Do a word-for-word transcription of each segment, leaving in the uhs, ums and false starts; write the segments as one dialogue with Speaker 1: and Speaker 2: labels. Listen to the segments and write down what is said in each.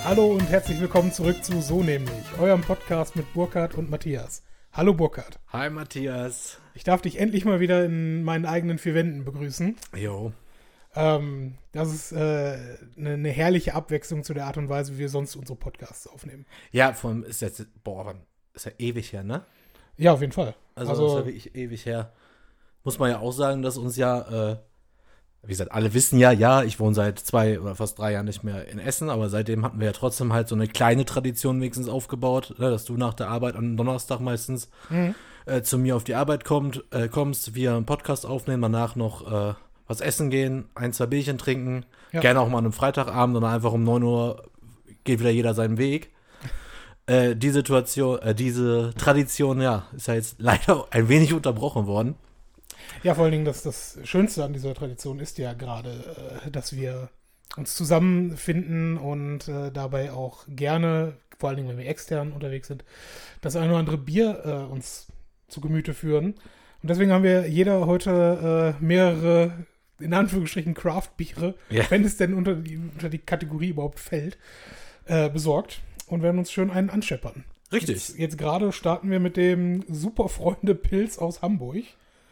Speaker 1: Hallo und herzlich willkommen zurück zu So Nämlich, eurem Podcast mit Burkhard und Matthias. Hallo Burkhard.
Speaker 2: Hi Matthias.
Speaker 1: Ich darf dich endlich mal wieder in meinen eigenen vier Wänden begrüßen.
Speaker 2: Jo.
Speaker 1: Ähm, das ist äh, eine, eine herrliche Abwechslung zu der Art und Weise, wie wir sonst unsere Podcasts aufnehmen.
Speaker 2: Ja, vor allem ist jetzt, boah, wann, ist ja ewig her, ne?
Speaker 1: Ja, auf jeden Fall.
Speaker 2: Also,
Speaker 1: Also
Speaker 2: ist ja wirklich ewig her. Muss man ja auch sagen, dass uns ja, äh, wie gesagt, alle wissen ja, ja, ich wohne seit zwei oder fast drei Jahren nicht mehr in Essen, aber seitdem hatten wir ja trotzdem halt so eine kleine Tradition wenigstens aufgebaut, ne, dass du nach der Arbeit am Donnerstag meistens
Speaker 1: mhm.
Speaker 2: äh, zu mir auf die Arbeit kommt, äh, kommst, wir einen Podcast aufnehmen, danach noch äh, was essen gehen, ein, zwei Bierchen trinken,
Speaker 1: Ja.
Speaker 2: gerne auch mal an einem Freitagabend und dann einfach um neun Uhr geht wieder jeder seinen Weg. Äh, die Situation, äh, diese Tradition, ja, ist ja jetzt leider ein wenig unterbrochen worden.
Speaker 1: Ja, vor allen Dingen, das, das Schönste an dieser Tradition ist ja gerade, äh, dass wir uns zusammenfinden und äh, dabei auch gerne, vor allen Dingen, wenn wir extern unterwegs sind, das eine oder andere Bier äh, uns zu Gemüte führen. Und deswegen haben wir jeder heute äh, mehrere, in Anführungsstrichen, Craft-Biere,
Speaker 2: Ja.
Speaker 1: wenn es denn unter die, unter die Kategorie überhaupt fällt, äh, besorgt und werden uns schön einen anscheppern.
Speaker 2: Richtig.
Speaker 1: Jetzt, jetzt gerade starten wir mit dem Superfreunde-Pilz aus Hamburg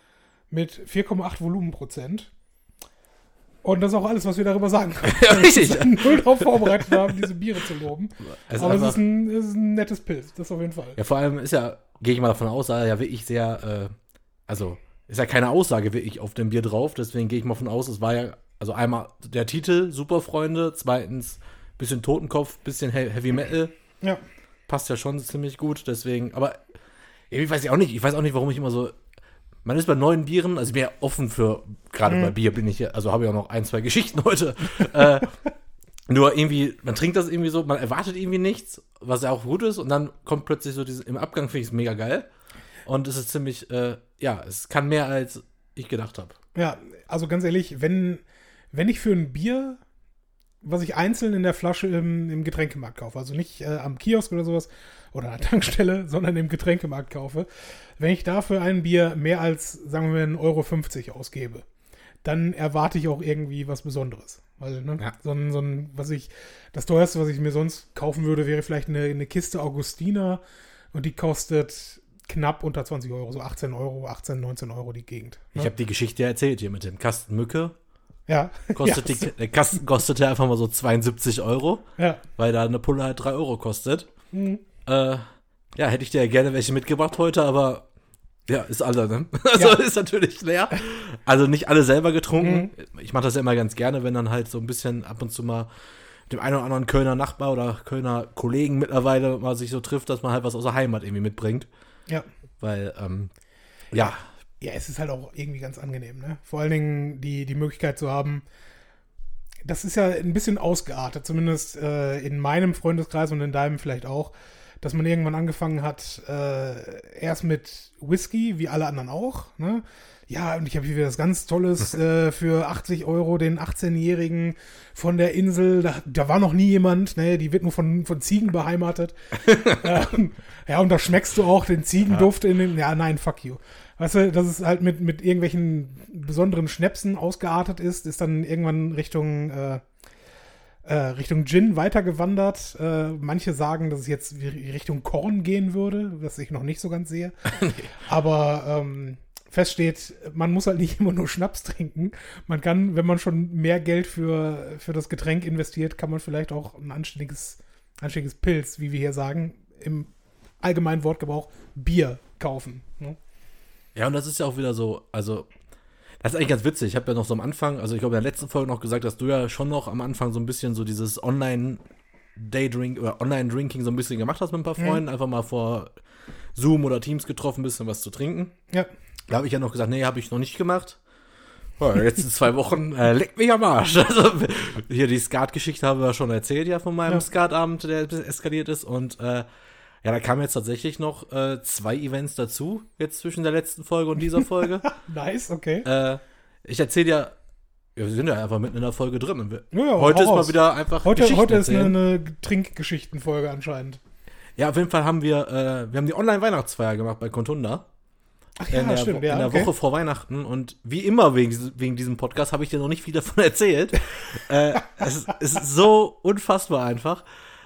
Speaker 1: mit vier Komma acht Volumenprozent. Und das ist auch alles, was wir darüber sagen können.
Speaker 2: Ja, richtig.
Speaker 1: Wir sind null darauf vorbereitet haben, diese Biere zu loben.
Speaker 2: Also
Speaker 1: Aber es
Speaker 2: einfach-
Speaker 1: ist, ein, es ist ein nettes Pilz, das auf jeden Fall.
Speaker 2: Ja, vor allem ist ja, gehe ich mal davon aus, ja wirklich sehr, äh, also ist ja keine Aussage wirklich auf dem Bier drauf, deswegen gehe ich mal von aus, es war ja, also einmal der Titel, Superfreunde, zweitens bisschen Totenkopf, bisschen He- Heavy Metal,
Speaker 1: Ja,
Speaker 2: passt ja schon ziemlich gut, deswegen, aber irgendwie weiß ich auch nicht, ich weiß auch nicht, warum ich immer so, man ist bei neuen Bieren, also ich bin ja offen für, gerade
Speaker 1: Mhm.
Speaker 2: bei Bier bin ich ja, also habe ich auch noch ein, zwei Geschichten heute, äh, nur irgendwie, man trinkt das irgendwie so, man erwartet irgendwie nichts, was ja auch gut ist, und dann kommt plötzlich so dieses, im Abgang finde ich es mega geil. Und es ist ziemlich, äh, ja, es kann mehr, als ich gedacht habe.
Speaker 1: ja, also ganz ehrlich, wenn, wenn ich für ein Bier, was ich einzeln in der Flasche im, im Getränkemarkt kaufe, also nicht äh, am Kiosk oder sowas oder an der Tankstelle, sondern im Getränkemarkt kaufe, wenn ich dafür ein Bier mehr als, sagen wir, einen Euro fünfzig ausgebe, dann erwarte ich auch irgendwie was Besonderes. Weil, ne,
Speaker 2: Ja.
Speaker 1: so ein, so ein, was ich, das teuerste, was ich mir sonst kaufen würde, wäre vielleicht eine, eine Kiste Augustiner und die kostet knapp unter zwanzig Euro, so achtzehn Euro, achtzehn, neunzehn Euro die Gegend.
Speaker 2: Ich habe die Geschichte ja erzählt hier mit dem Kasten Mücke.
Speaker 1: Ja.
Speaker 2: Kostet
Speaker 1: ja,
Speaker 2: die, der Kasten kostete einfach mal so zweiundsiebzig Euro,
Speaker 1: ja.
Speaker 2: weil da eine Pulle halt drei Euro kostet.
Speaker 1: Mhm.
Speaker 2: Äh, ja, hätte ich dir ja gerne welche mitgebracht heute, aber ja, ist alle, ne? Also
Speaker 1: Ja.
Speaker 2: ist natürlich leer. Also nicht alle selber getrunken. Ich mache das ja immer ganz gerne, wenn dann halt so ein bisschen ab und zu mal mit dem einen oder anderen Kölner Nachbar oder Kölner Kollegen mittlerweile mal sich so trifft, dass man halt was aus der Heimat irgendwie mitbringt.
Speaker 1: Ja.
Speaker 2: Weil, ähm, ja,
Speaker 1: Ja, es ist halt auch irgendwie ganz angenehm, ne? Vor allen Dingen die, die Möglichkeit zu haben, das ist ja ein bisschen ausgeartet, zumindest äh, in meinem Freundeskreis und in deinem vielleicht auch, dass man irgendwann angefangen hat, äh, erst mit Whisky, wie alle anderen auch, ne? Ja, und ich habe hier wieder das ganz Tolles äh, für achtzig Euro, den achtzehnjährigen von der Insel, da, da war noch nie jemand, ne? Die wird nur von, von Ziegen beheimatet. ähm, ja, und da schmeckst du auch den Ziegenduft in den, ja, nein, fuck you. Weißt du, dass es halt mit, mit irgendwelchen besonderen Schnäpsen ausgeartet ist, ist dann irgendwann Richtung, äh, äh, Richtung Gin weitergewandert. Äh, manche sagen, dass es jetzt wie Richtung Korn gehen würde, was ich noch nicht so ganz sehe. Aber ähm, fest steht, man muss halt nicht immer nur Schnaps trinken. Man kann, wenn man schon mehr Geld für, für das Getränk investiert, kann man vielleicht auch ein anständiges, anständiges Pilz, wie wir hier sagen, im allgemeinen Wortgebrauch Bier kaufen. Ne?
Speaker 2: ja, und das ist ja auch wieder so, also, das ist eigentlich ganz witzig. Ich habe ja noch so am Anfang, also ich glaube in der letzten Folge noch gesagt, dass du ja schon noch am Anfang so ein bisschen so dieses Online-Daydrink oder Online-Drinking so ein bisschen gemacht hast mit ein paar Freunden,
Speaker 1: Mhm.
Speaker 2: einfach mal vor Zoom oder Teams getroffen, ein bisschen was zu trinken.
Speaker 1: Ja.
Speaker 2: Da habe ich ja noch gesagt, nee, habe ich noch nicht gemacht. Ja, jetzt in zwei Wochen, äh, leckt mich am Arsch. Also, hier die Skat-Geschichte haben wir schon erzählt, ja, von meinem
Speaker 1: Ja.
Speaker 2: Skatabend, der ein bisschen eskaliert ist. Und äh, ja, da kamen jetzt tatsächlich noch äh, zwei Events dazu, jetzt zwischen der letzten Folge und dieser Folge.
Speaker 1: Nice, okay.
Speaker 2: äh, ich erzähle ja, ja, wir sind ja einfach mitten in der Folge drin. Und wir,
Speaker 1: Ja, ja,
Speaker 2: heute
Speaker 1: hau
Speaker 2: ist mal
Speaker 1: raus.
Speaker 2: wieder einfach
Speaker 1: Heute,
Speaker 2: Geschichten
Speaker 1: heute ist eine,
Speaker 2: erzählen.
Speaker 1: eine Trinkgeschichtenfolge anscheinend.
Speaker 2: Ja, auf jeden Fall haben wir, äh, wir haben die Online-Weihnachtsfeier gemacht bei Contunda.
Speaker 1: Ach ja,
Speaker 2: in der,
Speaker 1: stimmt,
Speaker 2: Wo-
Speaker 1: ja,
Speaker 2: in der
Speaker 1: okay.
Speaker 2: Woche vor Weihnachten, und wie immer wegen, diesem- wegen diesem Podcast habe ich dir noch nicht viel davon erzählt. äh, es, ist- es ist so unfassbar einfach.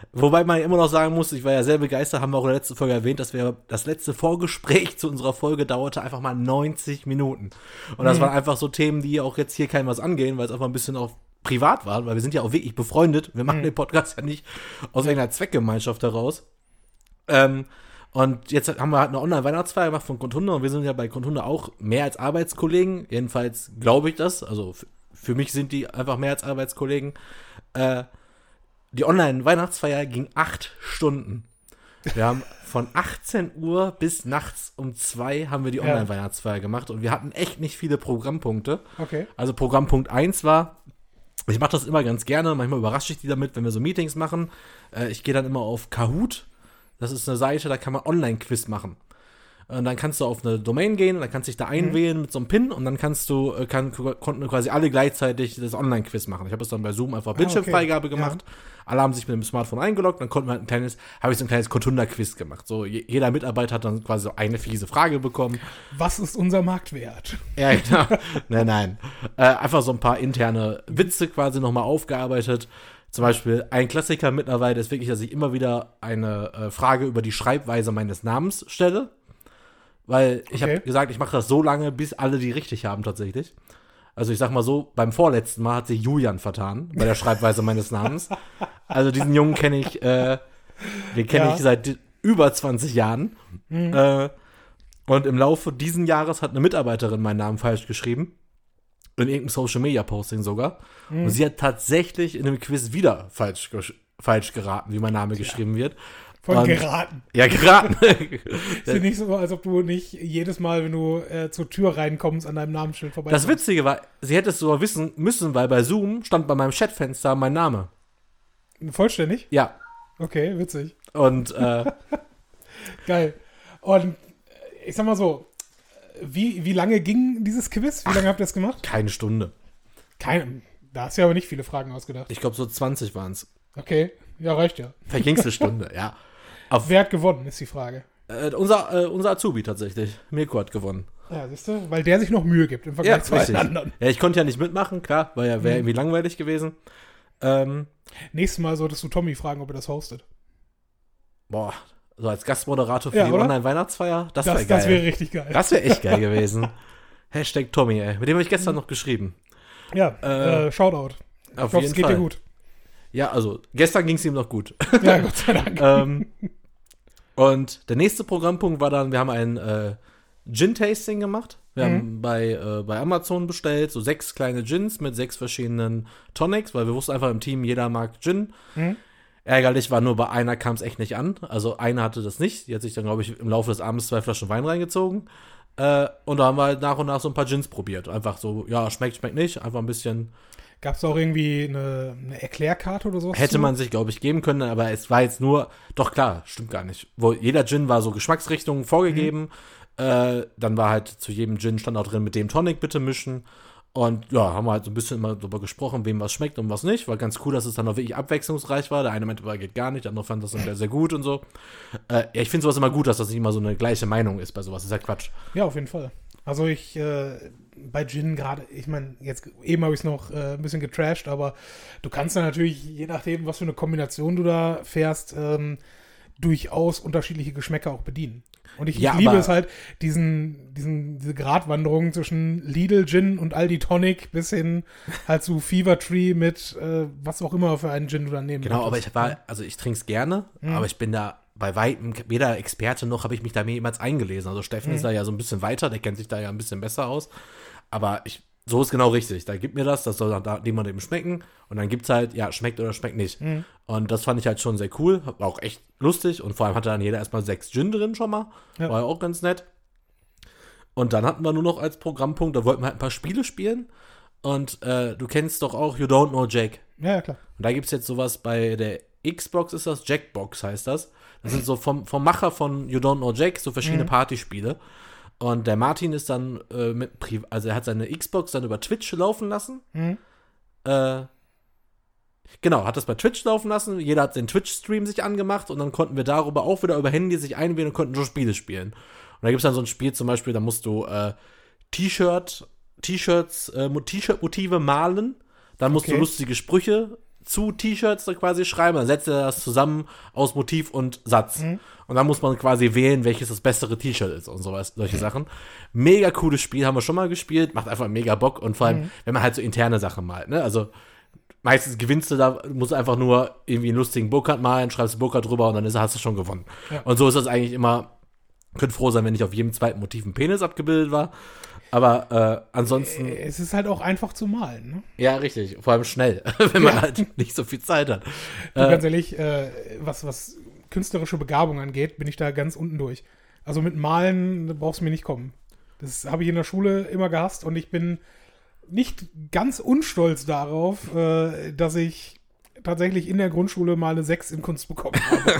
Speaker 2: Wobei man immer noch sagen muss, ich war ja sehr begeistert, haben wir auch in der letzten Folge erwähnt, dass wir das letzte Vorgespräch zu unserer Folge dauerte einfach mal neunzig Minuten. Und das mhm. waren einfach so Themen, die auch jetzt hier keinem was angehen, weil es einfach ein bisschen auch privat war, weil wir sind ja auch wirklich befreundet. Wir machen mhm. den Podcast ja nicht aus irgendeiner Zweckgemeinschaft heraus. Ähm, und jetzt haben wir halt eine Online-Weihnachtsfeier gemacht von Grundhunde und wir sind ja bei Grundhunde auch mehr als Arbeitskollegen. Jedenfalls glaube ich das. Also f- für mich sind die einfach mehr als Arbeitskollegen. Äh, die Online-Weihnachtsfeier ging acht Stunden. Wir haben von achtzehn Uhr bis nachts um zwei haben wir die Online-Weihnachtsfeier gemacht und wir hatten echt nicht viele Programmpunkte.
Speaker 1: Okay.
Speaker 2: Also Programmpunkt eins war, ich mache das immer ganz gerne, manchmal überrasche ich die damit, wenn wir so Meetings machen. Äh, ich gehe dann immer auf Kahoot. Das ist eine Seite, da kann man Online-Quiz machen. Und dann kannst du auf eine Domain gehen, dann kannst du dich da einwählen mhm. mit so einem Pin und dann kannst du, kann, konnten quasi alle gleichzeitig das Online-Quiz machen. Ich habe das dann bei Zoom einfach Bildschirmfreigabe ah, okay. gemacht. Ja. Alle haben sich mit dem Smartphone eingeloggt, dann konnten wir ein kleines, habe ich so ein kleines Kotunda-Quiz gemacht. So, jeder Mitarbeiter hat dann quasi so eine fiese Frage bekommen.
Speaker 1: Was ist unser Marktwert?
Speaker 2: Ja, genau. nein, nein. Äh, einfach so ein paar interne Witze quasi nochmal aufgearbeitet. Zum Beispiel ein Klassiker mittlerweile ist wirklich, dass ich immer wieder eine äh, Frage über die Schreibweise meines Namens stelle. Weil ich okay. habe gesagt, ich mache das so lange, bis alle die richtig haben tatsächlich. Also ich sag mal so, beim vorletzten Mal hat sich Julian vertan bei der Schreibweise meines Namens. Also diesen Jungen kenne ich, äh, den kenne ja. ich seit über zwanzig Jahren. Mhm. Äh, und im Laufe diesen Jahres hat eine Mitarbeiterin meinen Namen falsch geschrieben. In irgendeinem Social-Media-Posting sogar. Mhm. Und sie hat tatsächlich in einem Quiz wieder falsch, falsch geraten, wie mein Name ja. geschrieben wird.
Speaker 1: Von
Speaker 2: und,
Speaker 1: geraten.
Speaker 2: Ja, geraten.
Speaker 1: Ist ja nicht so, als ob du nicht jedes Mal, wenn du äh, zur Tür reinkommst, an deinem Namensschild vorbeikommst.
Speaker 2: Das Witzige war, sie hätte es sogar wissen müssen, weil bei Zoom stand bei meinem Chatfenster mein Name.
Speaker 1: Vollständig?
Speaker 2: Ja.
Speaker 1: Okay, witzig.
Speaker 2: Und, äh.
Speaker 1: Geil. Und ich sag mal so, wie, wie lange ging dieses Quiz? Wie Ach, lange habt ihr das gemacht?
Speaker 2: Keine Stunde.
Speaker 1: Keine. Da hast du ja aber nicht viele Fragen ausgedacht.
Speaker 2: Ich glaube, so zwanzig waren es.
Speaker 1: Okay. Ja, reicht ja.
Speaker 2: Vielleicht ging es eine Stunde, ja.
Speaker 1: Auf, Wer hat gewonnen, ist die Frage.
Speaker 2: Äh, unser, äh, unser Azubi tatsächlich. Mirko hat gewonnen.
Speaker 1: Ja, siehst du? Weil der sich noch Mühe gibt im Vergleich
Speaker 2: ja,
Speaker 1: zu allen anderen.
Speaker 2: Ja, ich konnte ja nicht mitmachen, klar, weil ja wäre mhm. irgendwie langweilig gewesen. Ähm,
Speaker 1: Nächstes Mal solltest du Tommy fragen, ob er das hostet.
Speaker 2: Boah, so als Gastmoderator für
Speaker 1: ja,
Speaker 2: die
Speaker 1: oder?
Speaker 2: Online-Weihnachtsfeier, das, das wäre
Speaker 1: geil.
Speaker 2: Das
Speaker 1: wäre richtig geil.
Speaker 2: Das wäre echt geil gewesen. Hashtag Tommy, ey. Mit dem habe ich gestern mhm. noch geschrieben.
Speaker 1: Ja, äh, äh, Shoutout.
Speaker 2: Ich hoffe, es geht
Speaker 1: dir gut.
Speaker 2: Ja, also, gestern ging es ihm noch gut.
Speaker 1: Ja, Gott sei Dank.
Speaker 2: ähm, und der nächste Programmpunkt war dann, wir haben ein äh, Gin-Tasting gemacht. Wir mhm. haben bei, äh, bei Amazon bestellt, so sechs kleine Gins mit sechs verschiedenen Tonics, weil wir wussten einfach im Team, jeder mag Gin. Mhm. Ärgerlich war nur, bei einer kam es echt nicht an. Also eine hatte das nicht. Die hat sich dann, glaube ich, im Laufe des Abends zwei Flaschen Wein reingezogen. Äh, und da haben wir halt nach und nach so ein paar Gins probiert. Einfach so, ja, schmeckt, schmeckt nicht. Einfach ein bisschen.
Speaker 1: Gab es auch irgendwie eine, eine Erklärkarte oder sowas?
Speaker 2: Hätte man sich, glaube ich, geben können, aber es war jetzt nur, doch klar, stimmt gar nicht. Wo jeder Gin war so Geschmacksrichtungen vorgegeben. Mhm. Äh, dann war halt zu jedem Gin stand auch drin, mit dem Tonic bitte mischen. Und ja, haben wir halt so ein bisschen immer darüber gesprochen, wem was schmeckt und was nicht. War ganz cool, dass es dann auch wirklich abwechslungsreich war. Der eine meinte, aber geht gar nicht, der andere fand das dann sehr, sehr gut und so. Äh, ja, ich finde sowas immer gut, dass das nicht immer so eine gleiche Meinung ist bei sowas. Das ist ja Quatsch.
Speaker 1: Ja, auf jeden Fall. Also ich, äh, bei Gin gerade, ich meine, jetzt eben habe ich es noch äh, ein bisschen getrashed, aber du kannst dann natürlich, je nachdem, was für eine Kombination du da fährst, ähm, durchaus unterschiedliche Geschmäcker auch bedienen. Und ich,
Speaker 2: ja,
Speaker 1: ich liebe es halt, diesen, diesen, diese Gratwanderung zwischen Lidl Gin und Aldi Tonic bis hin halt zu Fever Tree mit äh, was auch immer für einen Gin du dann nehmen
Speaker 2: Genau, möchtest. Aber ich war, also ich trinke es gerne, mhm. aber ich bin da bei weitem, weder Experte noch habe ich mich da jemals eingelesen. Also Steffen mhm. ist da ja so ein bisschen weiter, der kennt sich da ja ein bisschen besser aus. Aber ich, so ist genau richtig. Da gibt mir das, das soll dann dem eben schmecken. Und dann gibt es halt, ja, schmeckt oder schmeckt nicht. Mhm. Und das fand ich halt schon sehr cool. War auch echt lustig. Und vor allem hatte dann jeder erstmal sechs Gin drin schon mal. Ja. War ja auch ganz nett. Und dann hatten wir nur noch als Programmpunkt, da wollten wir halt ein paar Spiele spielen. Und äh, du kennst doch auch You Don't Know Jack.
Speaker 1: Ja, ja, klar.
Speaker 2: Und da gibt es jetzt sowas bei der Xbox, ist das, Jackbox heißt das. Das sind so vom, vom Macher von You Don't Know Jack so verschiedene mhm. Partyspiele. Und der Martin ist dann äh, mit, Pri- also er hat seine Xbox dann über Twitch laufen lassen. Mhm. Äh, genau, hat das bei Twitch laufen lassen. Jeder hat den Twitch-Stream sich angemacht und dann konnten wir darüber auch wieder über Handy sich einwählen und konnten so Spiele spielen. Und da gibt es dann so ein Spiel zum Beispiel, da musst du äh, T-Shirt, T-Shirts, äh, T-Shirt-Motive malen. Dann musst okay. du lustige Sprüche zu T-Shirts da quasi schreiben, dann setzt er das zusammen aus Motiv und Satz. Mhm. Und dann muss man quasi wählen, welches das bessere T-Shirt ist und sowas, solche Sachen. Mega cooles Spiel, haben wir schon mal gespielt, macht einfach mega Bock und vor allem, mhm. wenn man halt so interne Sachen malt, ne, also meistens gewinnst du da, musst einfach nur irgendwie einen lustigen Burkhardt malen, schreibst Burkhardt drüber und dann ist, hast du schon gewonnen. Ja. Und so ist das eigentlich immer, könnt froh sein, wenn nicht auf jedem zweiten Motiv ein Penis abgebildet war. Aber äh, ansonsten.
Speaker 1: Es ist halt auch einfach zu malen, ne?
Speaker 2: Ja, richtig. Vor allem schnell, wenn man ja. halt nicht so viel Zeit hat.
Speaker 1: Du, äh, ganz ehrlich, äh, was, was künstlerische Begabung angeht, bin ich da ganz unten durch. Also mit Malen brauchst du mir nicht kommen. Das habe ich in der Schule immer gehasst und ich bin nicht ganz unstolz darauf, äh, dass ich tatsächlich in der Grundschule mal eine sechs in Kunst bekommen habe.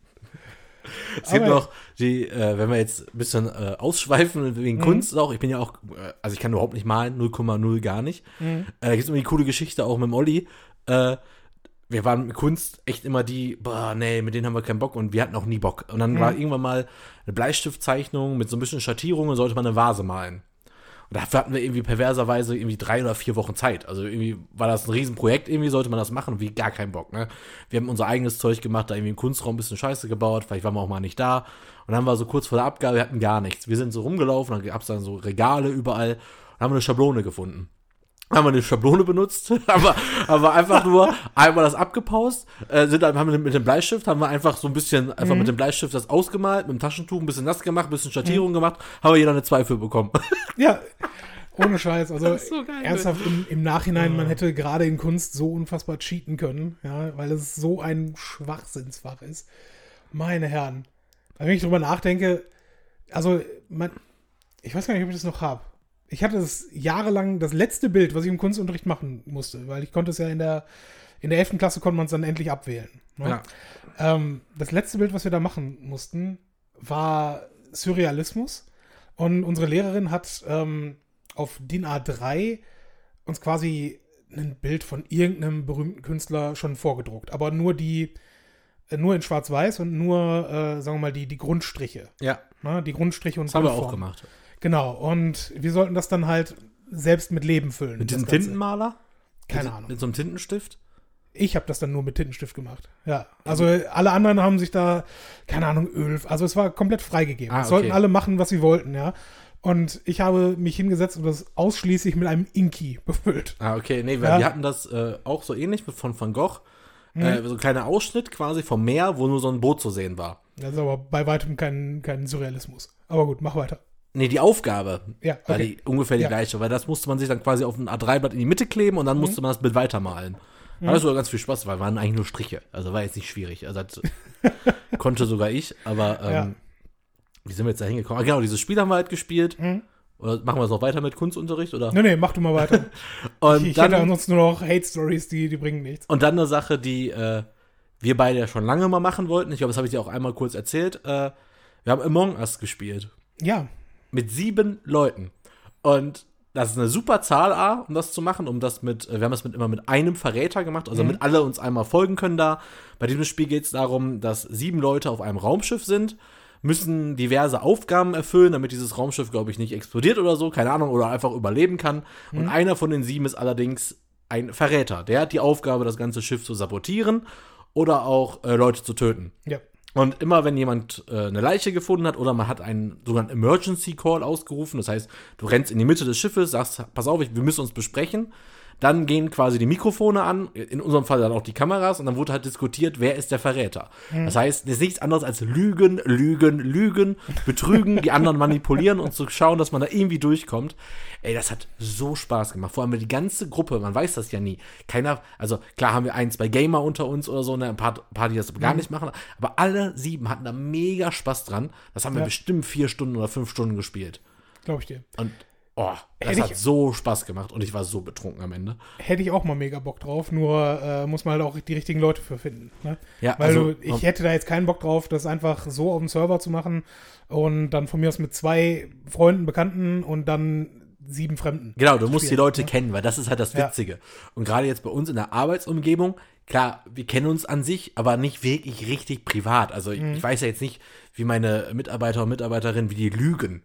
Speaker 2: Es gibt noch die, äh, wenn wir jetzt ein bisschen äh, ausschweifen wegen mhm. Kunst auch, ich bin ja auch, äh, also ich kann überhaupt nicht malen, null Komma null gar nicht. Mhm. Äh, da gibt es immer die coole Geschichte auch mit dem Olli. Äh, wir waren mit Kunst echt immer die, boah, nee, mit denen haben wir keinen Bock und wir hatten auch nie Bock. Und dann mhm. war irgendwann mal eine Bleistiftzeichnung mit so ein bisschen Schattierung und sollte man eine Vase malen. Und dafür hatten wir irgendwie perverserweise irgendwie drei oder vier Wochen Zeit. Also irgendwie war das ein Riesenprojekt, irgendwie sollte man das machen und wir gar keinen Bock, ne? Wir haben unser eigenes Zeug gemacht, da irgendwie im Kunstraum ein bisschen Scheiße gebaut, vielleicht waren wir auch mal nicht da. Und dann war so kurz vor der Abgabe, wir hatten gar nichts. Wir sind so rumgelaufen, dann gab es dann so Regale überall und haben eine Schablone gefunden. Haben wir eine Schablone benutzt, aber, aber einfach nur einmal das abgepaust, äh, sind dann, haben wir mit dem Bleistift, haben wir einfach so ein bisschen, einfach mhm. mit dem Bleistift das ausgemalt, mit dem Taschentuch ein bisschen nass gemacht, ein bisschen Schattierung mhm. gemacht, haben wir jeder eine zwei für bekommen.
Speaker 1: Ja, ohne Scheiß, also so geil, ernsthaft im, im Nachhinein, oh. man hätte gerade in Kunst so unfassbar cheaten können, ja, weil es so ein Schwachsinnsfach ist. Meine Herren, wenn ich drüber nachdenke, also, man, ich weiß gar nicht, ob ich das noch habe. Ich hatte das jahrelang, das letzte Bild, was ich im Kunstunterricht machen musste, weil ich konnte es ja in der, in der elften Klasse konnte man es dann endlich abwählen. Ne?
Speaker 2: Ja.
Speaker 1: Ähm, das letzte Bild, was wir da machen mussten, war Surrealismus. Und unsere Lehrerin hat ähm, auf D I N A drei uns quasi ein Bild von irgendeinem berühmten Künstler schon vorgedruckt. Aber nur die, äh, nur in Schwarz-Weiß und nur, äh, sagen wir mal, die, die Grundstriche.
Speaker 2: Ja.
Speaker 1: Ne? Die Grundstriche und
Speaker 2: das haben wir auch gemacht.
Speaker 1: Genau, und wir sollten das dann halt selbst mit Leben füllen.
Speaker 2: Mit diesem Tintenmaler?
Speaker 1: Keine
Speaker 2: mit,
Speaker 1: Ahnung.
Speaker 2: Mit so einem Tintenstift?
Speaker 1: Ich habe das dann nur mit Tintenstift gemacht. Ja, also alle anderen haben sich da, keine Ahnung, Öl, also es war komplett freigegeben.
Speaker 2: Ah,
Speaker 1: okay.
Speaker 2: Sollten
Speaker 1: alle machen, was sie wollten, ja. Und ich habe mich hingesetzt und das ausschließlich mit einem Inki befüllt.
Speaker 2: Ah, okay, nee, weil ja. wir hatten das äh, auch so ähnlich mit von Van Gogh. Mhm. Äh, so ein kleiner Ausschnitt quasi vom Meer, wo nur so ein Boot zu sehen war.
Speaker 1: Das ist aber bei weitem kein, kein Surrealismus. Aber gut, mach weiter.
Speaker 2: Nee, die Aufgabe
Speaker 1: ja, okay.
Speaker 2: war die, ungefähr die ja. gleiche, weil das musste man sich dann quasi auf ein A drei Blatt in die Mitte kleben und dann mhm. musste man das Bild weitermalen. Mhm. Hatte sogar ganz viel Spaß, weil waren eigentlich nur Striche. Also war jetzt nicht schwierig. Also das konnte sogar ich, aber ähm, ja. wie sind wir jetzt da hingekommen? Ah, genau, dieses Spiel haben wir halt gespielt. Mhm. Oder machen wir es noch weiter mit Kunstunterricht? Oder?
Speaker 1: Nee, nee, mach du mal weiter.
Speaker 2: und
Speaker 1: ich ich
Speaker 2: dann,
Speaker 1: hätte ansonsten nur noch Hate-Stories, die, die bringen nichts.
Speaker 2: Und dann eine Sache, die äh, wir beide ja schon lange mal machen wollten. Ich glaube, das habe ich dir auch einmal kurz erzählt. Äh, wir haben Among Us gespielt.
Speaker 1: Ja.
Speaker 2: Mit sieben Leuten. Und das ist eine super Zahl, A, um das zu machen, um das mit, wir haben das mit, immer mit einem Verräter gemacht, also mhm. damit alle uns einmal folgen können da. Bei diesem Spiel geht es darum, dass sieben Leute auf einem Raumschiff sind, müssen diverse Aufgaben erfüllen, damit dieses Raumschiff, glaube ich, nicht explodiert oder so, keine Ahnung, oder einfach überleben kann. Mhm. Und einer von den sieben ist allerdings ein Verräter. Der hat die Aufgabe, das ganze Schiff zu sabotieren oder auch äh, Leute zu töten.
Speaker 1: Ja.
Speaker 2: Und immer, wenn jemand äh, eine Leiche gefunden hat oder man hat einen sogenannten Emergency Call ausgerufen, das heißt, du rennst in die Mitte des Schiffes, sagst, pass auf, wir müssen uns besprechen, dann gehen quasi die Mikrofone an, in unserem Fall dann auch die Kameras und dann wurde halt diskutiert, wer ist der Verräter. Mhm. Das heißt, es ist nichts anderes als Lügen, Lügen, Lügen, Betrügen, die anderen manipulieren und zu schauen, dass man da irgendwie durchkommt. Ey, das hat so Spaß gemacht. Vor allem die ganze Gruppe, man weiß das ja nie. Keiner, also klar haben wir ein, zwei Gamer unter uns oder so, ne, ein paar, ein paar die das gar mhm. nicht machen, aber alle sieben hatten da mega Spaß dran. Das haben wir ja. bestimmt vier Stunden oder fünf Stunden gespielt.
Speaker 1: Glaube ich dir.
Speaker 2: Und oh, das hätte hat ich, so Spaß gemacht und ich war so betrunken am Ende.
Speaker 1: Hätte ich auch mal mega Bock drauf, nur äh, muss man halt auch die richtigen Leute für finden. Ne?
Speaker 2: Ja,
Speaker 1: Weil
Speaker 2: also,
Speaker 1: du, ich hätte da jetzt keinen Bock drauf, das einfach so auf dem Server zu machen und dann von mir aus mit zwei Freunden, Bekannten und dann sieben Fremden.
Speaker 2: Genau, du musst spielen, die Leute ne? kennen, weil das ist halt das Witzige. Ja. Und gerade jetzt bei uns in der Arbeitsumgebung, klar, wir kennen uns an sich, aber nicht wirklich richtig privat. Also ich, mhm. ich weiß ja jetzt nicht, wie meine Mitarbeiter und Mitarbeiterinnen, wie die lügen.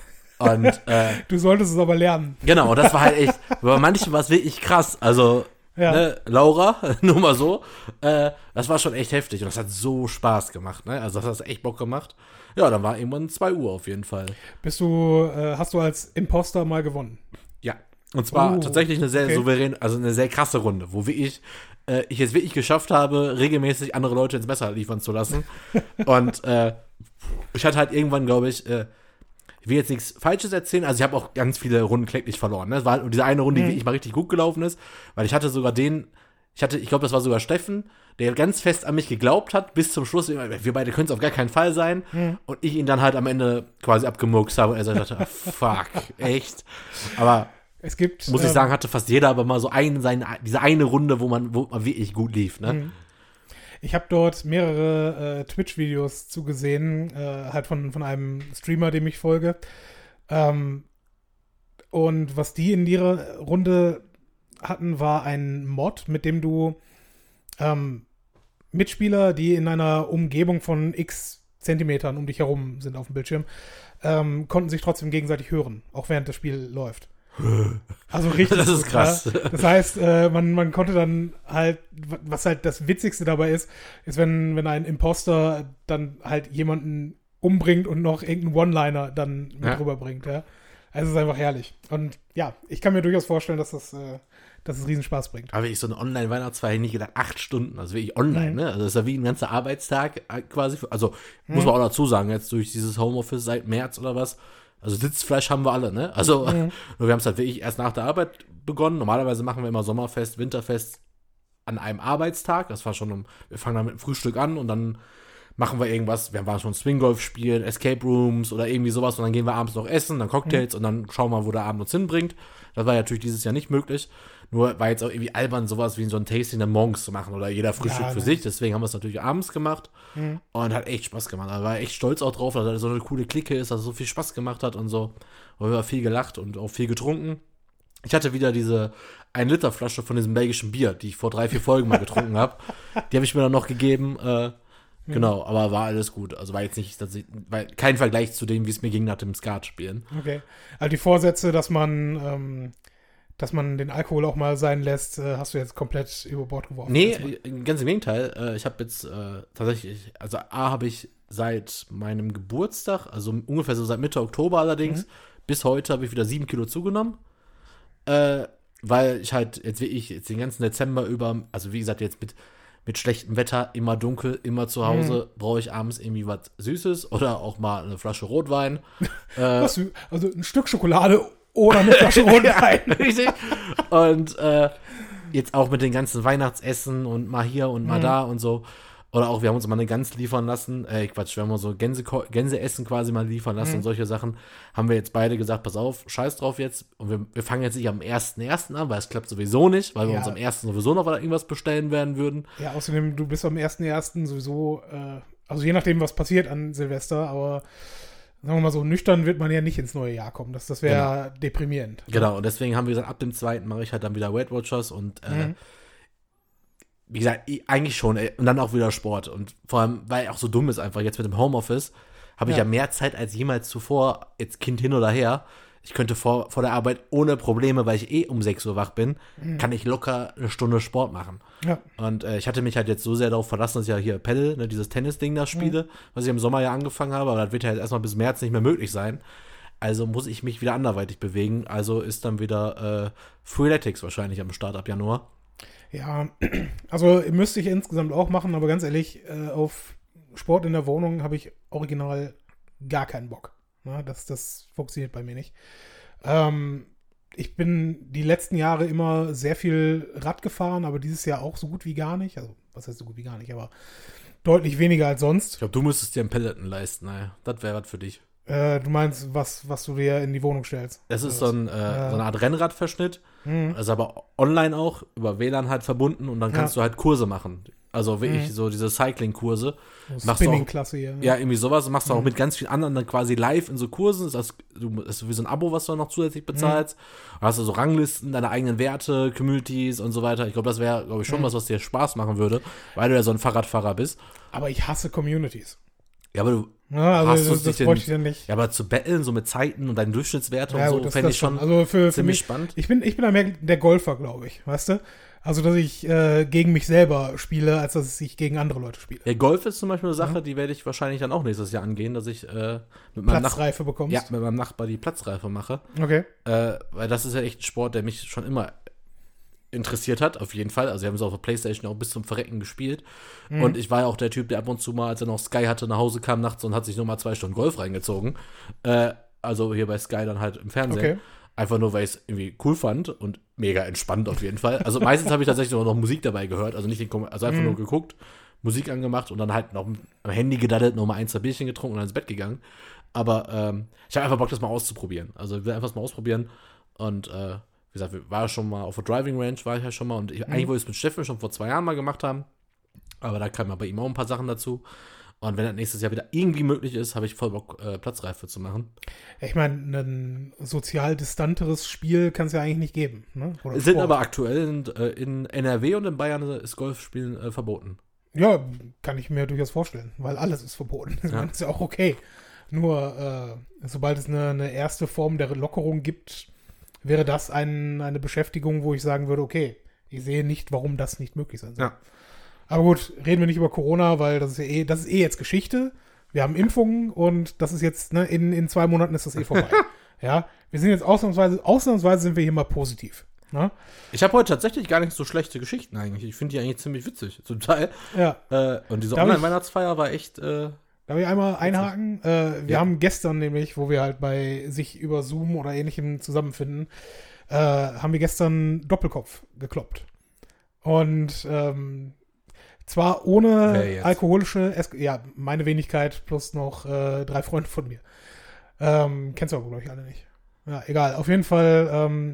Speaker 2: Und, äh,
Speaker 1: du solltest es aber lernen.
Speaker 2: Genau, das war halt echt, bei manchen war es wirklich krass. Also,
Speaker 1: Ja.
Speaker 2: ne, Laura, nur mal so. Äh, das war schon echt heftig und das hat so Spaß gemacht, ne? Also das hat echt Bock gemacht. Ja, dann war irgendwann zwei Uhr auf jeden Fall.
Speaker 1: Bist du, äh, hast du als Imposter mal gewonnen?
Speaker 2: Ja. Und zwar
Speaker 1: Oh,
Speaker 2: tatsächlich eine sehr
Speaker 1: okay.
Speaker 2: souveräne, also eine sehr krasse Runde, wo wie ich, äh, ich es wirklich geschafft habe, regelmäßig andere Leute ins Messer liefern zu lassen. Und äh, ich hatte halt irgendwann, glaube ich, äh, ich will jetzt nichts Falsches erzählen, also ich habe auch ganz viele Runden kläglich verloren. Ne? Es war halt diese eine Runde, die
Speaker 1: Mhm.
Speaker 2: wirklich mal richtig gut gelaufen ist, weil ich hatte sogar den, ich hatte, ich glaube, das war sogar Steffen, der ganz fest an mich geglaubt hat, bis zum Schluss, wir beide können es auf gar keinen Fall sein.
Speaker 1: Mhm.
Speaker 2: Und ich ihn dann halt am Ende quasi abgemurkst habe und er so dachte, ah, fuck, echt. Aber
Speaker 1: Es gibt.
Speaker 2: muss ich
Speaker 1: ähm,
Speaker 2: sagen, hatte fast jeder aber mal so einen, seine, diese eine Runde, wo man, wo man wirklich gut lief, ne?
Speaker 1: Mhm. Ich habe dort mehrere äh, Twitch-Videos zugesehen, äh, halt von, von einem Streamer, dem ich folge. Ähm, und was die in ihrer Runde hatten, war ein Mod, mit dem du ähm, Mitspieler, die in einer Umgebung von x Zentimetern um dich herum sind auf dem Bildschirm, ähm, konnten sich trotzdem gegenseitig hören, auch während das Spiel läuft. Also richtig.
Speaker 2: Das ist
Speaker 1: gut,
Speaker 2: krass.
Speaker 1: Ja? Das heißt, äh, man, man konnte dann halt, was halt das Witzigste dabei ist, ist, wenn, wenn ein Imposter dann halt jemanden umbringt und noch irgendeinen One-Liner dann mit
Speaker 2: Ja.
Speaker 1: rüberbringt. Ja? Also es ist einfach herrlich. Und ja, ich kann mir durchaus vorstellen, dass das, äh, dass es riesen Spaß bringt.
Speaker 2: Aber ich so eine Online-Weihnachtsfeier nicht gedacht, acht Stunden, also wirklich online,
Speaker 1: Mhm.
Speaker 2: ne? Also das ist ja wie ein ganzer Arbeitstag äh, quasi. Für, also muss man auch dazu sagen, jetzt durch dieses Homeoffice seit März oder was, also Sitzfleisch haben wir alle, ne? Also
Speaker 1: Mhm.
Speaker 2: nur wir haben es halt wirklich erst nach der Arbeit begonnen. Normalerweise machen wir immer Sommerfest, Winterfest an einem Arbeitstag. Das war schon um, wir fangen dann mit dem Frühstück an und dann machen wir irgendwas, wir waren schon Swinggolf spielen, Escape Rooms oder irgendwie sowas und dann gehen wir abends noch essen, dann Cocktails und dann schauen wir, wo der Abend uns hinbringt. Das war ja natürlich dieses Jahr nicht möglich. Nur war jetzt auch irgendwie albern, sowas wie so ein Tasting dann morgens zu machen oder jeder Frühstück
Speaker 1: Ja,
Speaker 2: für
Speaker 1: ne.
Speaker 2: sich. Deswegen haben wir es natürlich abends gemacht
Speaker 1: Mhm.
Speaker 2: und hat echt Spaß gemacht. Da war echt stolz auch drauf, dass das so eine coole Clique ist, dass es so viel Spaß gemacht hat und so. Und wir haben viel gelacht und auch viel getrunken. Ich hatte wieder diese ein Liter Flasche von diesem belgischen Bier, die ich vor drei, vier Folgen mal getrunken habe. Die habe ich mir dann noch gegeben. Äh, genau, aber war alles gut. Also war jetzt nicht, dass ich, war kein Vergleich zu dem, wie es mir ging nach dem Skat-Spielen.
Speaker 1: Okay. Also die Vorsätze, dass man, ähm, dass man den Alkohol auch mal sein lässt, äh, hast du jetzt komplett über Bord geworfen.
Speaker 2: Nee,
Speaker 1: Erstmal.
Speaker 2: äh, ganz im Gegenteil. Äh, ich habe jetzt äh, tatsächlich, also A habe ich seit meinem Geburtstag, also ungefähr so seit Mitte Oktober allerdings,
Speaker 1: Mhm.
Speaker 2: bis heute habe ich wieder sieben Kilo zugenommen. Äh, weil ich halt jetzt wie ich jetzt den ganzen Dezember über, also wie gesagt, jetzt mit, mit schlechtem Wetter, immer dunkel, immer zu Hause, brauche ich abends irgendwie was Süßes oder auch mal eine Flasche Rotwein. äh,
Speaker 1: Hast du, also ein Stück Schokolade oder eine Flasche Rotwein.
Speaker 2: Richtig. Und äh, jetzt auch mit den ganzen Weihnachtsessen und mal hier und mal
Speaker 1: Mhm.
Speaker 2: da und so. Oder auch, wir haben uns mal eine Gans liefern lassen. Äh, Quatsch, wir haben uns so Gänse, Gänseessen quasi mal liefern lassen
Speaker 1: Mhm.
Speaker 2: und solche Sachen. Haben wir jetzt beide gesagt, pass auf, scheiß drauf jetzt. Und wir, wir fangen jetzt nicht am ersten ersten an, weil es klappt sowieso nicht, weil wir
Speaker 1: Ja.
Speaker 2: uns am ersten sowieso noch irgendwas bestellen werden würden.
Speaker 1: Ja, außerdem, du bist am ersten ersten sowieso, äh, also je nachdem, was passiert an Silvester, aber sagen wir mal so, nüchtern wird man ja nicht ins neue Jahr kommen. Das, das wäre deprimierend.
Speaker 2: Genau, und deswegen haben wir gesagt, ab dem zweiten mache ich halt dann wieder Weight Watchers und äh,
Speaker 1: Mhm.
Speaker 2: wie gesagt, ich, eigentlich schon, ey. Und dann auch wieder Sport. Und vor allem, weil auch so dumm ist einfach, jetzt mit dem Homeoffice, habe ich
Speaker 1: Ja.
Speaker 2: ja mehr Zeit als jemals zuvor, jetzt Kind hin oder her. Ich könnte vor, vor der Arbeit ohne Probleme, weil ich eh um sechs Uhr wach bin, kann ich locker eine Stunde Sport machen.
Speaker 1: Ja.
Speaker 2: Und äh, ich hatte mich halt jetzt so sehr darauf verlassen, dass ich ja hier Paddle, ne, dieses Tennis-Ding da spiele, was ich im Sommer ja angefangen habe, aber das wird ja jetzt erstmal bis März nicht mehr möglich sein. Also muss ich mich wieder anderweitig bewegen. Also ist dann wieder äh, Freeletics wahrscheinlich am Start ab Januar.
Speaker 1: Ja, also müsste ich insgesamt auch machen, aber ganz ehrlich, äh, auf Sport in der Wohnung habe ich original gar keinen Bock. Na, das, das funktioniert bei mir nicht. Ähm, ich bin die letzten Jahre immer sehr viel Rad gefahren, aber dieses Jahr auch so gut wie gar nicht. Also, was heißt so gut wie gar nicht, aber deutlich weniger als sonst.
Speaker 2: Ich glaube, du müsstest dir einen Peloton leisten. Naja, das wäre was für dich.
Speaker 1: Äh, du meinst, was, was du dir in die Wohnung stellst?
Speaker 2: Das ist so, ein, äh,
Speaker 1: Ja.
Speaker 2: so eine Art Rennradverschnitt.
Speaker 1: Mhm.
Speaker 2: Also aber online auch, über W L A N halt verbunden und dann kannst
Speaker 1: Ja.
Speaker 2: du halt Kurse machen. Also wirklich
Speaker 1: Mhm.
Speaker 2: so diese Cycling-Kurse.
Speaker 1: So
Speaker 2: Machst du auch-
Speaker 1: Spinning-Klasse hier.
Speaker 2: Ja, irgendwie sowas. Und machst du auch
Speaker 1: Mhm.
Speaker 2: mit ganz vielen anderen dann quasi live in so Kursen. Das ist, du, das ist wie so ein Abo, was du noch zusätzlich bezahlst. Da hast du so Ranglisten, deine eigenen Werte, Communities und so weiter. Ich glaube, das wäre, glaube ich, schon
Speaker 1: Mhm.
Speaker 2: was, was dir Spaß machen würde, weil du ja so ein Fahrradfahrer bist.
Speaker 1: Aber ich hasse Communities.
Speaker 2: Ja, aber du
Speaker 1: Ja, also
Speaker 2: hast
Speaker 1: das, das
Speaker 2: dich
Speaker 1: bräuchte ich
Speaker 2: denn,
Speaker 1: ja nicht.
Speaker 2: ja, aber zu betteln, so mit Zeiten und deinen Durchschnittswerte
Speaker 1: Ja,
Speaker 2: und
Speaker 1: gut,
Speaker 2: so,
Speaker 1: das-
Speaker 2: fände
Speaker 1: das
Speaker 2: ich schon
Speaker 1: Also für, für
Speaker 2: ziemlich
Speaker 1: mich,
Speaker 2: spannend.
Speaker 1: Ich bin, ich bin da mehr der Golfer, glaube ich, weißt du? Also, dass ich äh, gegen mich selber spiele, als dass ich gegen andere Leute spiele.
Speaker 2: Ja, Golf ist zum Beispiel eine Sache,
Speaker 1: Ja.
Speaker 2: die werde ich wahrscheinlich dann auch nächstes Jahr angehen, dass ich äh, mit, meinem Nach
Speaker 1: Platzreife bekommst.
Speaker 2: ja, mit meinem Nachbar die Platzreife mache.
Speaker 1: Okay.
Speaker 2: Äh, weil das ist ja echt ein Sport, der mich schon immer interessiert hat, auf jeden Fall. Also wir haben es auf der Playstation auch bis zum Verrecken gespielt.
Speaker 1: Mhm.
Speaker 2: Und ich war ja auch der Typ, der ab und zu mal, als er noch Sky hatte, nach Hause kam nachts und hat sich nochmal zwei Stunden Golf reingezogen. Äh, also hier bei Sky dann halt im Fernsehen.
Speaker 1: Okay.
Speaker 2: Einfach nur, weil ich es irgendwie cool fand und mega entspannt auf jeden Fall. Also meistens habe ich tatsächlich noch Musik dabei gehört, also nicht den Kom also einfach
Speaker 1: Mhm.
Speaker 2: nur geguckt, Musik angemacht und dann halt noch am Handy gedaddelt, noch mal ein, zwei Bierchen getrunken und dann ins Bett gegangen. Aber ähm, ich habe einfach Bock, das mal auszuprobieren. Also ich will einfach das mal ausprobieren. Und äh, wie gesagt, wir waren schon mal auf der Driving Range, war ich ja schon mal. Und ich,
Speaker 1: Mhm.
Speaker 2: eigentlich wollte ich es mit Steffen schon vor zwei Jahren mal gemacht haben. Aber da kamen bei ihm auch ein paar Sachen dazu. Und wenn das nächstes Jahr wieder irgendwie möglich ist, habe ich voll Bock, äh, Platzreife zu machen.
Speaker 1: Ich meine, ein sozial distanteres Spiel kann es ja eigentlich nicht geben. Ne? Oder
Speaker 2: Es sind
Speaker 1: Sport.
Speaker 2: aber aktuell in, äh, in N R W und in Bayern ist Golfspielen äh, verboten.
Speaker 1: Ja, kann ich mir durchaus vorstellen, weil alles ist verboten. Ich
Speaker 2: Ja.
Speaker 1: meine, ist ja auch okay. Nur, äh, sobald es eine, eine erste Form der Lockerung gibt, wäre das ein, eine Beschäftigung, wo ich sagen würde, okay, ich sehe nicht, warum das nicht möglich sein soll.
Speaker 2: Ja.
Speaker 1: Aber gut, reden wir nicht über Corona, weil das ist ja eh, das ist eh jetzt Geschichte. Wir haben Impfungen und das ist jetzt, ne, in, in zwei Monaten ist das eh vorbei. Ja, wir sind jetzt ausnahmsweise, ausnahmsweise sind wir hier mal positiv. Ne?
Speaker 2: Ich habe heute tatsächlich gar nicht so schlechte Geschichten eigentlich. Ich finde die eigentlich ziemlich witzig, zum Teil.
Speaker 1: Ja,
Speaker 2: Äh, und diese
Speaker 1: Darf ich-
Speaker 2: Online-Weihnachtsfeier war echt, äh,
Speaker 1: darf ich einmal einhaken? Äh, wir
Speaker 2: Ja.
Speaker 1: haben gestern nämlich, wo wir halt bei sich über Zoom oder ähnlichem zusammenfinden, äh, haben wir gestern Doppelkopf gekloppt. Und ähm, zwar
Speaker 2: Wer
Speaker 1: ohne
Speaker 2: jetzt?
Speaker 1: alkoholische, es ja, meine Wenigkeit plus noch äh, drei Freunde von mir. Ähm, kennst du aber, glaube ich, alle nicht. Ja, egal. Auf jeden Fall ähm,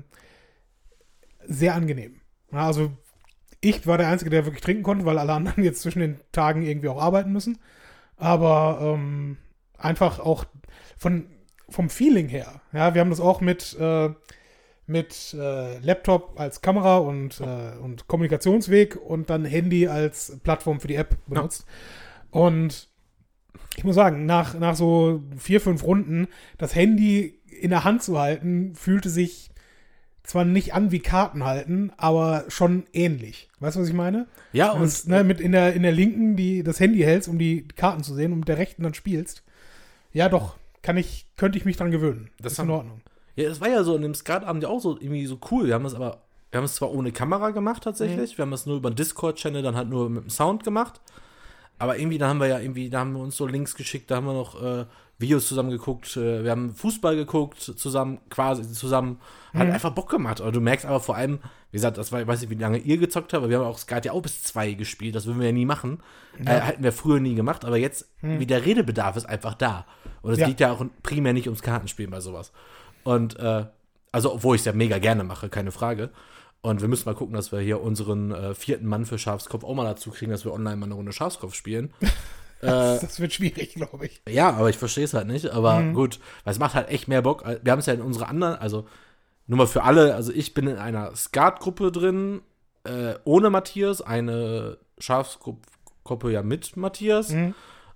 Speaker 1: sehr angenehm. Ja, also ich war der Einzige, der wirklich trinken konnte, weil alle anderen jetzt zwischen den Tagen irgendwie auch arbeiten müssen. Aber ähm, einfach auch von, vom Feeling her. Ja, wir haben das auch mit, äh, mit äh, Laptop als Kamera und, äh, und Kommunikationsweg und dann Handy als Plattform für die App benutzt. Und ich muss sagen, nach, nach so vier, fünf Runden das Handy in der Hand zu halten, fühlte sich zwar nicht an wie Karten halten, aber schon ähnlich. Weißt du, was ich meine?
Speaker 2: ja,
Speaker 1: Und
Speaker 2: und
Speaker 1: das, ne, mit in der, in der linken die das Handy hältst, um die Karten zu sehen, und mit der rechten dann spielst. Ja, doch, kann ich, könnte ich mich dran gewöhnen.
Speaker 2: Das
Speaker 1: ist
Speaker 2: haben-
Speaker 1: in Ordnung.
Speaker 2: ja, das war ja so in dem Skatabend ja auch so irgendwie so cool. Wir haben es aber, wir haben es zwar ohne Kamera gemacht tatsächlich, wir haben es nur über den Discord-Channel dann halt nur mit dem Sound gemacht, aber irgendwie, da haben wir ja irgendwie, da haben wir uns so Links geschickt, da haben wir noch äh, Videos zusammen geguckt, äh, wir haben Fußball geguckt zusammen, quasi zusammen, hat einfach Bock gemacht. Aber du merkst aber vor allem, wie gesagt, das war, ich weiß nicht, wie lange ihr gezockt habt, aber wir haben auch Skat ja auch bis zwei gespielt, das würden wir ja nie machen. Äh, hätten wir früher nie gemacht, aber jetzt, wie der Redebedarf ist einfach da. Und es
Speaker 1: Ja.
Speaker 2: liegt ja auch primär nicht ums Kartenspielen bei sowas. Und, äh, also, obwohl ich es ja mega gerne mache, keine Frage. Und wir müssen mal gucken, dass wir hier unseren äh, vierten Mann für Schafskopf auch mal dazu kriegen, dass wir online mal eine Runde Schafskopf spielen.
Speaker 1: Das, das wird schwierig, glaube ich.
Speaker 2: Ja, aber ich verstehe es halt nicht. Aber gut, weil es macht halt echt mehr Bock. Wir haben es ja in unserer anderen, also nur mal für alle, also ich bin in einer Skat-Gruppe drin, äh, ohne Matthias, eine Schafskopf-Gruppe ja mit Matthias.
Speaker 1: Mhm.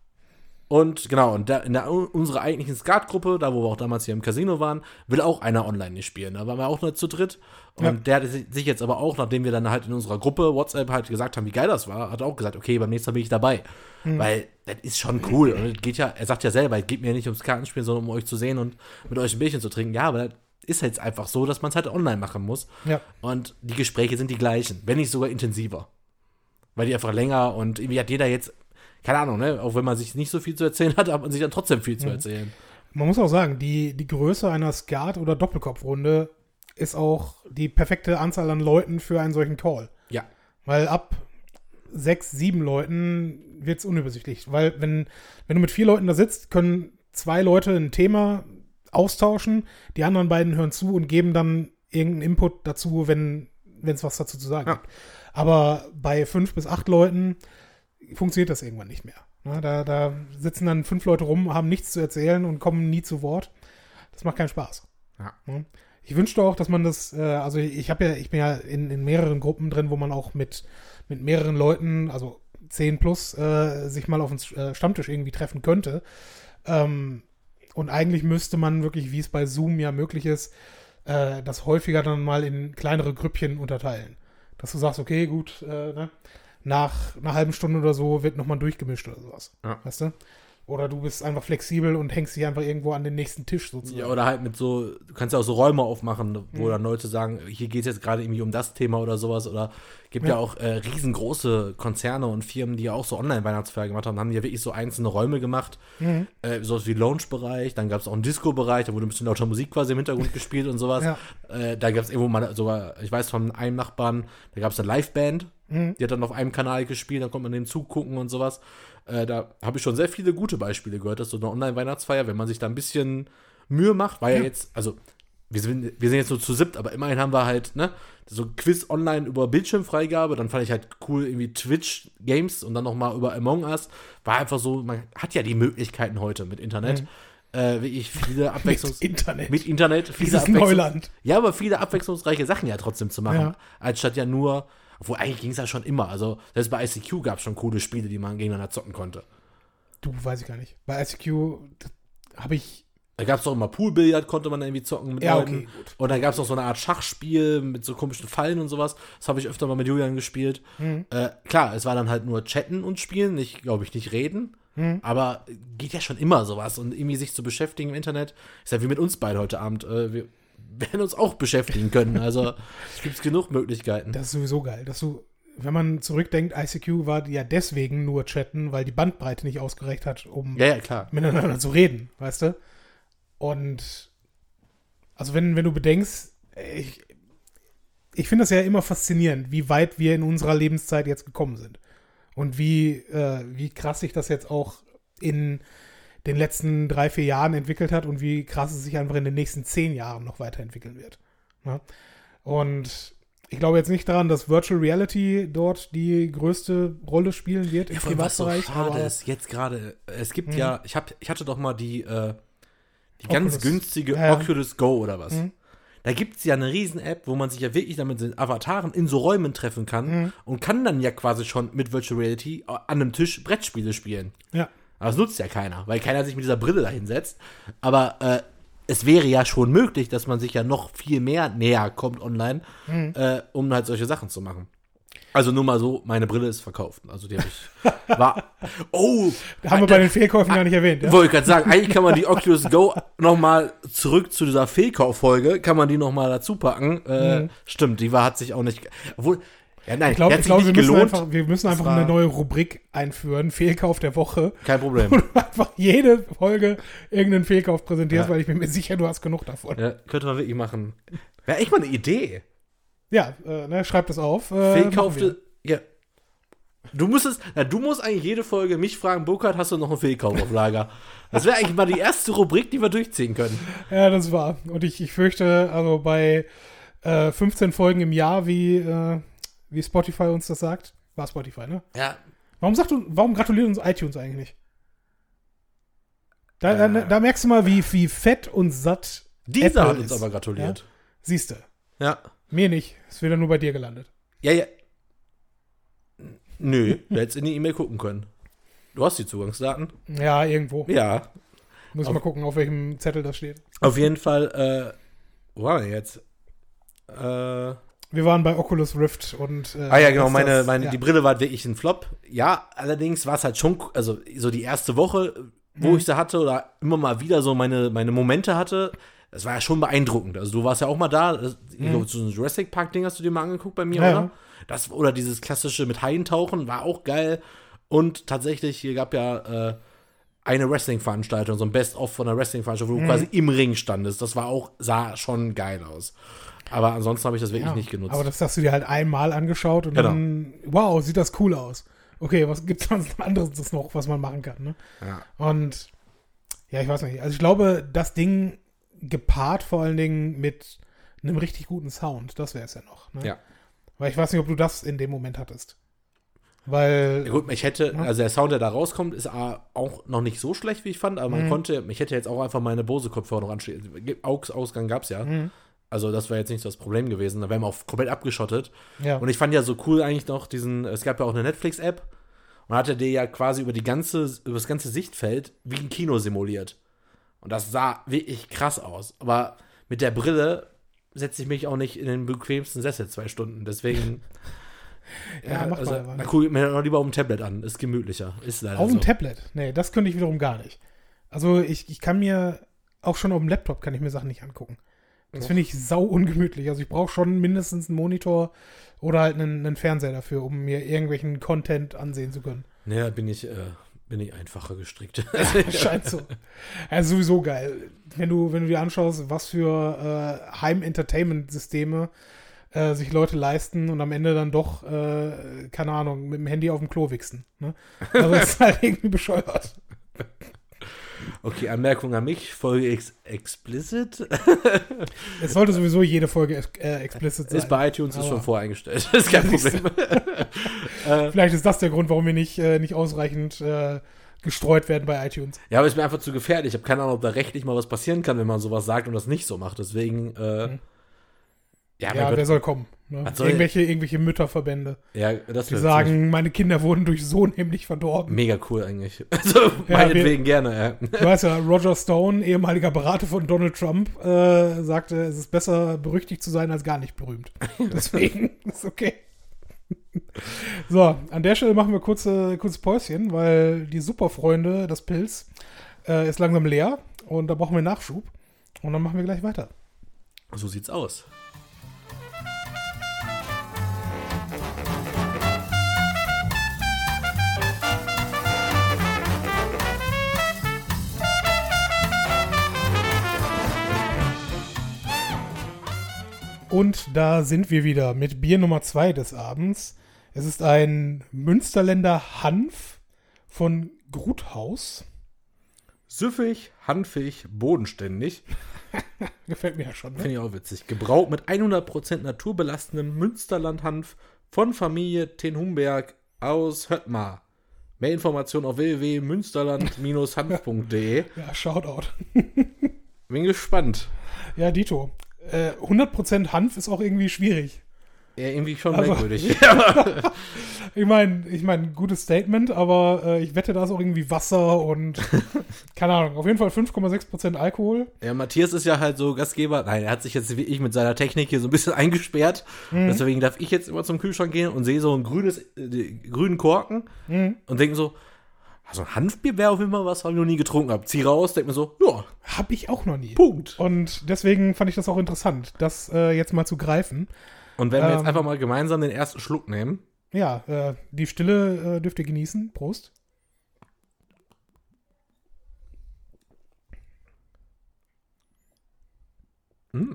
Speaker 2: Und genau, und da, in der, unserer eigentlichen Skat-Gruppe, da wo wir auch damals hier im Casino waren, will auch einer online nicht spielen. Da waren wir auch nur zu dritt. Und
Speaker 1: Ja.
Speaker 2: der hat sich jetzt aber auch, nachdem wir dann halt in unserer Gruppe WhatsApp halt gesagt haben, wie geil das war, hat er auch gesagt, okay, beim nächsten Mal bin ich dabei. Weil das ist schon cool. Und es geht ja, er sagt ja selber, es geht mir nicht ums Kartenspielen, sondern um euch zu sehen und mit euch ein Bierchen zu trinken. Ja, aber das ist jetzt einfach so, dass man es halt online machen muss.
Speaker 1: Ja.
Speaker 2: Und die Gespräche sind die gleichen, wenn nicht sogar intensiver. Weil die einfach länger und irgendwie hat jeder jetzt, keine Ahnung, ne, auch wenn man sich nicht so viel zu erzählen hat, hat man sich dann trotzdem viel zu erzählen.
Speaker 1: Man muss auch sagen, die, die Größe einer Skat- oder Doppelkopfrunde ist auch die perfekte Anzahl an Leuten für einen solchen Call.
Speaker 2: Ja.
Speaker 1: Weil ab sechs, sieben Leuten wird es unübersichtlich. Weil wenn, wenn du mit vier Leuten da sitzt, können zwei Leute ein Thema austauschen, die anderen beiden hören zu und geben dann irgendeinen Input dazu, wenn es was dazu zu sagen
Speaker 2: Ja.
Speaker 1: gibt. Aber bei fünf bis acht Leuten funktioniert das irgendwann nicht mehr. Na, da, da sitzen dann fünf Leute rum, haben nichts zu erzählen und kommen nie zu Wort. Das macht keinen Spaß.
Speaker 2: Ja.
Speaker 1: Ja. Ich wünschte auch, dass man das, äh, also ich habe ja, ich bin ja in, in mehreren Gruppen drin, wo man auch mit, mit mehreren Leuten, also zehn plus äh, sich mal auf den äh, Stammtisch irgendwie treffen könnte. Ähm, und eigentlich müsste man wirklich, wie es bei Zoom ja möglich ist, äh, das häufiger dann mal in kleinere Grüppchen unterteilen. Dass du sagst, okay, gut, äh, ne? Nach einer halben Stunde oder so wird nochmal durchgemischt oder sowas.
Speaker 2: Ja.
Speaker 1: Weißt du? Oder du bist einfach flexibel und hängst dich einfach irgendwo an den nächsten Tisch sozusagen.
Speaker 2: Ja, oder halt mit so, du kannst ja auch so Räume aufmachen, wo
Speaker 1: Mhm.
Speaker 2: dann Leute sagen, hier geht es jetzt gerade irgendwie um das Thema oder sowas. Oder gibt ja,
Speaker 1: Ja.
Speaker 2: auch äh, riesengroße Konzerne und Firmen, die ja auch so Online-Weihnachtsfeier gemacht haben, haben ja wirklich so einzelne Räume gemacht.
Speaker 1: Mhm.
Speaker 2: Äh, so wie Lounge-Bereich, dann gab es auch einen Disco-Bereich, da wurde ein bisschen lauter Musik quasi im Hintergrund gespielt und sowas.
Speaker 1: Ja.
Speaker 2: Äh, da gab es irgendwo mal sogar, ich weiß von einem Nachbarn, da gab es eine Live-Band,
Speaker 1: Mhm.
Speaker 2: die hat dann auf einem Kanal gespielt, da konnte man denen zugucken und sowas. Äh, da habe ich schon sehr viele gute Beispiele gehört, dass so eine Online-Weihnachtsfeier, wenn man sich da ein bisschen Mühe macht, war ja,
Speaker 1: Ja.
Speaker 2: jetzt, also wir sind, wir sind jetzt nur zu siebt, aber immerhin haben wir halt, ne, so ein Quiz online über Bildschirmfreigabe, dann fand ich halt cool irgendwie Twitch-Games und dann nochmal über Among Us. War einfach so, man hat ja die Möglichkeiten heute mit Internet.
Speaker 1: Mhm.
Speaker 2: Äh, wirklich viele Abwechslungs...
Speaker 1: Mit Internet.
Speaker 2: Mit Internet. Viele
Speaker 1: Dieses
Speaker 2: Abwechslungs-
Speaker 1: Neuland.
Speaker 2: Ja, aber viele abwechslungsreiche Sachen ja trotzdem zu machen.
Speaker 1: Ja.
Speaker 2: Als statt ja nur, obwohl eigentlich ging es ja schon immer. Also selbst bei I C Q gab es schon coole Spiele, die man gegeneinander zocken konnte.
Speaker 1: Du, weiß ich gar nicht. Bei I C Q habe ich.
Speaker 2: Da gab es doch immer Poolbillard, konnte man irgendwie zocken mit
Speaker 1: Ja,
Speaker 2: Leuten.
Speaker 1: okay, gut.
Speaker 2: Und dann gab es noch so eine Art Schachspiel mit so komischen Fallen und sowas. Das habe ich öfter mal mit Julian gespielt.
Speaker 1: Mhm.
Speaker 2: Äh, klar, es war dann halt nur chatten und spielen, nicht, glaube ich, nicht reden.
Speaker 1: Mhm.
Speaker 2: Aber geht ja schon immer sowas. Und irgendwie sich zu beschäftigen im Internet, ist ja wie mit uns beide heute Abend. Äh, wir werden uns auch beschäftigen können. Also es gibt genug Möglichkeiten.
Speaker 1: Das ist sowieso geil, dass du, wenn man zurückdenkt, I C Q war ja deswegen nur chatten, weil die Bandbreite nicht ausgereicht hat, um
Speaker 2: Ja, ja, klar.
Speaker 1: miteinander zu reden, weißt du? Und also wenn, wenn du bedenkst, ich, ich finde das ja immer faszinierend, wie weit wir in unserer Lebenszeit jetzt gekommen sind. Und wie, äh, wie krass sich das jetzt auch in den letzten drei, vier Jahren entwickelt hat und wie krass es sich einfach in den nächsten zehn Jahren noch weiterentwickeln wird. Ja? Und ich glaube jetzt nicht daran, dass Virtual Reality dort die größte Rolle spielen wird im
Speaker 2: Ja, vor allem, was so
Speaker 1: Privatbereich.
Speaker 2: schade
Speaker 1: aber-
Speaker 2: ist, jetzt gerade, es gibt
Speaker 1: Mhm.
Speaker 2: ja, ich, hab, ich hatte doch mal die, äh, die ganz
Speaker 1: Oculus.
Speaker 2: günstige
Speaker 1: Ja, ja.
Speaker 2: Oculus Go oder was.
Speaker 1: Mhm.
Speaker 2: Da gibt es ja eine riesen App, wo man sich ja wirklich damit den Avataren in so Räumen treffen kann
Speaker 1: Mhm.
Speaker 2: und kann dann ja quasi schon mit Virtual Reality an einem Tisch Brettspiele spielen.
Speaker 1: Ja.
Speaker 2: Aber das nutzt ja keiner, weil keiner sich mit dieser Brille da hinsetzt. Aber äh, es wäre ja schon möglich, dass man sich ja noch viel mehr näher kommt online,
Speaker 1: Mhm.
Speaker 2: äh, um halt solche Sachen zu machen. Also nur mal so, meine Brille ist verkauft. Also die habe ich. War. Oh!
Speaker 1: Da haben wir bei den Fehlkäufen gar nicht erwähnt. Ja?
Speaker 2: Wollte ich gerade sagen, eigentlich kann man die Oculus Go nochmal zurück zu dieser Fehlkauffolge, kann man die nochmal dazu packen. Äh,
Speaker 1: Mhm.
Speaker 2: Stimmt, die war, hat sich auch nicht. Obwohl, ja, nein,
Speaker 1: Ich glaube,
Speaker 2: die hat
Speaker 1: ich
Speaker 2: sich
Speaker 1: glaub, wir,
Speaker 2: nicht
Speaker 1: müssen
Speaker 2: gelohnt.
Speaker 1: einfach, wir müssen einfach
Speaker 2: war-
Speaker 1: eine neue Rubrik einführen, Fehlkauf der Woche.
Speaker 2: Kein Problem.
Speaker 1: Und einfach jede Folge irgendeinen Fehlkauf präsentierst,
Speaker 2: Ja.
Speaker 1: weil ich bin mir sicher, du hast genug davon. Ja,
Speaker 2: Ja, könnte man wirklich machen. Wäre echt mal eine Idee.
Speaker 1: äh, ne, schreib das auf. Äh, machen
Speaker 2: Fehlkaufte. Ja. Du müsstest, na, du musst eigentlich jede Folge mich fragen, Burkhard, hast du noch einen Fehlkauf auf Lager? Das wäre eigentlich mal die erste Rubrik, die wir durchziehen können.
Speaker 1: wir. Ja, das war. Und ich, ich fürchte, also bei äh, fünfzehn Folgen im Jahr, wie, äh, wie Spotify uns das sagt, war Spotify, ne?
Speaker 2: Ja.
Speaker 1: Warum sagt du, warum gratuliert uns iTunes eigentlich nicht? Da,
Speaker 2: Äh.
Speaker 1: da, da merkst du mal, wie, wie fett und satt
Speaker 2: Dieser
Speaker 1: Apple
Speaker 2: hat uns
Speaker 1: ist.
Speaker 2: aber gratuliert.
Speaker 1: Siehst du.
Speaker 2: Ja.
Speaker 1: Mir nicht. Ist wieder nur bei dir gelandet.
Speaker 2: Ja, ja. Nö, du hättest in die E-Mail gucken können. Du hast die Zugangsdaten?
Speaker 1: Ja, irgendwo.
Speaker 2: Ja.
Speaker 1: Muss
Speaker 2: Auf-
Speaker 1: mal gucken, auf welchem Zettel das steht.
Speaker 2: Auf jeden Fall, äh, wo waren wir jetzt? Äh, ah
Speaker 1: Wir waren bei Oculus Rift und äh,
Speaker 2: ja, genau,
Speaker 1: dass
Speaker 2: meine,
Speaker 1: das-
Speaker 2: meine,
Speaker 1: ja.
Speaker 2: die Brille war wirklich ein Flop. Ja, allerdings war es halt schon, also so die erste Woche, wo
Speaker 1: Mhm.
Speaker 2: ich sie hatte oder immer mal wieder so meine, meine Momente hatte, das war ja schon beeindruckend. Also du warst ja auch mal da, das, ich
Speaker 1: Mhm.
Speaker 2: glaube, so ein Jurassic Park-Ding hast du dir mal angeguckt bei mir,
Speaker 1: Ja,
Speaker 2: oder?
Speaker 1: ja.
Speaker 2: Das, oder dieses klassische mit Haien tauchen, war auch geil. Und tatsächlich, hier gab ja äh, eine Wrestling-Veranstaltung, so ein Best-of von einer Wrestling-Veranstaltung, wo
Speaker 1: Mhm.
Speaker 2: du quasi im Ring standest. Das war auch, sah schon geil aus. Aber ansonsten habe ich das wirklich
Speaker 1: Ja,
Speaker 2: nicht genutzt.
Speaker 1: Aber das hast du dir halt einmal angeschaut und
Speaker 2: Genau.
Speaker 1: dann, wow, sieht das cool aus. Okay, was gibt's sonst anderes noch, was man machen kann, ne?
Speaker 2: ja.
Speaker 1: Und ja, ich weiß nicht. Also ich glaube, das Ding gepaart vor allen Dingen mit einem richtig guten Sound, das wäre es ja noch. Ne?
Speaker 2: Ja.
Speaker 1: Weil ich weiß nicht, ob du das in dem Moment hattest. Weil,
Speaker 2: Ja, gut, ich hätte,
Speaker 1: Ja.
Speaker 2: also der Sound, der da rauskommt, ist auch noch nicht so schlecht, wie ich fand, aber man
Speaker 1: Mhm.
Speaker 2: konnte, ich hätte jetzt auch einfach meine Bose-Kopfhörer noch anschließen. Aux, Ausgang gab es ja.
Speaker 1: Mhm.
Speaker 2: Also das wäre jetzt nicht so das Problem gewesen. Da wären wir auch komplett abgeschottet.
Speaker 1: ja.
Speaker 2: Und ich fand ja so cool eigentlich noch diesen, es gab ja auch eine Netflix-App Man hatte der ja quasi über die ganze, über das ganze Sichtfeld wie ein Kino simuliert. Und das sah wirklich krass aus. Aber mit der Brille setze ich mich auch nicht in den bequemsten Sessel zwei Stunden. Deswegen
Speaker 1: Ja,
Speaker 2: ja,
Speaker 1: mach
Speaker 2: also,
Speaker 1: mal.
Speaker 2: da gucke ich mir noch lieber auf dem Tablet an. Ist gemütlicher. Ist leider
Speaker 1: Auf dem
Speaker 2: so.
Speaker 1: Tablet? Nee, das könnte ich wiederum gar nicht. Also ich, ich kann mir, auch schon auf dem Laptop kann ich mir Sachen nicht angucken. Das finde ich sau ungemütlich. Also ich brauche schon mindestens einen Monitor oder halt einen, einen Fernseher dafür, um mir irgendwelchen Content ansehen zu können.
Speaker 2: Naja, bin ich, äh, bin ich einfacher gestrickt.
Speaker 1: Scheint so. Also sowieso geil. Wenn du, wenn du dir anschaust, was für äh, Heim-Entertainment-Systeme äh, sich Leute leisten und am Ende dann doch, äh, keine Ahnung, mit dem Handy auf dem Klo wichsen. Ne? Also das ist halt irgendwie bescheuert.
Speaker 2: Okay, Anmerkung an mich, Folge ex explicit.
Speaker 1: Es sollte sowieso jede Folge ex äh, explicit sein.
Speaker 2: Ist bei iTunes ist
Speaker 1: Aber
Speaker 2: schon voreingestellt. Das ist kein Problem.
Speaker 1: vielleicht ist das der Grund, warum wir nicht, äh, nicht ausreichend äh, gestreut werden bei iTunes.
Speaker 2: Ja, aber ist mir einfach zu gefährlich. Ich habe keine Ahnung, ob da rechtlich mal was passieren kann, wenn man sowas sagt und das nicht so macht. Deswegen, äh,
Speaker 1: Mhm.
Speaker 2: ja, mein
Speaker 1: Ja,
Speaker 2: Gott.
Speaker 1: wer soll kommen? Ne?
Speaker 2: Was soll-
Speaker 1: Irgendwelche, irgendwelche Mütterverbände,
Speaker 2: Ja, das
Speaker 1: die
Speaker 2: wäre
Speaker 1: sagen, meine Kinder wurden durch so nämlich verdorben.
Speaker 2: mega cool eigentlich. Also,
Speaker 1: Ja,
Speaker 2: meinetwegen gerne, ja.
Speaker 1: Du weißt ja, Roger Stone, ehemaliger Berater von Donald Trump, äh, sagte, es ist besser, berüchtigt zu sein, als gar nicht berühmt. Deswegen ist okay. So, an der Stelle machen wir kurze, kurzes Päuschen, weil die Superfreunde, das Pilz, äh, ist langsam leer und da brauchen wir Nachschub. Und dann machen wir gleich weiter.
Speaker 2: So sieht's aus.
Speaker 1: Und da sind wir wieder mit Bier Nummer zwei des Abends. Es ist ein Münsterländer Hanf von Gruthaus.
Speaker 2: Süffig, hanfig, bodenständig.
Speaker 1: Gefällt mir ja schon. Ne?
Speaker 2: Finde ich auch witzig. Gebraut mit hundert Prozent naturbelassenem Münsterland-Hanf von Familie Ten Humberg aus Höttmar. Mehr Informationen auf w w w punkt münsterland Bindestrich hanf punkt de.
Speaker 1: Ja, Shoutout.
Speaker 2: Bin gespannt.
Speaker 1: Ja, Dito. Äh, hundert Prozent Hanf ist auch irgendwie schwierig.
Speaker 2: Ja, irgendwie schon
Speaker 1: Also-
Speaker 2: merkwürdig.
Speaker 1: Ich meine, ich mein, gutes Statement, aber äh, ich wette, da ist auch irgendwie Wasser und keine Ahnung. Auf jeden Fall fünf Komma sechs Prozent Alkohol.
Speaker 2: Ja, Matthias ist ja halt so Gastgeber. Nein, er hat sich jetzt wie ich mit seiner Technik hier so ein bisschen eingesperrt.
Speaker 1: Mhm.
Speaker 2: Deswegen darf ich jetzt immer zum Kühlschrank gehen und sehe so einen grünes, äh, grünen Korken
Speaker 1: Mhm.
Speaker 2: und denke so, also ein Hanfbier wäre auf jeden Fall was, was ich noch nie getrunken habe. Zieh raus, denke mir so, ja,
Speaker 1: Hab ich auch noch nie.
Speaker 2: Punkt.
Speaker 1: Und deswegen fand ich das auch interessant, das äh, jetzt mal zu greifen.
Speaker 2: Und wenn wir jetzt
Speaker 1: Ähm.
Speaker 2: einfach mal gemeinsam den ersten Schluck nehmen.
Speaker 1: Ja, äh, die Stille äh, dürft ihr genießen. Prost.
Speaker 2: Mm.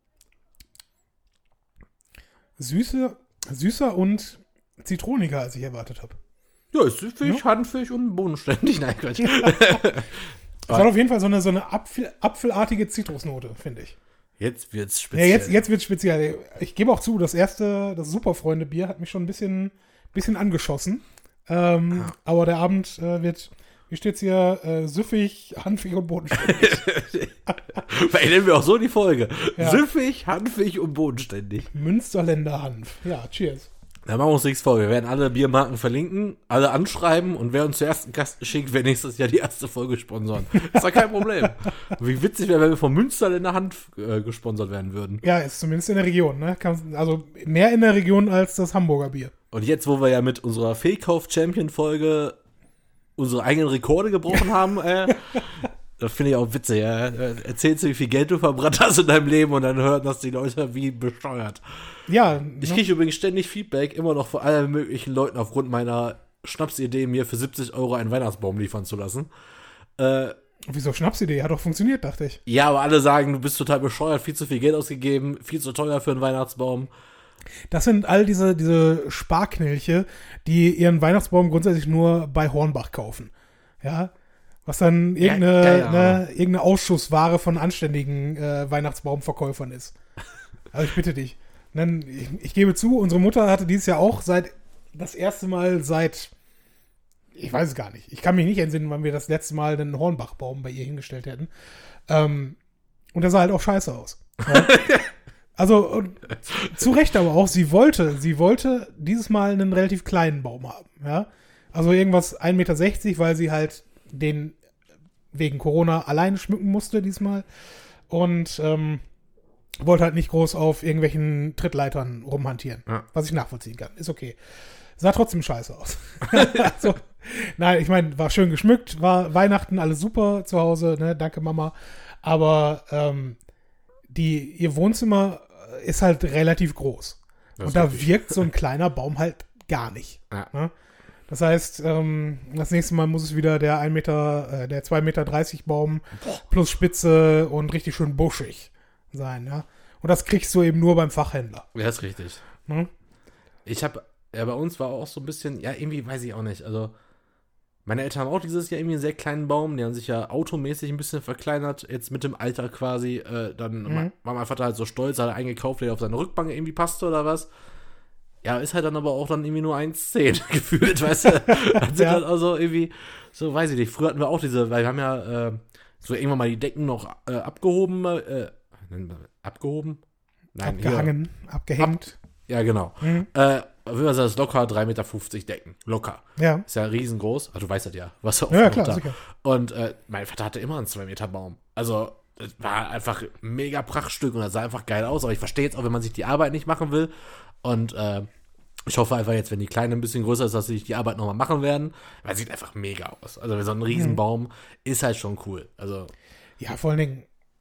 Speaker 1: Süße, süßer und zitroniger, als ich erwartet habe.
Speaker 2: Ja, ist süffig, hanfig und bodenständig. Nein, Quatsch.
Speaker 1: Es hat auf jeden Fall so eine, so eine Apfel, apfelartige Zitrusnote, finde ich.
Speaker 2: Jetzt wird's
Speaker 1: Ja,
Speaker 2: speziell.
Speaker 1: jetzt, jetzt wird es speziell. Ich gebe auch zu, das erste, das Superfreunde-Bier hat mich schon ein bisschen, bisschen angeschossen. Ähm,
Speaker 2: Ah.
Speaker 1: Aber der Abend äh, wird, wie steht's hier, äh, süffig, hanfig und bodenständig.
Speaker 2: Verändern wir auch so die Folge.
Speaker 1: Ja.
Speaker 2: Süffig, hanfig und bodenständig.
Speaker 1: Münsterländer Hanf. Ja, cheers.
Speaker 2: Da machen wir uns nichts vor. Wir werden alle Biermarken verlinken, alle anschreiben und wer uns zuerst einen Kasten schickt, wird nächstes Jahr die erste Folge sponsern. Ist doch kein Problem. Wie witzig wäre, wenn wir vom Münsterländer Hanf äh, gesponsert werden würden.
Speaker 1: Ja, ist zumindest in der Region, ne? Kann, also mehr in der Region als das Hamburger Bier.
Speaker 2: Und jetzt, wo wir ja mit unserer Fehlkauf-Champion-Folge unsere eigenen Rekorde gebrochen haben, äh, das finde ich auch witzig. Ja? Erzählst du, wie viel Geld du verbrannt hast in deinem Leben und dann hören das die Leute wie besteuert.
Speaker 1: Ja,
Speaker 2: Ich
Speaker 1: ne?
Speaker 2: kriege übrigens ständig Feedback, immer noch von allen möglichen Leuten aufgrund meiner Schnapsidee, mir für siebzig Euro einen Weihnachtsbaum liefern zu lassen. Äh,
Speaker 1: Wieso Schnapsidee? Hat doch funktioniert, dachte ich.
Speaker 2: ja, aber alle sagen, du bist total bescheuert, viel zu viel Geld ausgegeben, viel zu teuer für einen Weihnachtsbaum.
Speaker 1: Das sind all diese, diese Sparknilche, die ihren Weihnachtsbaum grundsätzlich nur bei Hornbach kaufen. Ja. Was dann irgendeine,
Speaker 2: Ja, ja, ja.
Speaker 1: Ne, irgendeine Ausschussware von anständigen äh, Weihnachtsbaumverkäufern ist. Also ich bitte dich. Dann, ich, ich gebe zu, unsere Mutter hatte dieses Jahr auch seit das erste Mal seit, ich weiß es gar nicht. Ich kann mich nicht entsinnen, wann wir das letzte Mal einen Hornbachbaum bei ihr hingestellt hätten. Ähm, und der sah halt auch scheiße aus. Ja? Also, und zu Recht aber auch, sie wollte, sie wollte dieses Mal einen relativ kleinen Baum haben, ja. Also irgendwas ein Meter sechzig, weil sie halt den wegen Corona alleine schmücken musste diesmal. Und ähm, wollte halt nicht groß auf irgendwelchen Trittleitern rumhantieren.
Speaker 2: Ja.
Speaker 1: Was ich nachvollziehen kann. Ist okay. Sah trotzdem scheiße aus. Also, nein, ich meine, war schön geschmückt, war Weihnachten, alles super zu Hause, ne? Danke Mama. Aber ähm, die, ihr Wohnzimmer ist halt relativ groß.
Speaker 2: Das
Speaker 1: und da
Speaker 2: richtig.
Speaker 1: wirkt so ein kleiner Baum halt gar nicht.
Speaker 2: Ja.
Speaker 1: Ne? Das heißt, ähm, das nächste Mal muss es wieder der ein Meter, äh, der zwei Meter dreißig Baum plus Spitze und richtig schön buschig sein, ja. Und das kriegst du eben nur beim Fachhändler.
Speaker 2: Ja, ist richtig.
Speaker 1: Ne?
Speaker 2: Ich habe, ja, bei uns war auch so ein bisschen, ja, irgendwie weiß ich auch nicht. Also, meine Eltern haben auch dieses Jahr irgendwie einen sehr kleinen Baum. Die haben sich ja automäßig ein bisschen verkleinert, jetzt mit dem Alter quasi. Äh, dann
Speaker 1: Mhm.
Speaker 2: war mein Vater halt so stolz, hat er eingekauft, der auf seine Rückbank irgendwie passte oder was. Ja, ist halt dann aber auch dann irgendwie nur eins Komma zehn gefühlt, weißt du? Dann sind
Speaker 1: Ja.
Speaker 2: halt auch so irgendwie, so weiß ich nicht. Früher hatten wir auch diese, weil wir haben ja äh, so irgendwann mal die Decken noch äh, abgehoben. Äh, nennen wir- abgehoben? Nein, hier.
Speaker 1: Abgehangen, abgehängt.
Speaker 2: Ja, genau.
Speaker 1: Mhm.
Speaker 2: Äh, auf jeden Fall sind das locker drei Meter fünfzig Decken. Locker.
Speaker 1: Ja.
Speaker 2: Ist ja riesengroß. Also, du weißt das ja. Was du
Speaker 1: Ja,
Speaker 2: oft
Speaker 1: klar,
Speaker 2: da.
Speaker 1: sicher.
Speaker 2: Und äh, mein Vater hatte immer einen zwei Meter Baum. Also, es war einfach ein mega Prachtstück und das sah einfach geil aus. Aber ich verstehe jetzt auch, wenn man sich die Arbeit nicht machen will. Und äh, ich hoffe einfach jetzt, wenn die Kleine ein bisschen größer ist, dass sie sich die Arbeit nochmal machen werden. Weil es sieht einfach mega aus. Also, so ein Riesenbaum ist halt schon cool. Also,
Speaker 1: Ja, vor allen Dingen,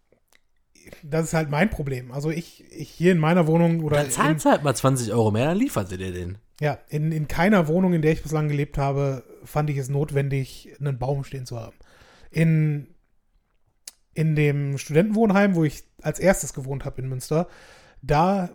Speaker 1: das ist halt mein Problem. Also ich, ich hier in meiner Wohnung oder
Speaker 2: dann
Speaker 1: in,
Speaker 2: zahlst du halt mal zwanzig Euro mehr, dann liefern sie dir den.
Speaker 1: ja, in, in keiner Wohnung, in der ich bislang gelebt habe, fand ich es notwendig, einen Baum stehen zu haben. In, in dem Studentenwohnheim, wo ich als erstes gewohnt habe in Münster, da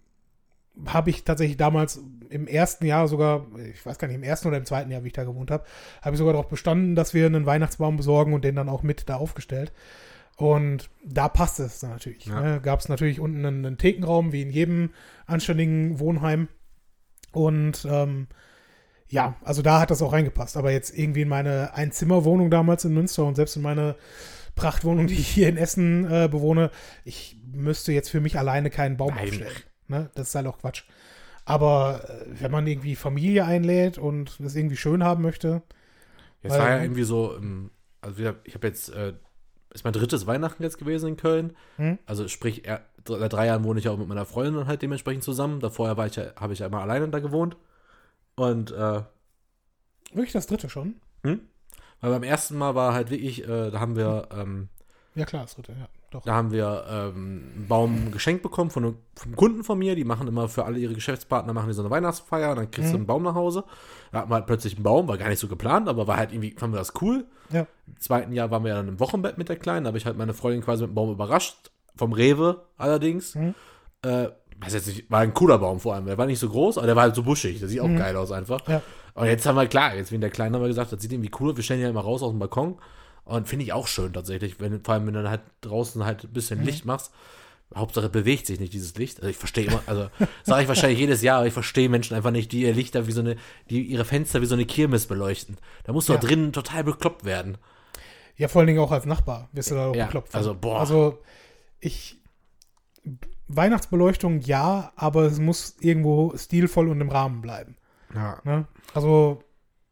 Speaker 1: habe ich tatsächlich damals im ersten Jahr sogar, ich weiß gar nicht, im ersten oder im zweiten Jahr, wie ich da gewohnt habe, habe ich sogar darauf bestanden, dass wir einen Weihnachtsbaum besorgen und den dann auch mit da aufgestellt. Und da passt es dann natürlich.
Speaker 2: Ja.
Speaker 1: Ne? Gab es natürlich unten einen, einen Thekenraum, wie in jedem anständigen Wohnheim. Und ähm, ja, also da hat das auch reingepasst. Aber jetzt irgendwie in meine Einzimmerwohnung damals in Münster und selbst in meine Prachtwohnung, die ich hier in Essen äh, bewohne, ich müsste jetzt für mich alleine keinen Baum
Speaker 2: Nein.
Speaker 1: aufstellen. Ne? Das ist halt auch Quatsch. Aber äh, wenn man irgendwie Familie einlädt und das irgendwie schön haben möchte,
Speaker 2: Es
Speaker 1: Weil-
Speaker 2: war ja irgendwie so, ähm, also wieder, ich habe jetzt, äh, ist mein drittes Weihnachten jetzt gewesen in Köln.
Speaker 1: Hm?
Speaker 2: Also sprich, er, seit drei Jahren wohne ich auch mit meiner Freundin halt dementsprechend zusammen. Davor war ich ja, habe ich ja immer alleine da gewohnt. Und äh,
Speaker 1: wirklich das dritte schon.
Speaker 2: hm? Weil beim ersten Mal war halt wirklich, äh, da haben wir, ähm,
Speaker 1: Ja klar, das dritte, ja, doch.
Speaker 2: da haben wir ähm, einen Baum geschenkt bekommen von einem, vom Kunden von mir. Die machen immer für alle ihre Geschäftspartner machen die so eine Weihnachtsfeier und dann kriegst
Speaker 1: Mhm.
Speaker 2: du einen Baum nach Hause. Da hatten wir halt plötzlich einen Baum, war gar nicht so geplant, aber war halt irgendwie, fanden wir das cool.
Speaker 1: Ja.
Speaker 2: Im zweiten Jahr waren wir ja dann im Wochenbett mit der Kleinen, da habe ich halt meine Freundin quasi mit dem Baum überrascht, vom Rewe allerdings.
Speaker 1: Mhm.
Speaker 2: Äh, weiß jetzt nicht, war ein cooler Baum vor allem, der war nicht so groß, aber der war halt so buschig, der sieht auch
Speaker 1: Mhm.
Speaker 2: geil aus einfach.
Speaker 1: Ja.
Speaker 2: Und jetzt haben wir, klar, jetzt wegen der Kleinen haben wir gesagt, das sieht irgendwie cool, wir stellen ja immer raus aus dem Balkon und finde ich auch schön tatsächlich, wenn, vor allem wenn du dann halt draußen halt ein bisschen
Speaker 1: Mhm.
Speaker 2: Licht machst. Hauptsache bewegt sich nicht dieses Licht. Also ich verstehe immer, also sage ich wahrscheinlich jedes Jahr, aber ich verstehe Menschen einfach nicht, die ihr Lichter wie so eine, die ihre Fenster wie so eine Kirmes beleuchten. Da muss doch
Speaker 1: Ja.
Speaker 2: drinnen total bekloppt werden.
Speaker 1: Ja, vor allen Dingen auch als Nachbar wirst du da auch
Speaker 2: Ja,
Speaker 1: bekloppt.
Speaker 2: also, boah.
Speaker 1: Also, ich. Weihnachtsbeleuchtung ja, aber es muss irgendwo stilvoll und im Rahmen bleiben.
Speaker 2: Ja.
Speaker 1: Ne? Also,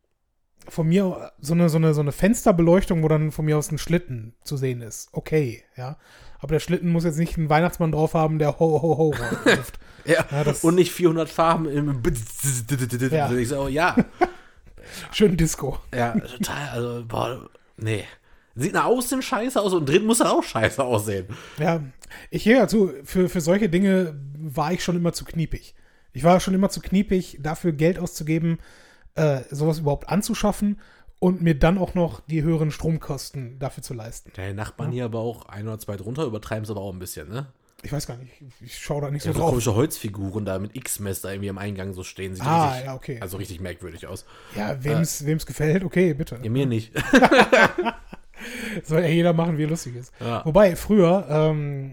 Speaker 1: von mir so eine, so, eine, so eine Fensterbeleuchtung, wo dann von mir aus ein Schlitten zu sehen ist. Okay, ja. Aber der Schlitten muss jetzt nicht einen Weihnachtsmann drauf haben, der ho, ho, ho ruft.
Speaker 2: Ja,
Speaker 1: Ja, das-
Speaker 2: und nicht vierhundert Farben im
Speaker 1: Ja.
Speaker 2: Ich so, ja,
Speaker 1: Schön Disco.
Speaker 2: ja, total, also, boah, nee. Sieht nach außen scheiße aus und drin muss er auch scheiße aussehen.
Speaker 1: Ja, ich gehe dazu, für, für solche Dinge war ich schon immer zu kniepig. Ich war schon immer zu kniepig, dafür Geld auszugeben, äh, sowas überhaupt anzuschaffen und mir dann auch noch die höheren Stromkosten dafür zu leisten.
Speaker 2: Der Nachbarn hier aber auch ein oder zwei drunter, übertreiben es aber auch ein bisschen, ne?
Speaker 1: Ich weiß gar nicht, ich schaue da nicht so
Speaker 2: Ja, so
Speaker 1: drauf.
Speaker 2: komische Holzfiguren da mit X-Mess da irgendwie am Eingang so stehen. Sieht
Speaker 1: Ah,
Speaker 2: richtig,
Speaker 1: ja, okay.
Speaker 2: Also richtig merkwürdig aus.
Speaker 1: Ja, wem's, wem's gefällt, okay, bitte.
Speaker 2: Ja, mir nicht.
Speaker 1: Soll ja jeder machen, wie er lustig ist.
Speaker 2: Ja.
Speaker 1: Wobei, früher, ähm,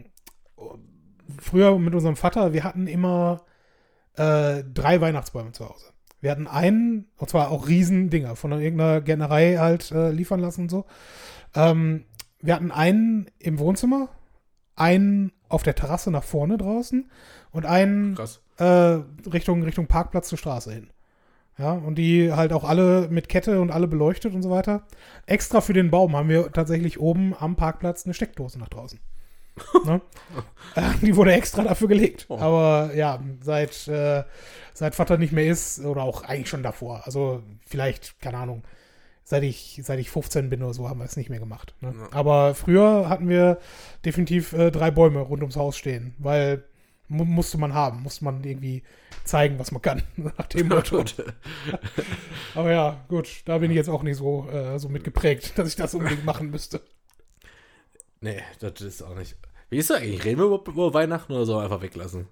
Speaker 1: früher mit unserem Vater, wir hatten immer äh, drei Weihnachtsbäume zu Hause. Wir hatten einen, und zwar auch Riesendinger, von irgendeiner Gärtnerei halt äh, liefern lassen und so. Ähm, wir hatten einen im Wohnzimmer, einen auf der Terrasse nach vorne draußen und einen
Speaker 2: Krass.
Speaker 1: äh, Richtung, Richtung Parkplatz zur Straße hin. Ja, und die halt auch alle mit Kette und alle beleuchtet und so weiter. Extra für den Baum haben wir tatsächlich oben am Parkplatz eine Steckdose nach draußen. Ne? äh, die wurde extra dafür gelegt.
Speaker 2: Oh.
Speaker 1: Aber ja, seit, äh, seit Vater nicht mehr ist, oder auch eigentlich schon davor, also vielleicht, keine Ahnung, seit ich, seit ich fünfzehn bin oder so, haben wir es nicht mehr gemacht. Ne?
Speaker 2: Ja.
Speaker 1: Aber früher hatten wir definitiv äh, drei Bäume rund ums Haus stehen, weil mu- musste man haben, musste man irgendwie zeigen, was man kann, nach dem Motto. Aber ja, gut, da bin ich jetzt auch nicht so, äh, so mit geprägt, dass ich das unbedingt machen müsste.
Speaker 2: Nee, das ist auch nicht. Wie ist das eigentlich? Reden wir überhaupt über Weihnachten oder so einfach weglassen?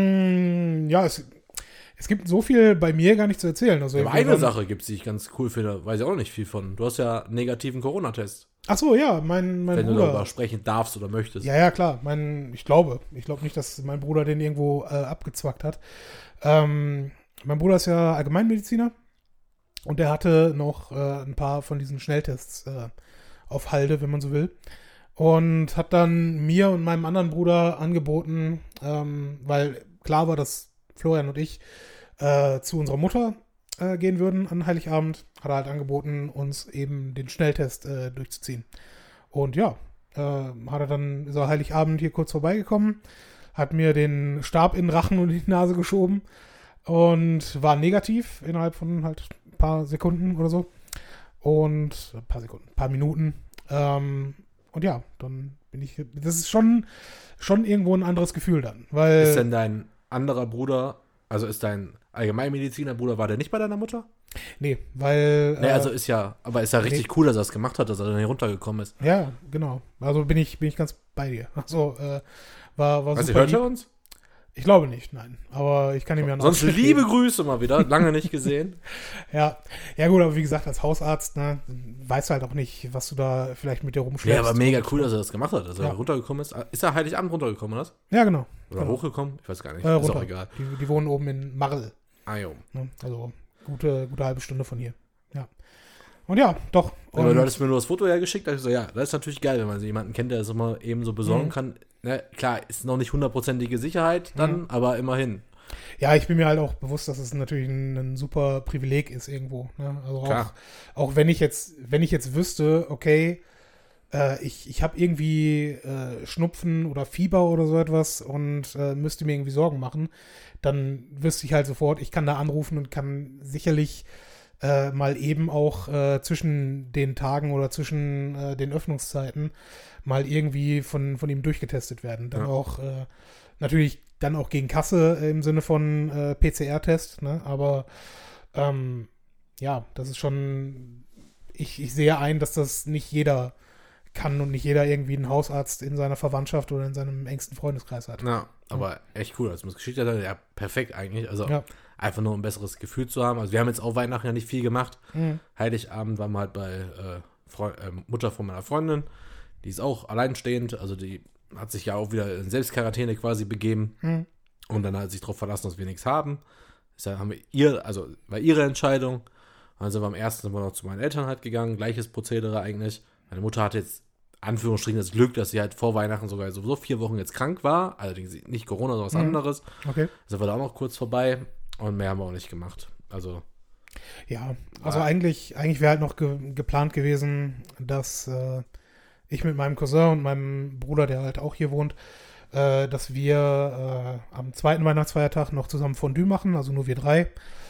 Speaker 1: Mm, ja, es, es gibt so viel bei mir gar nicht zu erzählen. Also
Speaker 2: Aber
Speaker 1: wir
Speaker 2: eine
Speaker 1: waren-
Speaker 2: Sache gibt es, die ich ganz cool finde, weiß ich auch nicht viel von. Du hast ja einen negativen Corona-Test,
Speaker 1: Ach so, ja, mein, mein
Speaker 2: wenn du
Speaker 1: Bruder.
Speaker 2: darüber sprechen darfst oder möchtest.
Speaker 1: Ja, ja, klar. Mein, ich glaube. Ich glaube nicht, dass mein Bruder den irgendwo äh, abgezwackt hat. Ähm, mein Bruder ist ja Allgemeinmediziner und der hatte noch äh, ein paar von diesen Schnelltests äh, auf Halde, wenn man so will. Und hat dann mir und meinem anderen Bruder angeboten, ähm, weil klar war, dass Florian und ich äh, zu unserer Mutter äh, gehen würden an Heiligabend, hat er halt angeboten, uns eben den Schnelltest äh, durchzuziehen. Und ja, äh, hat er dann, ist er Heiligabend hier kurz vorbeigekommen, hat mir den Stab in den Rachen und in die Nase geschoben und war negativ innerhalb von halt ein paar Sekunden oder so. Und ein paar Sekunden, ein paar Minuten. Ähm, und ja, dann bin ich, das ist schon, schon irgendwo ein anderes Gefühl dann. Weil,
Speaker 2: Ist denn dein anderer Bruder, also ist dein Allgemeinmediziner-Bruder, war der nicht bei deiner Mutter?
Speaker 1: nee, weil.
Speaker 2: Nee,
Speaker 1: äh,
Speaker 2: also ist ja, aber ist ja richtig cool, dass er das gemacht hat, dass er dann hier runtergekommen ist.
Speaker 1: ja, genau. Also bin ich, bin ich ganz bei dir. Also, äh, war, war
Speaker 2: Weißt du,
Speaker 1: super
Speaker 2: hört er
Speaker 1: lieb.
Speaker 2: uns?
Speaker 1: Ich glaube nicht, nein. Aber ich kann ihm ja noch.
Speaker 2: Sonst liebe Grüße mal wieder, lange nicht gesehen.
Speaker 1: Ja. Ja, gut, aber wie gesagt, als Hausarzt, ne, weißt du halt auch nicht, was du da vielleicht mit dir
Speaker 2: Nee,
Speaker 1: rumschleppst.
Speaker 2: aber mega cool, dass er das gemacht hat, dass er
Speaker 1: Ja.
Speaker 2: runtergekommen ist. Ist er Heiligabend runtergekommen, oder?
Speaker 1: Ja, genau.
Speaker 2: Oder
Speaker 1: Genau.
Speaker 2: hochgekommen? Ich weiß gar nicht.
Speaker 1: Äh,
Speaker 2: ist
Speaker 1: runter.
Speaker 2: auch egal.
Speaker 1: Die, die wohnen oben in Marl.
Speaker 2: Ah, jo.
Speaker 1: Ne? Also gute, gute halbe Stunde von hier. Ja. Und ja, doch.
Speaker 2: Aber
Speaker 1: Und,
Speaker 2: du hattest mir nur das Foto ja geschickt, da hab ich so, ja, das ist natürlich geil, wenn man so jemanden kennt, der das immer eben so besorgen
Speaker 1: Mhm.
Speaker 2: kann. Ne, klar, ist noch nicht hundertprozentige Sicherheit dann,
Speaker 1: Mhm.
Speaker 2: aber immerhin.
Speaker 1: ja, ich bin mir halt auch bewusst, dass es natürlich ein, ein super Privileg ist irgendwo. Ne? Also auch,
Speaker 2: Klar.
Speaker 1: auch wenn ich jetzt, wenn ich jetzt wüsste, okay, äh, ich, ich habe irgendwie äh, Schnupfen oder Fieber oder so etwas und äh, müsste mir irgendwie Sorgen machen, dann wüsste ich halt sofort, ich kann da anrufen und kann sicherlich äh, mal eben auch äh, zwischen den Tagen oder zwischen äh, den Öffnungszeiten mal irgendwie von, von ihm durchgetestet werden. Dann
Speaker 2: Ja.
Speaker 1: auch äh, natürlich dann auch gegen Kasse äh, im Sinne von äh, P C R-Test, ne? Aber ähm, ja, das ist schon, ich, ich sehe ein, dass das nicht jeder kann und nicht jeder irgendwie einen Hausarzt in seiner Verwandtschaft oder in seinem engsten Freundeskreis hat.
Speaker 2: Ja, aber echt cool, als du mir das geschickt hast, ja, perfekt eigentlich. Also
Speaker 1: Ja.
Speaker 2: einfach nur ein besseres Gefühl zu haben. Also wir haben jetzt auch Weihnachten ja nicht viel gemacht.
Speaker 1: Mhm.
Speaker 2: Heiligabend waren wir halt bei äh, Freu äh, Mutter von meiner Freundin. Die ist auch alleinstehend, also die hat sich ja auch wieder in Selbstquarantäne quasi begeben.
Speaker 1: Mhm.
Speaker 2: Und dann hat sie sich darauf verlassen, dass wir nichts haben. Deshalb haben wir ihr, also war ihre Entscheidung. Also beim ersten sind wir noch zu meinen Eltern halt gegangen, gleiches Prozedere eigentlich. Meine Mutter hatte jetzt Anführungsstrichen das Glück, dass sie halt vor Weihnachten sogar sowieso vier Wochen jetzt krank war. Allerdings nicht Corona, sondern was
Speaker 1: Mhm.
Speaker 2: anderes.
Speaker 1: Okay.
Speaker 2: Also war da auch noch kurz vorbei und mehr haben wir auch nicht gemacht. Also
Speaker 1: Ja, also
Speaker 2: Ah.
Speaker 1: eigentlich, eigentlich wäre halt noch ge geplant gewesen, dass äh, ich mit meinem Cousin und meinem Bruder, der halt auch hier wohnt, äh, dass wir äh, am zweiten Weihnachtsfeiertag noch zusammen Fondue machen, also nur wir drei.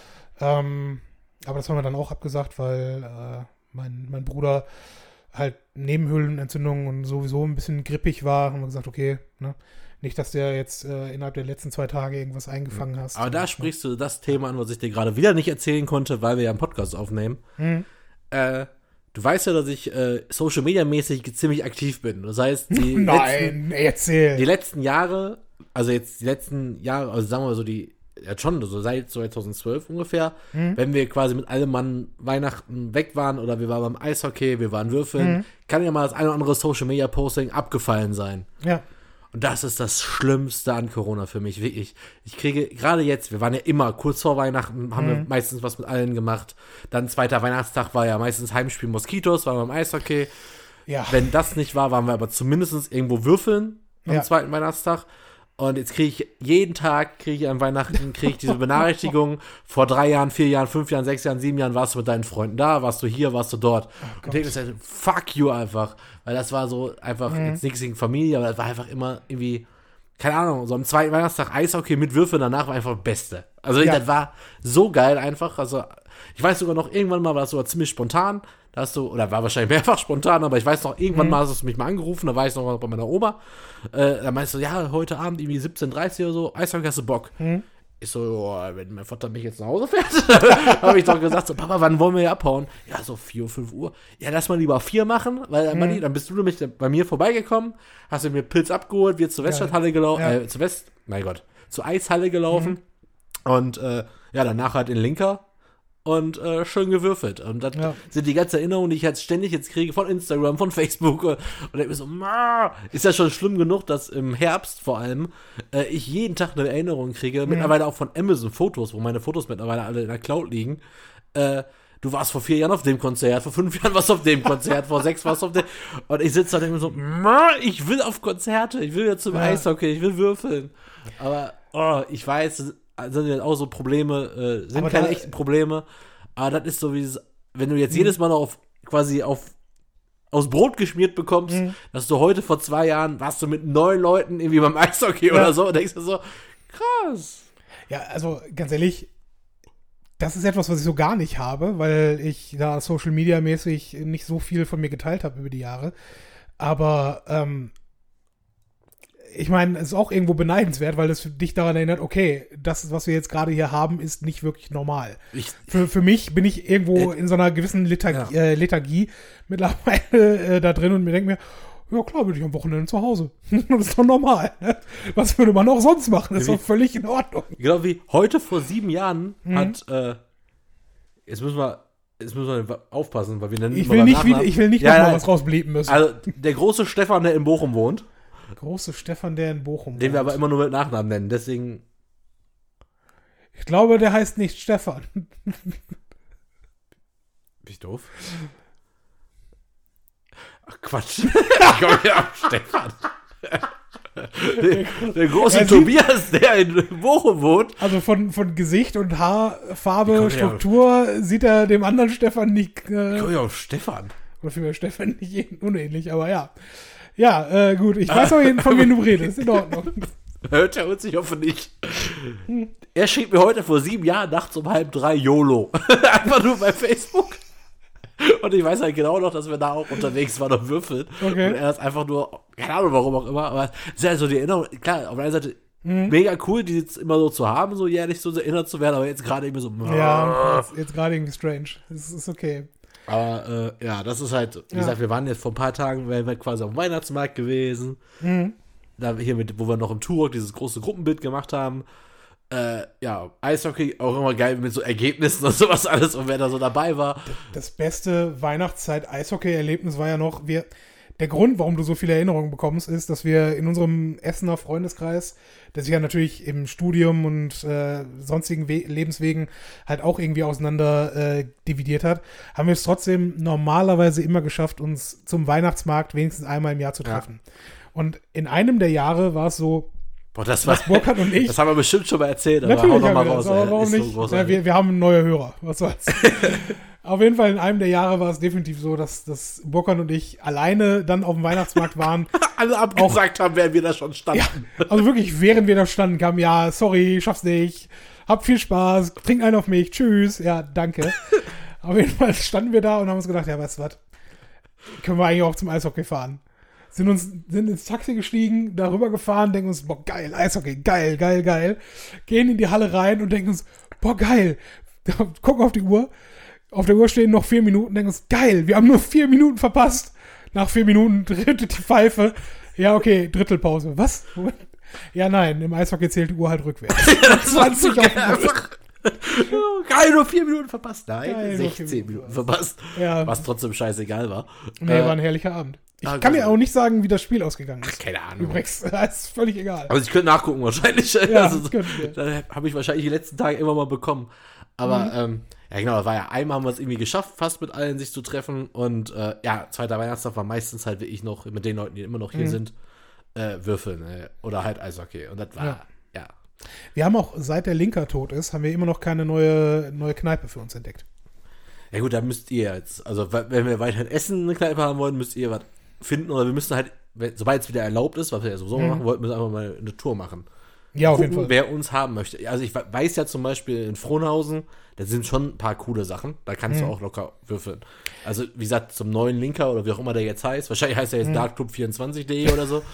Speaker 1: Ähm, aber das haben wir dann auch abgesagt, weil äh, mein, mein Bruder halt Nebenhöhlenentzündung und sowieso ein bisschen grippig war. Haben wir gesagt, okay, ne? Nicht, dass der jetzt äh, innerhalb der letzten zwei Tage irgendwas eingefangen hast.
Speaker 2: aber da sprichst du das Thema an, was ich dir gerade wieder nicht erzählen konnte, weil wir ja einen Podcast aufnehmen.
Speaker 1: Mhm.
Speaker 2: Äh, du weißt ja, dass ich äh, Social Media mäßig ziemlich aktiv bin. Das heißt, die, letzten,
Speaker 1: Nein, erzähl.
Speaker 2: die letzten Jahre, also jetzt die letzten Jahre, also sagen wir mal so die, ja schon, so seit zweitausendzwölf ungefähr,
Speaker 1: Mhm.
Speaker 2: wenn wir quasi mit allem Mann Weihnachten weg waren oder wir waren beim Eishockey, wir waren würfeln,
Speaker 1: Mhm.
Speaker 2: kann ja mal das ein oder andere Social Media Posting abgefallen sein.
Speaker 1: Ja.
Speaker 2: Und das ist das Schlimmste an Corona für mich, wirklich. Ich kriege, gerade jetzt, wir waren ja immer kurz vor Weihnachten, haben
Speaker 1: Mhm.
Speaker 2: wir meistens was mit allen gemacht. Dann zweiter Weihnachtstag war ja meistens Heimspiel Moskitos, waren wir beim Eishockey.
Speaker 1: Ja.
Speaker 2: Wenn das nicht war, waren wir aber zumindest irgendwo würfeln am
Speaker 1: Ja.
Speaker 2: zweiten Weihnachtstag. Und jetzt kriege ich jeden Tag, kriege ich an Weihnachten, kriege ich diese Benachrichtigung, vor drei Jahren, vier Jahren, fünf Jahren, sechs Jahren, sieben Jahren warst du mit deinen Freunden da, warst du hier, warst du dort.
Speaker 1: Oh
Speaker 2: und ich denke, halt, fuck you einfach. Weil das war so einfach, mhm. jetzt nichts gegen Familie, aber das war einfach immer irgendwie, keine Ahnung, so am zweiten Weihnachtstag Eishockey mit Würfeln danach war einfach das Beste. Also ja. das war so geil einfach. Also ich weiß sogar noch, irgendwann mal war es sogar ziemlich spontan. Da hast du, oder war wahrscheinlich mehrfach spontan, aber ich weiß noch, irgendwann mhm. mal hast du mich mal angerufen, da war ich noch bei meiner Oma. Äh, da meinst du, ja, heute Abend irgendwie siebzehn Uhr dreißig oder so, Eishockey, hast du Bock? Mhm. Ich so, oh, wenn mein Vater mich jetzt nach Hause fährt, habe ich doch gesagt, so, Papa, wann wollen wir hier abhauen? Ja, so vier, fünf Uhr. Ja, lass mal lieber vier machen, weil dann, mhm. dann bist du nämlich bei mir vorbeigekommen, hast du mir Pilz abgeholt, wir zur Weststadthalle gelaufen, ja. äh, zur West, mein Gott, zur Eishalle gelaufen mhm. und äh, ja, danach halt in Linker. Und äh, schön gewürfelt. Und das ja. sind die ganzen Erinnerungen, die ich jetzt ständig jetzt kriege von Instagram, von Facebook. Und denke mir so, Maa! Ist ja schon schlimm genug, dass im Herbst vor allem äh, ich jeden Tag eine Erinnerung kriege. Mhm. Mittlerweile auch von Amazon Fotos, wo meine Fotos mittlerweile alle in der Cloud liegen. Äh, du warst vor vier Jahren auf dem Konzert, vor fünf Jahren warst du auf dem Konzert, vor sechs warst du auf dem. Und ich sitze da und denke mir so, Maa, ich will auf Konzerte, ich will jetzt zum ja. Eishockey, ich will würfeln. Aber oh, ich weiß, sind ja auch so Probleme, äh, sind aber keine echten Probleme, aber das ist so wie dieses, wenn du jetzt mhm. jedes Mal noch auf, quasi auf, aus Brot geschmiert bekommst, mhm. dass du heute vor zwei Jahren warst du mit neun Leuten irgendwie beim Eishockey ja. oder so und denkst du so, krass.
Speaker 1: Ja, also ganz ehrlich, das ist etwas, was ich so gar nicht habe, weil ich da Social Media mäßig nicht so viel von mir geteilt habe über die Jahre, aber ähm, ich meine, es ist auch irgendwo beneidenswert, weil es dich daran erinnert, okay, das, was wir jetzt gerade hier haben, ist nicht wirklich normal. Ich, für, für mich bin ich irgendwo äh, in so einer gewissen Lethargie, ja. äh, Lethargie mittlerweile äh, da drin und mir denke mir, ja klar, bin ich am Wochenende zu Hause. Das ist doch normal. Ne? Was würde man auch sonst machen? Das ist doch völlig in Ordnung.
Speaker 2: Genau wie heute vor sieben Jahren mhm. hat, äh, jetzt müssen wir Jetzt müssen wir aufpassen, weil wir nennen
Speaker 1: ich will nicht wieder, Ich will nicht ja, noch mal was rausblieben müssen.
Speaker 2: Also, der große Stefan, der in Bochum wohnt.
Speaker 1: Große Stefan, der in Bochum wohnt.
Speaker 2: Den wir aber immer nur mit Nachnamen nennen, deswegen.
Speaker 1: Ich glaube, der heißt nicht Stefan.
Speaker 2: Bin ich doof? Ach, Quatsch. Ich komme ja auf Stefan. Der, der große er Tobias, sieht, der in Bochum wohnt.
Speaker 1: Also von, von Gesicht und Haarfarbe, Struktur ja. sieht er dem anderen Stefan nicht. Äh,
Speaker 2: ich komme ja auf Stefan.
Speaker 1: Oder für Stefan nicht unähnlich, aber ja. Ja, äh, gut, ich weiß auch, von wem du redest, in Ordnung.
Speaker 2: Hört er uns? Ich hoffe nicht. Er schrieb mir heute vor sieben Jahren nachts um halb drei YOLO. Einfach nur bei Facebook. Und ich weiß halt genau noch, dass wir da auch unterwegs waren und würfeln. Okay. Und er ist einfach nur, keine Ahnung warum auch immer, aber es ist ja so die Erinnerung, klar, auf der einen Seite mhm. mega cool, die jetzt immer so zu haben, so jährlich so erinnert zu werden, aber jetzt gerade irgendwie so.
Speaker 1: Ja, jetzt, jetzt gerade irgendwie strange. Das ist okay.
Speaker 2: Aber äh, ja, das ist halt, wie ja. gesagt, wir waren jetzt vor ein paar Tagen, wären wir quasi auf dem Weihnachtsmarkt gewesen. Mhm. Da hier mit, wo wir noch im Turok dieses große Gruppenbild gemacht haben. Äh, ja, Eishockey auch immer geil mit so Ergebnissen und sowas alles und wer da so dabei war.
Speaker 1: Das beste Weihnachtszeit-Eishockey-Erlebnis war ja noch, wir, der Grund, warum du so viele Erinnerungen bekommst, ist, dass wir in unserem Essener Freundeskreis, der sich ja natürlich im Studium und äh, sonstigen We- Lebenswegen halt auch irgendwie auseinander äh, dividiert hat, haben wir es trotzdem normalerweise immer geschafft, uns zum Weihnachtsmarkt wenigstens einmal im Jahr zu treffen. Ja. Und in einem der Jahre war es so,
Speaker 2: boah, das war,
Speaker 1: Burkhard und ich.
Speaker 2: Das haben wir bestimmt schon mal erzählt, aber hau doch mal raus.
Speaker 1: Aber warum nicht? So ja, wir, wir haben neue Hörer. Was soll's? Auf jeden Fall in einem der Jahre war es definitiv so, dass, dass Burkhard und ich alleine dann auf dem Weihnachtsmarkt waren.
Speaker 2: Alle abgesagt haben, während wir da schon standen.
Speaker 1: Ja, also wirklich, während wir da standen, kam, ja, sorry, schaff's nicht. Hab viel Spaß, trink einen auf mich, tschüss. Ja, danke. Auf jeden Fall standen wir da und haben uns gedacht, ja, weißt du was? Können wir eigentlich auch zum Eishockey fahren? Sind uns, sind ins Taxi gestiegen, darüber gefahren, denken uns, boah, geil, Eishockey, geil, geil, geil. Gehen in die Halle rein und denken uns, boah, geil. Gucken auf die Uhr. Auf der Uhr stehen noch vier Minuten, denken uns, geil, wir haben nur vier Minuten verpasst. Nach vier Minuten drittet die Pfeife. Ja, okay, Drittelpause. Was? Ja, nein, im Eishockey zählt die Uhr halt rückwärts.
Speaker 2: Ja, das war so geil, einfach. Geil, nur vier Minuten verpasst. Nein, geil, sechzehn Minuten verpasst. Ja. Was trotzdem scheißegal war.
Speaker 1: Nee, äh, war ein herrlicher Abend. Ich ah, kann dir auch nicht sagen, wie das Spiel ausgegangen ist.
Speaker 2: Ach, keine Ahnung.
Speaker 1: Übrigens, das ist völlig egal.
Speaker 2: Aber ich könnte nachgucken wahrscheinlich. Ja, also, da habe ich wahrscheinlich die letzten Tage immer mal bekommen. Aber, mhm. ähm, ja genau, das war ja, einmal haben wir es irgendwie geschafft, fast mit allen sich zu treffen. Und, äh, ja, zweiter Weihnachtstag war meistens halt wirklich noch mit den Leuten, die immer noch hier mhm. sind. äh, würfeln äh, oder halt Eishockey. Und das war, ja. ja.
Speaker 1: Wir haben auch, seit der Linker tot ist, haben wir immer noch keine neue, neue Kneipe für uns entdeckt.
Speaker 2: Ja gut, da müsst ihr jetzt, also wenn wir weiterhin Essen eine Kneipe haben wollen, müsst ihr was finden oder wir müssen halt, sobald es wieder erlaubt ist, was wir ja sowieso mhm. machen wollten, müssen wir einfach mal eine Tour machen.
Speaker 1: Ja, auf
Speaker 2: Gucken,
Speaker 1: jeden Fall.
Speaker 2: Wer uns haben möchte. Also ich weiß ja zum Beispiel in Frohnhausen, da sind schon ein paar coole Sachen. Da kannst mhm. du auch locker würfeln. Also wie gesagt, zum neuen Linker oder wie auch immer der jetzt heißt. Wahrscheinlich heißt er jetzt mhm. darkclub vierundzwanzig punkt de oder so.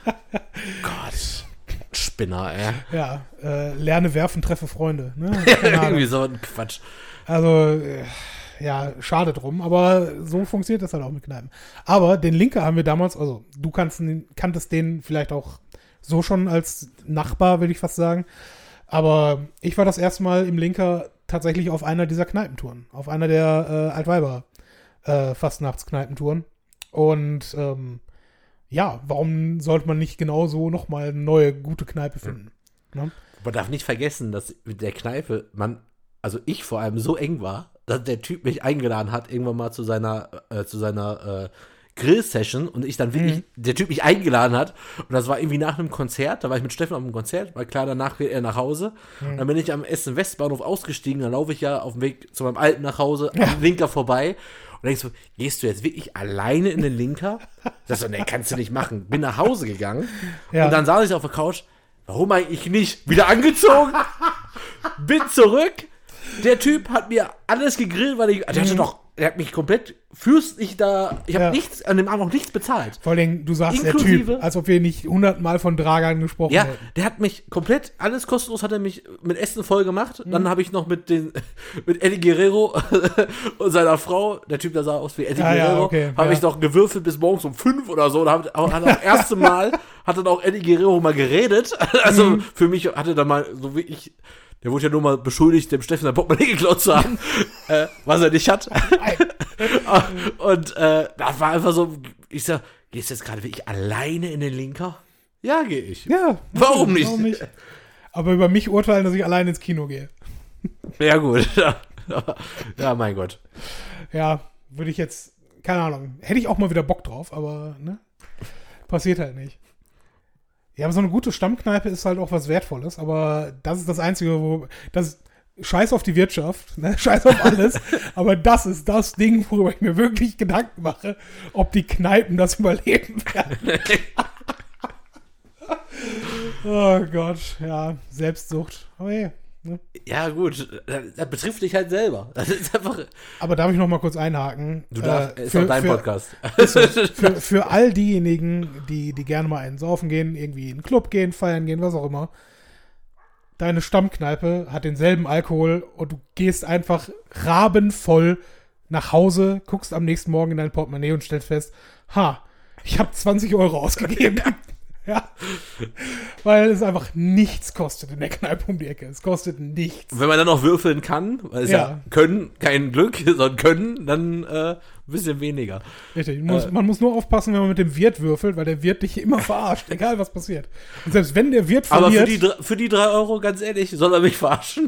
Speaker 2: Gott, Spinner, ey.
Speaker 1: Ja, äh, lerne werfen, treffe Freunde. Ne?
Speaker 2: Irgendwie so ein Quatsch.
Speaker 1: Also, äh, ja, schade drum. Aber so funktioniert das halt auch mit Kneipen. Aber den Linker haben wir damals, also du kannst, kanntest den vielleicht auch so schon als Nachbar, würde ich fast sagen. Aber ich war das erste Mal im Linker tatsächlich auf einer dieser Kneipentouren. Auf einer der äh, Altweiber äh, Fastnachtskneipentouren. Und ähm, ja, warum sollte man nicht genauso nochmal eine neue, gute Kneipe finden? Ja. Ne?
Speaker 2: Man darf nicht vergessen, dass mit der Kneipe, man, also ich vor allem so eng war, dass der Typ mich eingeladen hat, irgendwann mal zu seiner, äh, zu seiner äh, Grill-Session und ich dann wirklich, mhm. der Typ mich eingeladen hat und das war irgendwie nach einem Konzert, da war ich mit Steffen auf einem Konzert, weil klar, danach geht er nach Hause mhm. und dann bin ich am Essen Westbahnhof ausgestiegen, dann laufe ich ja auf dem Weg zu meinem alten nach Hause ja. am Linker vorbei und denkst so, gehst du jetzt wirklich alleine in den Linker? Das so, nee, kannst du nicht machen. Bin nach Hause gegangen ja. und dann saß ich auf der Couch, warum eigentlich nicht? Wieder angezogen, bin zurück, der Typ hat mir alles gegrillt, weil ich, der hatte doch Er hat mich komplett fürstlich da, ich habe ja. nichts, an dem Abend noch nichts bezahlt.
Speaker 1: Vor allem, du sagst der Typ, als ob wir nicht hundertmal von Dragern gesprochen
Speaker 2: ja,
Speaker 1: hätten.
Speaker 2: Ja, der hat mich komplett, alles kostenlos hat er mich mit Essen voll gemacht. Mhm. Dann habe ich noch mit den, mit Eddie Guerrero und seiner Frau, der Typ, der sah aus wie Eddie ja, Guerrero, ja, okay, habe ja. ich noch gewürfelt bis morgens um fünf oder so. Da hat, hat das erste Mal, hat dann auch Eddie Guerrero mal geredet. Also mhm. für mich hatte da mal so wirklich, der wurde ja nur mal beschuldigt, dem Steffen sein Portemonnaie geklaut zu haben, äh, was er nicht hat. Und äh, das war einfach so, ich sag, gehst du jetzt gerade wirklich alleine in den Linker? Ja, gehe ich.
Speaker 1: Ja.
Speaker 2: Warum nicht?
Speaker 1: Warum nicht? Aber über mich urteilen, dass ich alleine ins Kino gehe.
Speaker 2: Ja, gut. Ja, mein Gott.
Speaker 1: Ja, würde ich jetzt, keine Ahnung, hätte ich auch mal wieder Bock drauf, aber ne, passiert halt nicht. Ja, aber so eine gute Stammkneipe ist halt auch was Wertvolles, aber das ist das Einzige, wo, das scheiß auf die Wirtschaft, ne, scheiß auf alles, aber das ist das Ding, worüber ich mir wirklich Gedanken mache, ob die Kneipen das überleben werden. Oh Gott, ja, Selbstsucht, aber hey. Ne?
Speaker 2: Ja, gut, das betrifft dich halt selber. Das ist einfach.
Speaker 1: Aber darf ich noch mal kurz einhaken?
Speaker 2: Du darfst, äh, ist doch dein
Speaker 1: für,
Speaker 2: Podcast.
Speaker 1: Ist, für, für all diejenigen, die, die gerne mal einen saufen gehen, irgendwie in einen Club gehen, feiern gehen, was auch immer. Deine Stammkneipe hat denselben Alkohol und du gehst einfach rabenvoll nach Hause, guckst am nächsten Morgen in dein Portemonnaie und stellst fest, ha, ich habe zwanzig Euro ausgegeben. Ja, weil es einfach nichts kostet in der Kneipe um die Ecke. Es kostet nichts.
Speaker 2: Und wenn man dann noch würfeln kann, weil es ja, ja können, kein Glück, sondern können, dann äh, ein bisschen weniger.
Speaker 1: Richtig, muss, äh, man muss nur aufpassen, wenn man mit dem Wirt würfelt, weil der Wirt dich immer verarscht, egal was passiert. Und selbst wenn der Wirt verliert...
Speaker 2: Aber für die, für die drei Euro, ganz ehrlich, soll er mich verarschen.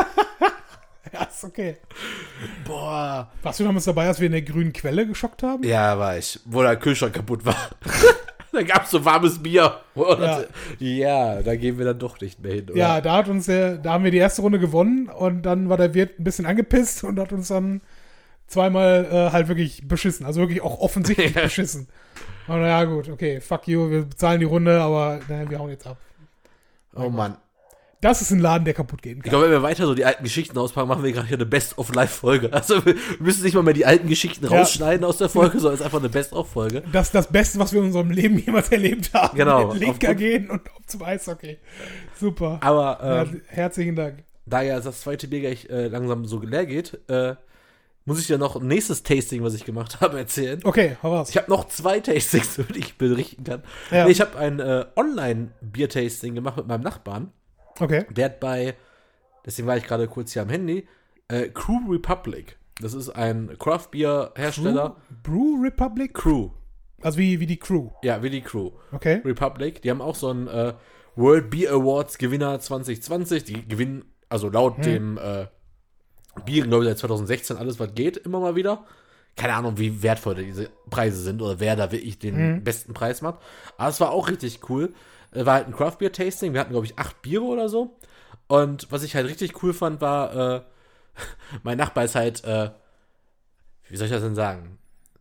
Speaker 1: Ja, ist okay.
Speaker 2: Boah.
Speaker 1: Warst du damals dabei, als wir in der grünen Quelle geschockt haben?
Speaker 2: Ja, war ich, wo der Kühlschrank kaputt war. Da gab es so warmes Bier. Ja. Ja, da gehen wir dann doch nicht mehr hin, oder?
Speaker 1: Ja, da hat uns der, da haben wir die erste Runde gewonnen und dann war der Wirt ein bisschen angepisst und hat uns dann zweimal äh, halt wirklich beschissen. Also wirklich auch offensichtlich ja. beschissen. Und ja, gut, okay, fuck you, wir bezahlen die Runde, aber naja, wir hauen jetzt ab.
Speaker 2: Oh Mann.
Speaker 1: Das ist ein Laden, der kaputt gehen kann.
Speaker 2: Ich glaube, wenn wir weiter so die alten Geschichten auspacken, machen wir gerade hier eine Best-of-Live-Folge. Also wir müssen nicht mal mehr die alten Geschichten ja. rausschneiden aus der Folge, sondern es ist einfach eine Best-of-Folge.
Speaker 1: Das ist das Beste, was wir in unserem Leben jemals erlebt haben.
Speaker 2: Genau.
Speaker 1: Mit Linker gehen und auf zum Eishockey. Super.
Speaker 2: Aber ähm,
Speaker 1: ja, herzlichen Dank.
Speaker 2: Da ja das zweite Bier gleich äh, langsam so leer geht, äh, muss ich dir noch ein nächstes Tasting, was ich gemacht habe, erzählen.
Speaker 1: Okay, hau raus.
Speaker 2: Ich habe noch zwei Tastings, die ich berichten kann. Ja. Ich habe ein äh, Online-Bier-Tasting gemacht mit meinem Nachbarn.
Speaker 1: Okay.
Speaker 2: Der hat bei, deswegen war ich gerade kurz hier am Handy, äh, Crew Republic. Das ist ein Craft-Bier-Hersteller.
Speaker 1: Brew, Brew Republic?
Speaker 2: Crew.
Speaker 1: Also wie, wie die Crew?
Speaker 2: Ja, wie die Crew.
Speaker 1: Okay.
Speaker 2: Republic. Die haben auch so einen äh, World Beer Awards Gewinner zwanzig zwanzig. Die gewinnen, also laut hm. dem äh, Bieren, glaube ich, seit zwanzig sechzehn alles, was geht, immer mal wieder. keine Ahnung, wie wertvoll diese Preise sind oder wer da wirklich den mhm. besten Preis macht. Aber es war auch richtig cool. War halt ein Craft-Beer-Tasting. Wir hatten, glaube ich, acht Biere oder so. Und was ich halt richtig cool fand, war, äh, mein Nachbar ist halt, äh, wie soll ich das denn sagen?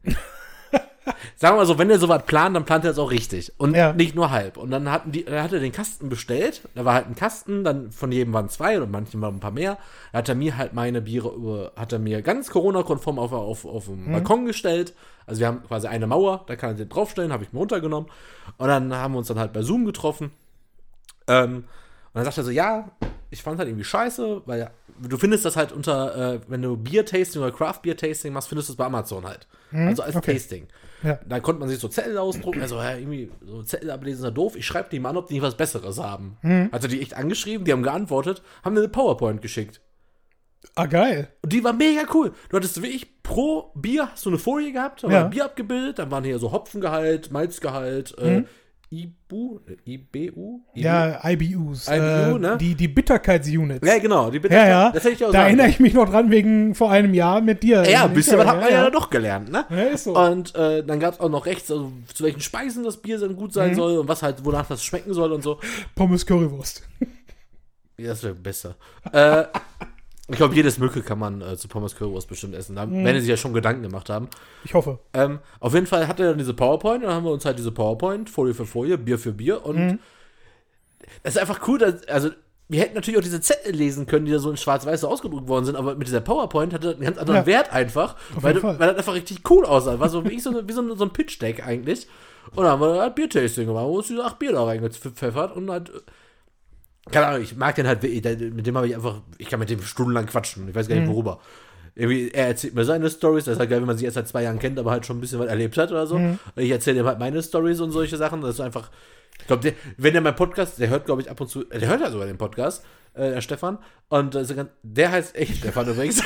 Speaker 2: Sagen wir mal so, wenn er sowas plant, dann plant er es auch richtig. Und ja. nicht nur halb. Und dann hatten die, dann hat er den Kasten bestellt. Da war halt ein Kasten, dann von jedem waren zwei und manchen waren ein paar mehr. Da hat er mir halt meine Biere über, hat er mir ganz Corona-konform auf, auf, auf den mhm. Balkon gestellt. Also wir haben quasi eine Mauer, da kann er den draufstellen, habe ich mir runtergenommen. Und dann haben wir uns dann halt bei Zoom getroffen. Ähm, und dann sagt er so, ja, ich fand halt irgendwie scheiße, weil du findest das halt unter, äh, wenn du Bier-Tasting oder Craft-Bier-Tasting machst, findest du es bei Amazon halt. Mhm, also als okay. Tasting. Ja. Dann konnte man sich so Zettel ausdrucken, also ja, irgendwie so Zettel ablesen ist ja doof, ich schreibe die mal an, ob die nicht was Besseres haben. Mhm. Also die echt angeschrieben, die haben geantwortet, haben mir eine PowerPoint geschickt.
Speaker 1: Ah, geil.
Speaker 2: Und die war mega cool. Du hattest wirklich pro Bier, hast du eine Folie gehabt, da war ein Bier abgebildet, dann waren hier so Hopfengehalt, Malzgehalt, mhm. äh, I B U, I B U? I B U?
Speaker 1: Ja, I B Us.
Speaker 2: I B U,
Speaker 1: äh,
Speaker 2: ne?
Speaker 1: Die, die Bitterkeitsunits.
Speaker 2: Ja, genau, die Bitterkeit.
Speaker 1: Ja, ja.
Speaker 2: Das hätte ich auch
Speaker 1: da
Speaker 2: sagen
Speaker 1: erinnere
Speaker 2: können.
Speaker 1: ich mich noch dran, wegen vor einem Jahr mit dir.
Speaker 2: Ja, ein bisschen was hat man ja, ja doch gelernt, ne?
Speaker 1: Ja, ist so.
Speaker 2: Und äh, dann gab es auch noch rechts, also zu welchen Speisen das Bier dann gut sein mhm. soll und was halt, wonach das schmecken soll und so.
Speaker 1: Pommes Currywurst.
Speaker 2: Ja, das wäre besser. äh, ich glaube, jedes Mücke kann man äh, zu Pommes Currywurst bestimmt essen, da, mhm. wenn sie sich ja schon Gedanken gemacht haben.
Speaker 1: Ich hoffe.
Speaker 2: Ähm, auf jeden Fall hatte er dann diese PowerPoint und dann haben wir uns halt diese PowerPoint, Folie für Folie, Bier für Bier und mhm. das ist einfach cool, dass, also wir hätten natürlich auch diese Zettel lesen können, die da so in schwarz-weiß so ausgedruckt worden sind, aber mit dieser PowerPoint hatte das einen ganz anderen ja. Wert einfach, weil, weil das einfach richtig cool aussah. War so wie so, wie so, so ein Pitch-Deck eigentlich. Und dann haben wir halt Bier-Tasting gemacht, wo uns diese acht Bier da reingepfeffert und halt, keine Ahnung, ich mag den halt, mit dem habe ich einfach, ich kann mit dem stundenlang quatschen, ich weiß gar nicht, worüber. Irgendwie, er erzählt mir seine Storys, das ist halt geil, wenn man sich erst seit zwei Jahren kennt, aber halt schon ein bisschen was erlebt hat oder so. Mhm. Und ich erzähle ihm halt meine Storys und solche Sachen, das ist einfach, ich glaube, wenn der meinen Podcast, der hört, glaube ich, ab und zu, der hört ja sogar den Podcast, äh, der Stefan, und äh, der heißt echt Stefan übrigens.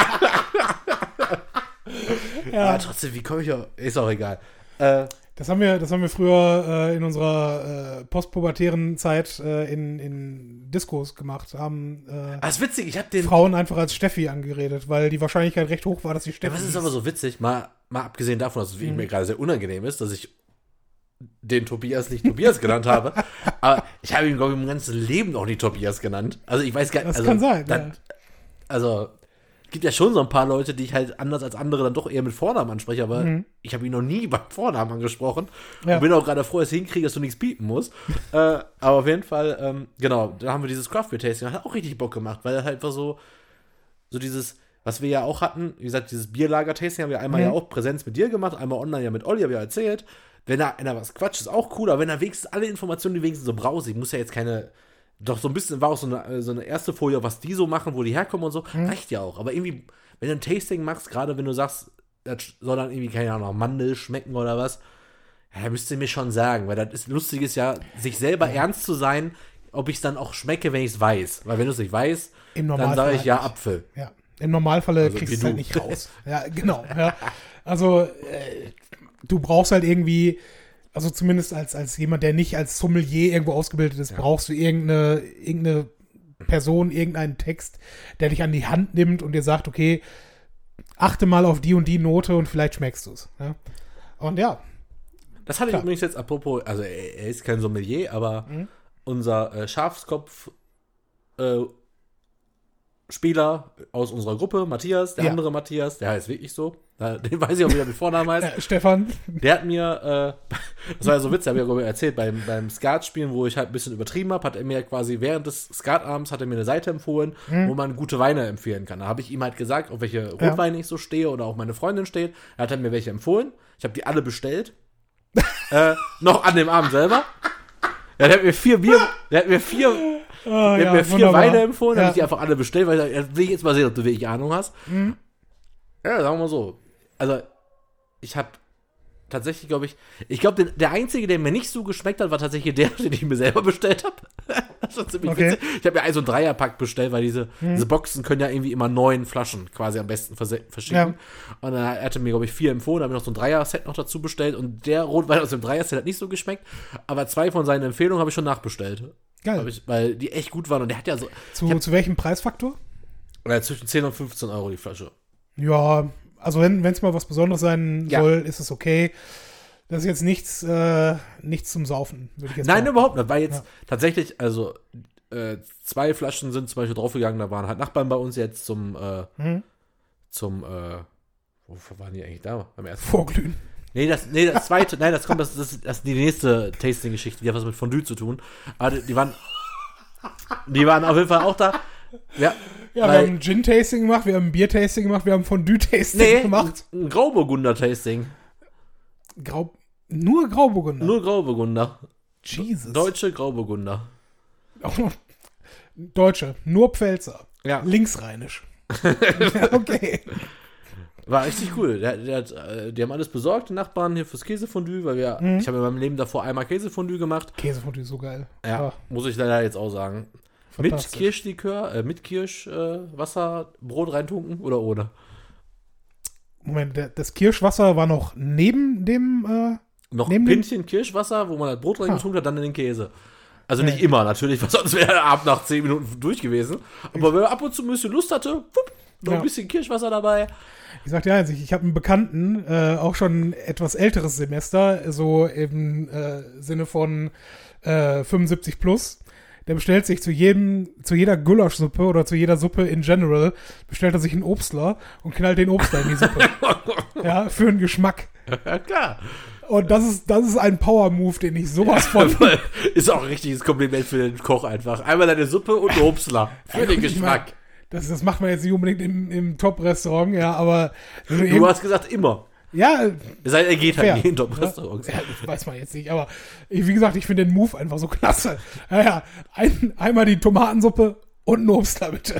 Speaker 2: Ja. Aber trotzdem, wie komme ich auch, ist auch egal. Äh,
Speaker 1: Das haben wir, das haben wir früher äh, in unserer äh, postpubertären Zeit äh, in, in Diskos gemacht. Haben äh,
Speaker 2: das ist witzig, ich habe den
Speaker 1: Frauen einfach als Steffi angeredet, weil die Wahrscheinlichkeit recht hoch war, dass sie Steffi.
Speaker 2: Ja, was ist aber so witzig, mal, mal abgesehen davon, dass es mhm. mir gerade sehr unangenehm ist, dass ich den Tobias nicht Tobias genannt habe, aber ich habe ihn, glaube ich, im ganzen Leben noch nie Tobias genannt. Also ich weiß gar nicht.
Speaker 1: Das
Speaker 2: also,
Speaker 1: kann sein,
Speaker 2: dann,
Speaker 1: ja.
Speaker 2: Also es gibt ja schon so ein paar Leute, die ich halt anders als andere dann doch eher mit Vornamen anspreche, aber mhm. ich habe ihn noch nie beim Vornamen angesprochen. Ja. Und bin auch gerade froh, dass ich hinkriege, dass du nichts piepen musst. äh, aber auf jeden Fall, ähm, genau, da haben wir dieses Craft Beer Tasting, hat auch richtig Bock gemacht, weil halt einfach so, so dieses, was wir ja auch hatten, wie gesagt, dieses Bierlager-Tasting haben wir einmal mhm. ja auch Präsenz mit dir gemacht, einmal online ja mit Olli, habe ich ja erzählt. Wenn da einer was quatscht, ist auch cool, aber wenn er wenigstens alle Informationen, die wenigstens so brauchst, ich muss ja jetzt keine, doch so ein bisschen, war auch so eine, so eine erste Folie, was die so machen, wo die herkommen und so, mhm. reicht ja auch. Aber irgendwie, wenn du ein Tasting machst, gerade wenn du sagst, das soll dann irgendwie, keine Ahnung, Mandel schmecken oder was, ja, müsst ihr mir schon sagen, weil das ist lustig ist ja, sich selber ja. ernst zu sein, ob ich es dann auch schmecke, wenn ich es weiß. Weil wenn du es nicht weißt, dann sage ich ja
Speaker 1: halt
Speaker 2: Apfel.
Speaker 1: Ja, im Normalfall
Speaker 2: also,
Speaker 1: kriegst du es halt nicht raus. Ja, genau. Ja. Also, äh, du brauchst halt irgendwie, also zumindest als, als jemand, der nicht als Sommelier irgendwo ausgebildet ist, ja. brauchst du irgendeine, irgendeine Person, irgendeinen Text, der dich an die Hand nimmt und dir sagt, okay, achte mal auf die und die Note und vielleicht schmeckst du es. Ja? Und ja.
Speaker 2: Das hatte Klar. ich übrigens jetzt, apropos, also er, er ist kein Sommelier, aber mhm. unser äh, Schafskopf äh, Spieler aus unserer Gruppe, Matthias, der ja. andere Matthias, der heißt wirklich so, den weiß ich auch, wie er mit Vornamen heißt.
Speaker 1: Äh, Stefan.
Speaker 2: Der hat mir, äh, das war ja so witzig, habe ich ja glaube ich erzählt, beim, beim Skat-Spielen, wo ich halt ein bisschen übertrieben habe, hat er mir quasi während des Skatabends hat er mir eine Seite empfohlen, mhm. wo man gute Weine empfehlen kann. Da habe ich ihm halt gesagt, auf welche Rotweine ja. ich so stehe oder auch meine Freundin steht. Er hat dann mir welche empfohlen. Ich habe die alle bestellt. äh, noch an dem Abend selber. Ja, der hat mir vier Bier, der hat mir vier, oh, der hat
Speaker 1: ja,
Speaker 2: mir vier
Speaker 1: wunderbar.
Speaker 2: Weine empfohlen,
Speaker 1: ja.
Speaker 2: habe ich die einfach alle bestellt, weil ich dachte, will ich jetzt mal sehen, ob du wirklich Ahnung hast. Mhm. Ja, sagen wir mal so. Also, ich habe tatsächlich, glaube ich, ich glaube, der einzige, der mir nicht so geschmeckt hat, war tatsächlich der, den ich mir selber bestellt habe. Das war ziemlich
Speaker 1: okay.
Speaker 2: witzig. Ich habe mir also einen Dreierpack bestellt, weil diese, mhm. diese Boxen können ja irgendwie immer neun Flaschen quasi am besten vers- verschicken. Ja. Und dann hatte mir, glaube ich, vier empfohlen, habe ich noch so ein Dreier-Set noch dazu bestellt und der Rotwein aus dem Dreier-Set hat nicht so geschmeckt, aber zwei von seinen Empfehlungen habe ich schon nachbestellt.
Speaker 1: Geil.
Speaker 2: Ich, weil die echt gut waren und der hat ja so...
Speaker 1: Zu,
Speaker 2: hab,
Speaker 1: zu welchem Preisfaktor?
Speaker 2: Äh, zwischen zehn und fünfzehn Euro die Flasche.
Speaker 1: Ja, also wenn es mal was Besonderes sein
Speaker 2: Ja.
Speaker 1: soll, ist es okay. Das ist jetzt nichts, äh, nichts zum Saufen, würde ich jetzt
Speaker 2: Nein,
Speaker 1: sagen.
Speaker 2: überhaupt nicht, weil jetzt
Speaker 1: Ja.
Speaker 2: tatsächlich, also äh, zwei Flaschen sind zum Beispiel draufgegangen, da waren halt Nachbarn bei uns jetzt zum, äh,
Speaker 1: Mhm.
Speaker 2: zum, äh, wofür waren die eigentlich da? Beim ersten
Speaker 1: Vorglühen.
Speaker 2: Nee, das, nee, das zweite, nein, das kommt, das, das, das ist die nächste Tasting-Geschichte, die hat was mit Fondue zu tun. Aber die, die waren, die waren auf jeden Fall auch da. Ja,
Speaker 1: Ja, wir
Speaker 2: weil-
Speaker 1: haben ein Gin-Tasting gemacht, wir haben ein Bier-Tasting gemacht, wir haben ein Fondue-Tasting
Speaker 2: nee,
Speaker 1: gemacht.
Speaker 2: ein Grauburgunder-Tasting.
Speaker 1: Grau, nur Grauburgunder.
Speaker 2: Nur Grauburgunder.
Speaker 1: Jesus.
Speaker 2: Deutsche Grauburgunder.
Speaker 1: Auch noch Deutsche, nur Pfälzer.
Speaker 2: Ja.
Speaker 1: Linksrheinisch. Ja, okay.
Speaker 2: War richtig cool. Der, der hat, äh, die haben alles besorgt, die Nachbarn hier fürs Käsefondue, weil wir,
Speaker 1: Mhm.
Speaker 2: ich habe in meinem Leben davor einmal Käsefondue gemacht.
Speaker 1: Käsefondue ist so geil.
Speaker 2: Ja,
Speaker 1: Ah,
Speaker 2: muss ich leider jetzt auch sagen. Mit
Speaker 1: fantastisch.
Speaker 2: Kirschlikör, äh, mit Kirsch, äh, Wasser, Brot reintunken oder ohne?
Speaker 1: Moment, der, das Kirschwasser war noch neben dem, äh,
Speaker 2: Noch
Speaker 1: Neben
Speaker 2: ein
Speaker 1: dem-
Speaker 2: Pintchen Kirschwasser, wo man halt Brot
Speaker 1: Ah.
Speaker 2: reingetunkt hat, dann in den Käse. Also
Speaker 1: Ja.
Speaker 2: nicht immer natürlich, weil sonst wäre der Abend nach zehn Minuten durch gewesen. Aber wenn man ab und zu ein bisschen Lust hatte, wupp, noch
Speaker 1: Ja.
Speaker 2: ein bisschen Kirschwasser dabei.
Speaker 1: Ich sagte ja, also ich, ich habe einen Bekannten, äh, auch schon etwas älteres Semester, so im äh, Sinne von äh, fünfundsiebzig plus. Der bestellt sich zu jedem, zu jeder Gulaschsuppe oder zu jeder Suppe in general, bestellt er sich einen Obstler und knallt den Obstler in die Suppe. Ja, für einen Geschmack.
Speaker 2: Ja, klar.
Speaker 1: Und das ist, das ist ein Power-Move, den ich sowas von.
Speaker 2: Ist auch ein richtiges Kompliment für den Koch einfach. Einmal deine Suppe und Obstler. Für
Speaker 1: Ja,
Speaker 2: den
Speaker 1: gut, ich
Speaker 2: Geschmack.
Speaker 1: Das, das macht man jetzt nicht unbedingt im, im Top-Restaurant, ja, aber. wenn du
Speaker 2: Du
Speaker 1: eben-
Speaker 2: hast gesagt, immer.
Speaker 1: ja,
Speaker 2: Es sei denn, er geht halt
Speaker 1: fair.
Speaker 2: nicht in Top-Restaurants.
Speaker 1: Ja, das weiß man jetzt nicht, aber ich, wie gesagt, ich finde den Move einfach so klasse. Naja, ein, einmal die Tomatensuppe und ein Obstler, bitte.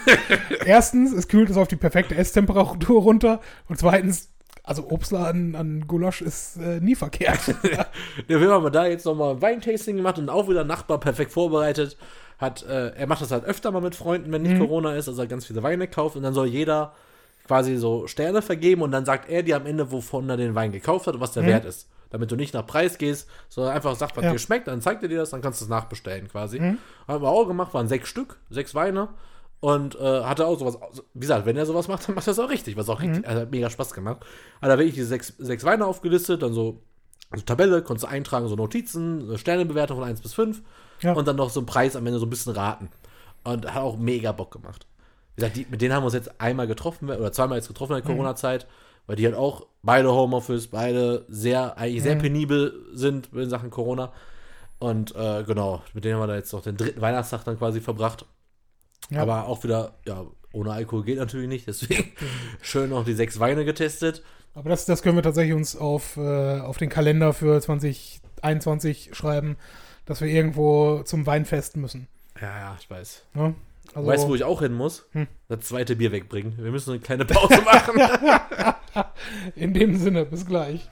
Speaker 1: Erstens, es kühlt es auf die perfekte Esstemperatur runter und zweitens, also Obstler an, an Gulasch ist äh, nie verkehrt.
Speaker 2: Ja, wir haben aber da jetzt nochmal ein Weintasting gemacht und auch wieder Nachbar perfekt vorbereitet. Hat, äh, er macht das halt öfter mal mit Freunden, wenn nicht
Speaker 1: Mhm.
Speaker 2: Corona ist, also er ganz viele Weine kauft und dann soll jeder quasi so Sterne vergeben und dann sagt er dir am Ende, wovon er den Wein gekauft hat und was der
Speaker 1: Mhm.
Speaker 2: Wert ist. Damit du nicht nach Preis gehst, sondern einfach sagt, was
Speaker 1: Ja.
Speaker 2: dir schmeckt, dann zeigt er dir das, dann kannst du es nachbestellen quasi.
Speaker 1: Mhm.
Speaker 2: Haben wir auch gemacht, waren sechs Stück, sechs Weine und äh, hatte auch sowas, wie gesagt, wenn er sowas macht, dann macht er es auch richtig, was auch
Speaker 1: Mhm.
Speaker 2: richtig, also hat mega Spaß gemacht. Hat er wirklich diese sechs, sechs Weine aufgelistet, dann so also Tabelle, konntest du eintragen, so Notizen, eine Sternebewertung von eins bis fünf
Speaker 1: Ja.
Speaker 2: und dann noch so einen Preis am Ende so ein bisschen raten. Und hat auch mega Bock gemacht. Wie gesagt, die, mit denen haben wir uns jetzt einmal getroffen, oder zweimal jetzt getroffen in der Corona-Zeit, weil die halt auch beide Homeoffice, beide sehr, eigentlich sehr
Speaker 1: Mhm.
Speaker 2: penibel sind in Sachen Corona. Und äh, genau, mit denen haben wir da jetzt noch den dritten Weihnachtstag dann quasi verbracht.
Speaker 1: Ja.
Speaker 2: Aber auch wieder, ja, ohne Alkohol geht natürlich nicht, deswegen schön noch die sechs Weine getestet.
Speaker 1: Aber das, das können wir tatsächlich uns auf, äh, auf den Kalender für zwanzig einundzwanzig schreiben, dass wir irgendwo zum Weinfest müssen.
Speaker 2: Ja, ja, ich weiß.
Speaker 1: Ne? Also,
Speaker 2: Weißt du, wo ich auch hin muss?
Speaker 1: Hm.
Speaker 2: Das zweite Bier wegbringen. Wir müssen eine kleine Pause machen.
Speaker 1: in dem Sinne, bis gleich.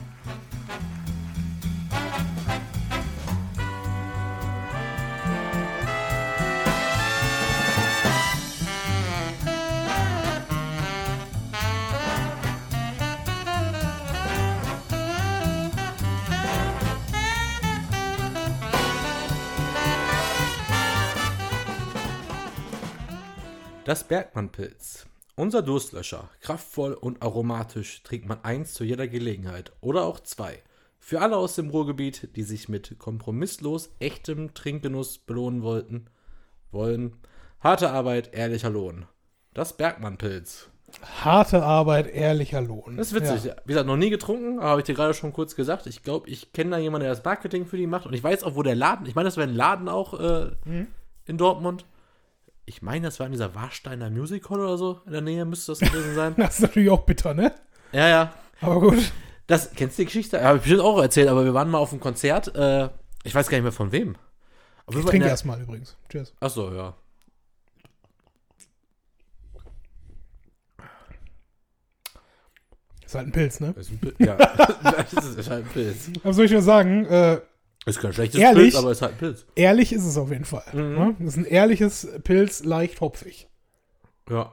Speaker 2: Das Bergmann-Pilz. Unser Durstlöscher. Kraftvoll und aromatisch trinkt man eins zu jeder Gelegenheit oder auch zwei. Für alle aus dem Ruhrgebiet, die sich mit kompromisslos echtem Trinkgenuss belohnen wollten, wollen. Harte Arbeit, ehrlicher Lohn. Das Bergmann-Pilz.
Speaker 1: Harte Arbeit, ehrlicher Lohn.
Speaker 2: Das ist witzig.
Speaker 1: Ja.
Speaker 2: Wie gesagt, noch nie getrunken, aber habe ich dir gerade schon kurz gesagt. Ich glaube, ich kenne da jemanden, der das Marketing für die macht. Und ich weiß auch, wo der Laden, ich meine, das wäre ein Laden auch äh,
Speaker 1: Mhm.
Speaker 2: in Dortmund. Ich meine, das war in dieser Warsteiner Music Hall oder so. In der Nähe müsste das gewesen sein.
Speaker 1: Das ist natürlich auch bitter, ne?
Speaker 2: Ja, ja.
Speaker 1: Aber gut.
Speaker 2: Das, kennst du die Geschichte? Habe ich bestimmt auch erzählt, aber wir waren mal auf einem Konzert. Äh, ich weiß gar nicht mehr von wem. Aber wir
Speaker 1: Ich
Speaker 2: waren in
Speaker 1: trinke
Speaker 2: der-
Speaker 1: erstmal übrigens. Cheers.
Speaker 2: Ach so, ja.
Speaker 1: Ist halt ein Pilz, ne?
Speaker 2: Ist ein Pil- ja. Das ist, ist halt ein Pilz.
Speaker 1: Was soll ich nur sagen? Äh,
Speaker 2: Ist kein schlechtes
Speaker 1: Ehrlich?
Speaker 2: Pilz, aber ist halt ein Pilz.
Speaker 1: ehrlich ist es auf jeden Fall.
Speaker 2: Mhm.
Speaker 1: Ne? Das ist ein ehrliches Pilz, leicht hopfig.
Speaker 2: Ja.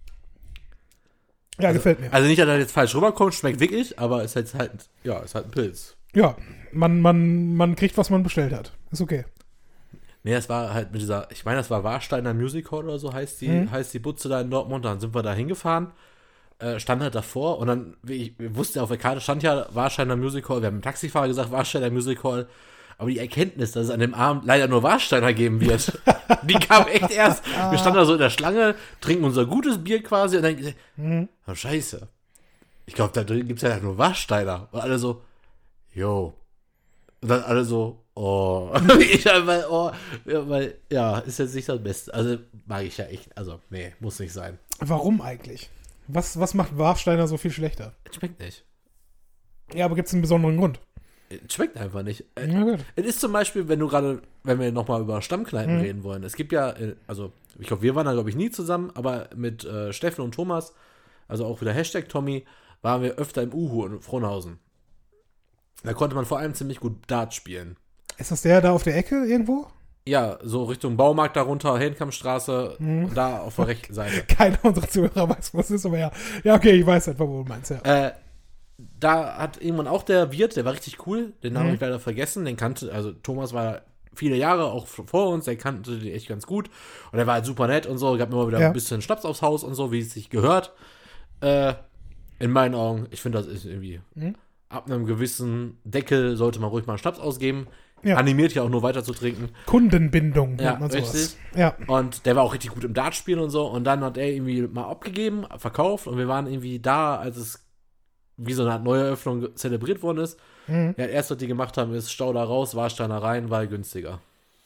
Speaker 1: Ja, gefällt mir.
Speaker 2: Also nicht, dass er jetzt falsch rüberkommt, schmeckt wirklich, aber ist halt, halt ja, ist halt ein Pilz.
Speaker 1: Ja, man, man, man kriegt, was man bestellt hat. Ist okay.
Speaker 2: Nee, das war halt mit dieser, ich meine, das war Warsteiner Music Hall oder so heißt die,
Speaker 1: Mhm.
Speaker 2: heißt die Butze da in Dortmund. Dann sind wir da hingefahren äh, stand halt davor und dann, wie ich wir wussten ja, auf der Karte stand ja Warsteiner Music Hall, wir haben dem Taxifahrer gesagt, Warsteiner Music Hall, aber die Erkenntnis, dass es an dem Abend leider nur Warsteiner geben wird, die kam echt erst. Wir standen da so in der Schlange, trinken unser gutes Bier quasi und dann,
Speaker 1: Mhm.
Speaker 2: oh, scheiße. Ich glaube, da drin gibt es ja nur Warsteiner. Und alle so, yo. Und dann alle so, oh. ich einfach, oh. Ja, weil, ja, ist jetzt nicht das Beste. Also, mag ich ja echt. Also, nee, muss nicht sein.
Speaker 1: Warum eigentlich? Was, was macht Warsteiner so viel schlechter?
Speaker 2: Es schmeckt nicht.
Speaker 1: Ja, aber gibt es einen besonderen Grund?
Speaker 2: Es schmeckt einfach nicht.
Speaker 1: Ja, gut.
Speaker 2: Es ist zum Beispiel, wenn du gerade, wenn wir nochmal über Stammkneipen
Speaker 1: Mhm.
Speaker 2: reden wollen. Es gibt ja, äh, also, ich glaube, wir waren da, glaube ich, nie zusammen, aber mit äh, Steffen und Thomas, also auch wieder Hashtag Tommy, waren wir öfter im Uhu in Frohnhausen. Da konnte man vor allem ziemlich gut Dart spielen.
Speaker 1: Ist das der da auf der Ecke irgendwo?
Speaker 2: Ja, so Richtung Baumarkt darunter, Heldenkampfstraße,
Speaker 1: Mhm.
Speaker 2: da auf der rechten Seite.
Speaker 1: Keiner unserer Zuhörer weiß, was es ist, aber ja. Ja, okay, ich weiß etwa, wo du meinst, ja.
Speaker 2: Äh, da hat irgendwann auch der Wirt, der war richtig cool, den Namen
Speaker 1: Mhm.
Speaker 2: habe ich leider vergessen, den kannte, also Thomas war viele Jahre auch vor uns, der kannte den echt ganz gut und der war halt super nett und so, gab mir immer wieder
Speaker 1: Ja.
Speaker 2: ein bisschen Schnaps aufs Haus und so, wie es sich gehört. Äh, in meinen Augen, ich finde, das ist irgendwie,
Speaker 1: Mhm.
Speaker 2: ab einem gewissen Deckel sollte man ruhig mal einen Schnaps ausgeben.
Speaker 1: Ja.
Speaker 2: Animiert ja auch nur weiter zu trinken.
Speaker 1: Kundenbindung
Speaker 2: Ja,
Speaker 1: nennt man sowas.
Speaker 2: richtig.
Speaker 1: Ja.
Speaker 2: Und der war auch richtig gut im Dartspielen und so. Und dann hat er irgendwie mal abgegeben, verkauft. Und wir waren irgendwie da, als es wie so eine Art Neueröffnung zelebriert worden ist.
Speaker 1: Mhm.
Speaker 2: Ja, erst, was die gemacht haben, ist Stauder raus, Warsteiner rein, weil günstiger.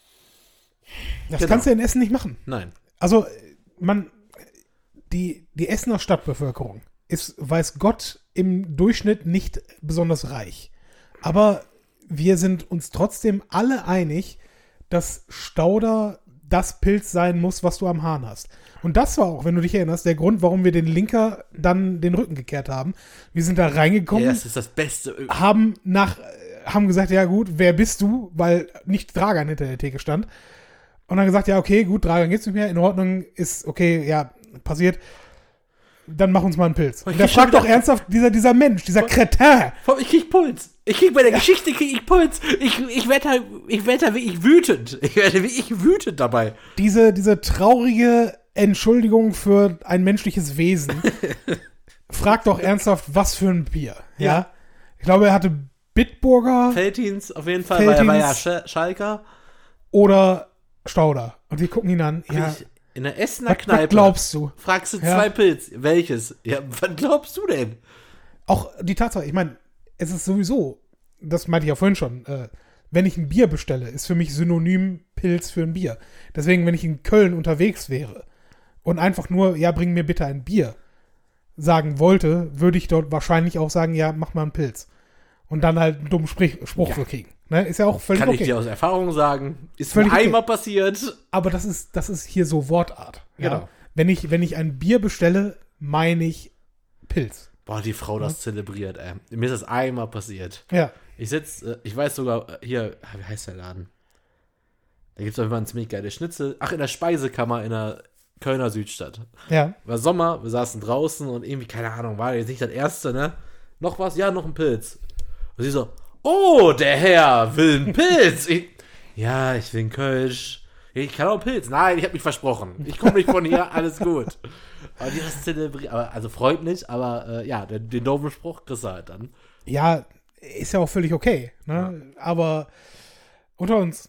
Speaker 1: Das
Speaker 2: Genau.
Speaker 1: kannst du in Essen nicht machen.
Speaker 2: Nein.
Speaker 1: Also, man, die, die Essener Stadtbevölkerung ist, weiß Gott, im Durchschnitt nicht besonders reich. Aber wir sind uns trotzdem alle einig, dass Stauder das Pilz sein muss, was du am Hahn hast. Und das war auch, wenn du dich erinnerst, der Grund, warum wir den Linker dann den Rücken gekehrt haben. Wir sind da reingekommen,
Speaker 2: Ja, das ist das Beste.
Speaker 1: haben nach, haben gesagt, ja gut, wer bist du? Weil nicht Dragan hinter der Theke stand. Und dann gesagt, ja okay, gut, Dragan geht's nicht mehr, in Ordnung, ist okay, ja, passiert. Dann mach uns mal einen Pilz. Und
Speaker 2: Ich
Speaker 1: der
Speaker 2: krieg schon
Speaker 1: fragt doch
Speaker 2: wieder-
Speaker 1: ernsthaft, dieser, dieser Mensch, dieser Kretin.
Speaker 2: Vor allem, Ich krieg Puls. Ich krieg bei der Geschichte krieg ich Puls. Ich, ich werde da, ich werd da wirklich wütend. Ich werde wirklich wütend dabei.
Speaker 1: Diese, diese traurige Entschuldigung für ein menschliches Wesen. Fragt doch ernsthaft, was für ein Bier. Ja.
Speaker 2: Ja.
Speaker 1: Ich glaube, er hatte Bitburger
Speaker 2: Feldins auf jeden Fall, weil er war ja Sch Schalker.
Speaker 1: oder Stauder. Und wir gucken ihn an. Ja,
Speaker 2: Ich, in der Essener
Speaker 1: was, was
Speaker 2: Kneipe
Speaker 1: glaubst du?
Speaker 2: fragst du
Speaker 1: Ja.
Speaker 2: zwei Pilz. Welches? Ja, was glaubst du denn?
Speaker 1: Auch die Tatsache, ich meine, es ist sowieso, das meinte ich ja vorhin schon, äh, wenn ich ein Bier bestelle, ist für mich Synonym Pilz für ein Bier. Deswegen, wenn ich in Köln unterwegs wäre und einfach nur, ja, bring mir bitte ein Bier, sagen wollte, würde ich dort wahrscheinlich auch sagen, ja, mach mal einen Pilz. Und dann halt einen dummen Sprich Spruch
Speaker 2: Ja.
Speaker 1: für kriegen. Ne? Ist ja auch völlig
Speaker 2: Kann
Speaker 1: okay.
Speaker 2: ich dir aus Erfahrung sagen. Ist
Speaker 1: Völlig
Speaker 2: mir
Speaker 1: okay.
Speaker 2: einmal passiert.
Speaker 1: Aber das ist, das ist hier so Wortart. Ja?
Speaker 2: Genau.
Speaker 1: Wenn ich, wenn ich ein Bier bestelle, meine ich Pilz.
Speaker 2: Boah, die Frau das zelebriert, ey. Mir ist das einmal passiert.
Speaker 1: Ja.
Speaker 2: Ich sitz, äh, ich weiß sogar, äh, hier, ah, wie heißt der Laden? Da gibt es auf jeden Fall ein ziemlich geiles Schnitzel. Ach, in der Speisekammer in der Kölner Südstadt.
Speaker 1: Ja.
Speaker 2: War Sommer, wir saßen draußen und irgendwie, keine Ahnung, war jetzt nicht das erste, ne? Noch was? Ja, noch ein Pilz. Und sie so, oh, der Herr will einen Pilz. Ich, ja, ich will einen Kölsch. Ich kann auch einen Pilz. Nein, ich habe mich versprochen. Ich komme nicht von hier, alles gut. Aber die das zelebriert, aber, also freut mich, aber äh, ja, den, den doofen Spruch kriegst du halt dann.
Speaker 1: Ja, ist ja auch völlig okay. Ne? Aber unter uns,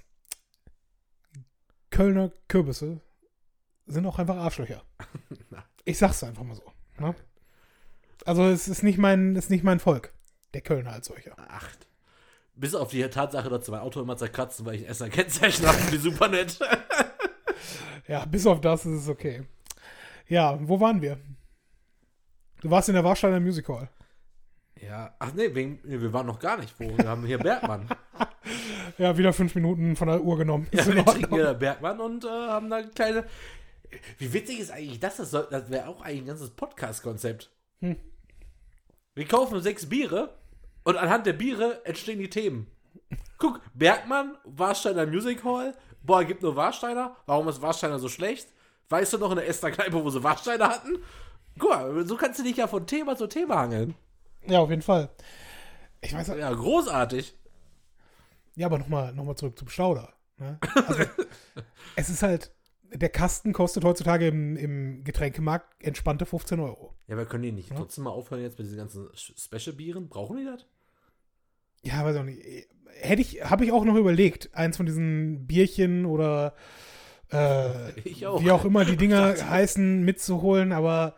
Speaker 1: Kölner Kürbisse sind auch einfach Arschlöcher. Ich sag's einfach mal so. Ne? Also es ist nicht mein, ist nicht mein Volk, der Kölner als solcher.
Speaker 2: Ach, bis auf die Tatsache, dass sie mein Auto immer zerkratzen, weil ich ein Essener Kennzeichen habe, die super nett.
Speaker 1: Ja, bis auf das ist es okay. Ja, wo waren wir? Du warst in der Warsteiner Music Hall.
Speaker 2: Ja, ach nee, wegen, nee, wir waren noch gar nicht wo. Wir haben hier Bergmann.
Speaker 1: Ja, wieder fünf Minuten von der Uhr genommen.
Speaker 2: Ja,
Speaker 1: Ist in
Speaker 2: wir trinken
Speaker 1: Ordnung.
Speaker 2: hier Bergmann und äh, haben da eine kleine. Wie witzig ist eigentlich das? Das, soll- das wäre auch eigentlich ein ganzes Podcast-Konzept.
Speaker 1: Hm.
Speaker 2: Wir kaufen sechs Biere und anhand der Biere entstehen die Themen. Guck, Bergmann, Warsteiner Music Hall. Boah, gibt nur Warsteiner. Warum ist Warsteiner so schlecht? Weißt du noch in der Essener Kneipe, wo sie Warsteiner hatten? Guck mal, so kannst du dich ja von Thema zu Thema hangeln.
Speaker 1: Ja, auf jeden Fall. Ich weiß,
Speaker 2: Ja, großartig.
Speaker 1: ja, aber nochmal noch mal zurück zum Stauder. Ne? Also, es ist halt, der Kasten kostet heutzutage im, im Getränkemarkt entspannte fünfzehn Euro.
Speaker 2: Ja, aber können die nicht
Speaker 1: Ja.
Speaker 2: trotzdem mal aufhören jetzt mit diesen ganzen Special-Bieren? Brauchen die das?
Speaker 1: Ja, weiß auch nicht. Hätte ich, habe ich auch noch überlegt, eins von diesen Bierchen oder äh,
Speaker 2: Ich auch.
Speaker 1: wie auch immer die Dinger heißen, mitzuholen, aber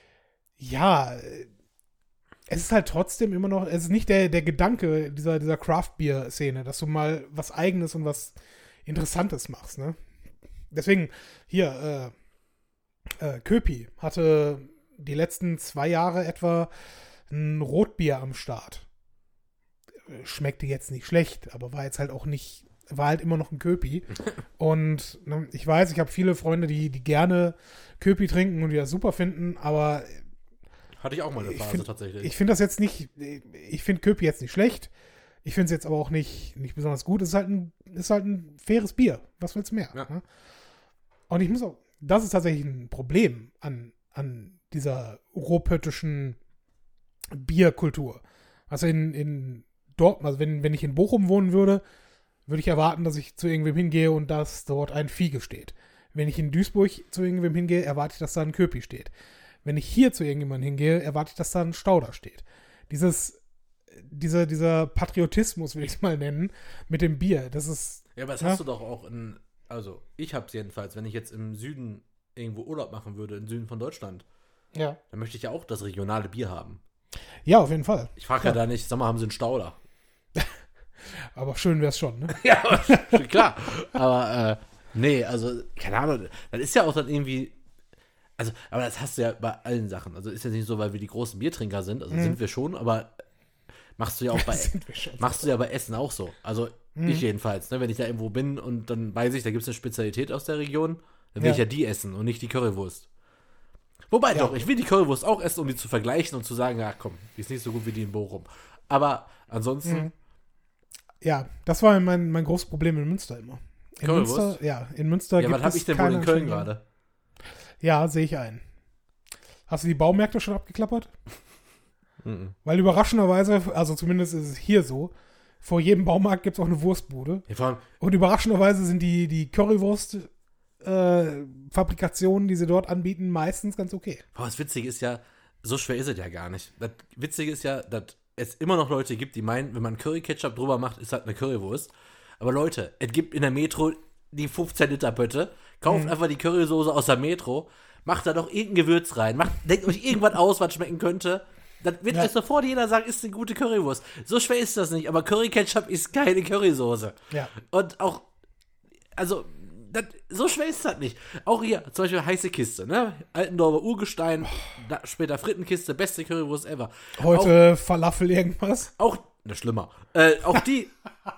Speaker 1: ja, es ist halt trotzdem immer noch, es ist nicht der, der Gedanke dieser, dieser Craft-Bier-Szene, dass du mal was Eigenes und was Interessantes machst, ne? Deswegen, hier, äh, äh, Köpi hatte die letzten zwei Jahre etwa ein Rotbier am Start. Schmeckte jetzt nicht schlecht, aber war jetzt halt auch nicht, war halt immer noch ein Köpi. Und ne, ich weiß, ich habe viele Freunde, die, die gerne Köpi trinken und die das super finden, aber
Speaker 2: Hatte ich auch mal eine
Speaker 1: Ich
Speaker 2: Phase
Speaker 1: find-
Speaker 2: tatsächlich.
Speaker 1: ich finde das jetzt nicht, ich finde Köpi jetzt nicht schlecht. Ich finde es jetzt aber auch nicht, nicht besonders gut. Es ist halt ein, ist halt ein faires Bier. Was willst du mehr?
Speaker 2: Ja.
Speaker 1: Ne? Und ich muss auch, das ist tatsächlich ein Problem an, an dieser ruhrpöttischen Bierkultur. Also in, in Dortmund, also wenn, wenn ich in Bochum wohnen würde, würde ich erwarten, dass ich zu irgendwem hingehe und dass dort ein Fiege steht. Wenn ich in Duisburg zu irgendwem hingehe, erwarte ich, dass da ein Köpi steht. Wenn ich hier zu irgendjemandem hingehe, erwarte ich, dass da ein Stauder steht. Dieses, dieser, dieser Patriotismus, will ich es mal nennen, mit dem Bier, das ist,
Speaker 2: Ja, aber das
Speaker 1: Ja.
Speaker 2: hast du doch auch in, also ich hab's jedenfalls, wenn ich jetzt im Süden irgendwo Urlaub machen würde, im Süden von Deutschland,
Speaker 1: ja.
Speaker 2: dann möchte ich ja auch das regionale Bier haben.
Speaker 1: Ja, auf jeden Fall.
Speaker 2: Ich frage ja da nicht, sag mal, haben sie einen Stauder?
Speaker 1: Aber schön wäre es schon, ne?
Speaker 2: Ja, klar. Aber, äh, nee, also, keine Ahnung, das ist ja auch dann irgendwie, also, aber das hast du ja bei allen Sachen. Also ist ja nicht so, weil wir die großen Biertrinker sind, also
Speaker 1: Mhm.
Speaker 2: sind wir schon, aber machst du ja auch bei,
Speaker 1: Sind wir schon.
Speaker 2: machst du ja bei Essen auch so. Also
Speaker 1: Mhm.
Speaker 2: ich jedenfalls, ne, wenn ich da irgendwo bin und dann weiß ich, da gibt es eine Spezialität aus der Region, dann will
Speaker 1: Ja.
Speaker 2: ich ja die essen und nicht die Currywurst. Wobei
Speaker 1: Ja.
Speaker 2: doch, ich will die Currywurst auch essen, um die zu vergleichen und zu sagen, ja komm, die ist nicht so gut wie die in Bochum. Aber ansonsten,
Speaker 1: Mhm. Ja, das war mein, mein großes Problem in Münster immer. In
Speaker 2: Currywurst?
Speaker 1: Münster, ja, in Münster
Speaker 2: ja,
Speaker 1: gibt
Speaker 2: was habe
Speaker 1: es
Speaker 2: ich denn wohl
Speaker 1: keine
Speaker 2: in Köln
Speaker 1: anständigen-
Speaker 2: gerade?
Speaker 1: Ja, sehe ich ein. Hast du die Baumärkte schon abgeklappert?
Speaker 2: Mhm.
Speaker 1: Weil überraschenderweise, also zumindest ist es hier so, vor jedem Baumarkt gibt es auch eine Wurstbude.
Speaker 2: Ja, vor allem,
Speaker 1: Und überraschenderweise sind die, die Currywurst-Fabrikationen, die sie dort anbieten, meistens ganz okay.
Speaker 2: boah, das Witzige ist ja, so schwer ist es ja gar nicht. Das Witzige ist ja, dass es immer noch Leute gibt, die meinen, wenn man Curry-Ketchup drüber macht, ist halt eine Currywurst. Aber Leute, es gibt in der Metro die fünfzehn Liter Pötte, kauft
Speaker 1: Mhm.
Speaker 2: einfach die Currysoße aus der Metro, macht da doch irgendein Gewürz rein, macht, denkt euch irgendwas aus, was schmecken könnte. Dann wird
Speaker 1: Ja.
Speaker 2: euch sofort jeder sagen, ist eine gute Currywurst. So schwer ist das nicht, aber Curry-Ketchup ist keine Currysoße.
Speaker 1: Ja.
Speaker 2: Und auch, also, das, so schwer ist das nicht. Auch hier, zum Beispiel heiße Kiste, ne? Altendorfer Urgestein, da, später Frittenkiste, beste Currywurst ever.
Speaker 1: Heute Falafel irgendwas.
Speaker 2: Auch, ne, schlimmer. Äh, auch die,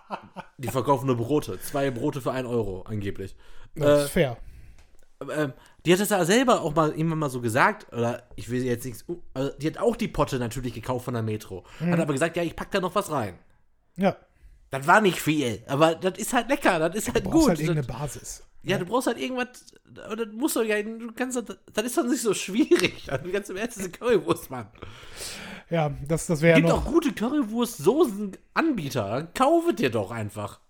Speaker 2: die verkaufen nur Brote. Zwei Brote für einen Euro, angeblich.
Speaker 1: Das
Speaker 2: Äh,
Speaker 1: ist fair.
Speaker 2: ähm, die hat das ja selber auch mal irgendwann mal so gesagt, oder ich will jetzt nichts, also die hat auch die Potte natürlich gekauft von der Metro.
Speaker 1: Mhm.
Speaker 2: Hat aber gesagt, ja, ich pack da noch was rein.
Speaker 1: Ja.
Speaker 2: Das war nicht viel, aber das ist halt lecker, das ist halt
Speaker 1: Du brauchst
Speaker 2: gut.
Speaker 1: halt
Speaker 2: Das-
Speaker 1: irgendeine Basis.
Speaker 2: Ja, du brauchst halt irgendwas, oder du musst doch ja, du kannst, das das ist doch nicht so schwierig. Also ganz im Ernst, diese Currywurst, Mann.
Speaker 1: Ja, das, das wäre
Speaker 2: Gibt
Speaker 1: noch.
Speaker 2: auch gute Currywurst-Soßen-Anbieter. Kaufe dir doch einfach.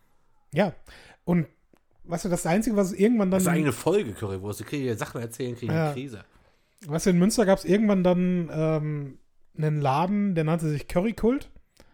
Speaker 1: Ja. Und weißt du, das Einzige, was es irgendwann dann.
Speaker 2: Das ist eine eigene Folge Currywurst. Du kriegst dir Sachen erzählen, kriegst
Speaker 1: Ja.
Speaker 2: eine Krise.
Speaker 1: Weißt du, in Münster gab es irgendwann dann ähm, einen Laden, der nannte sich Currykult.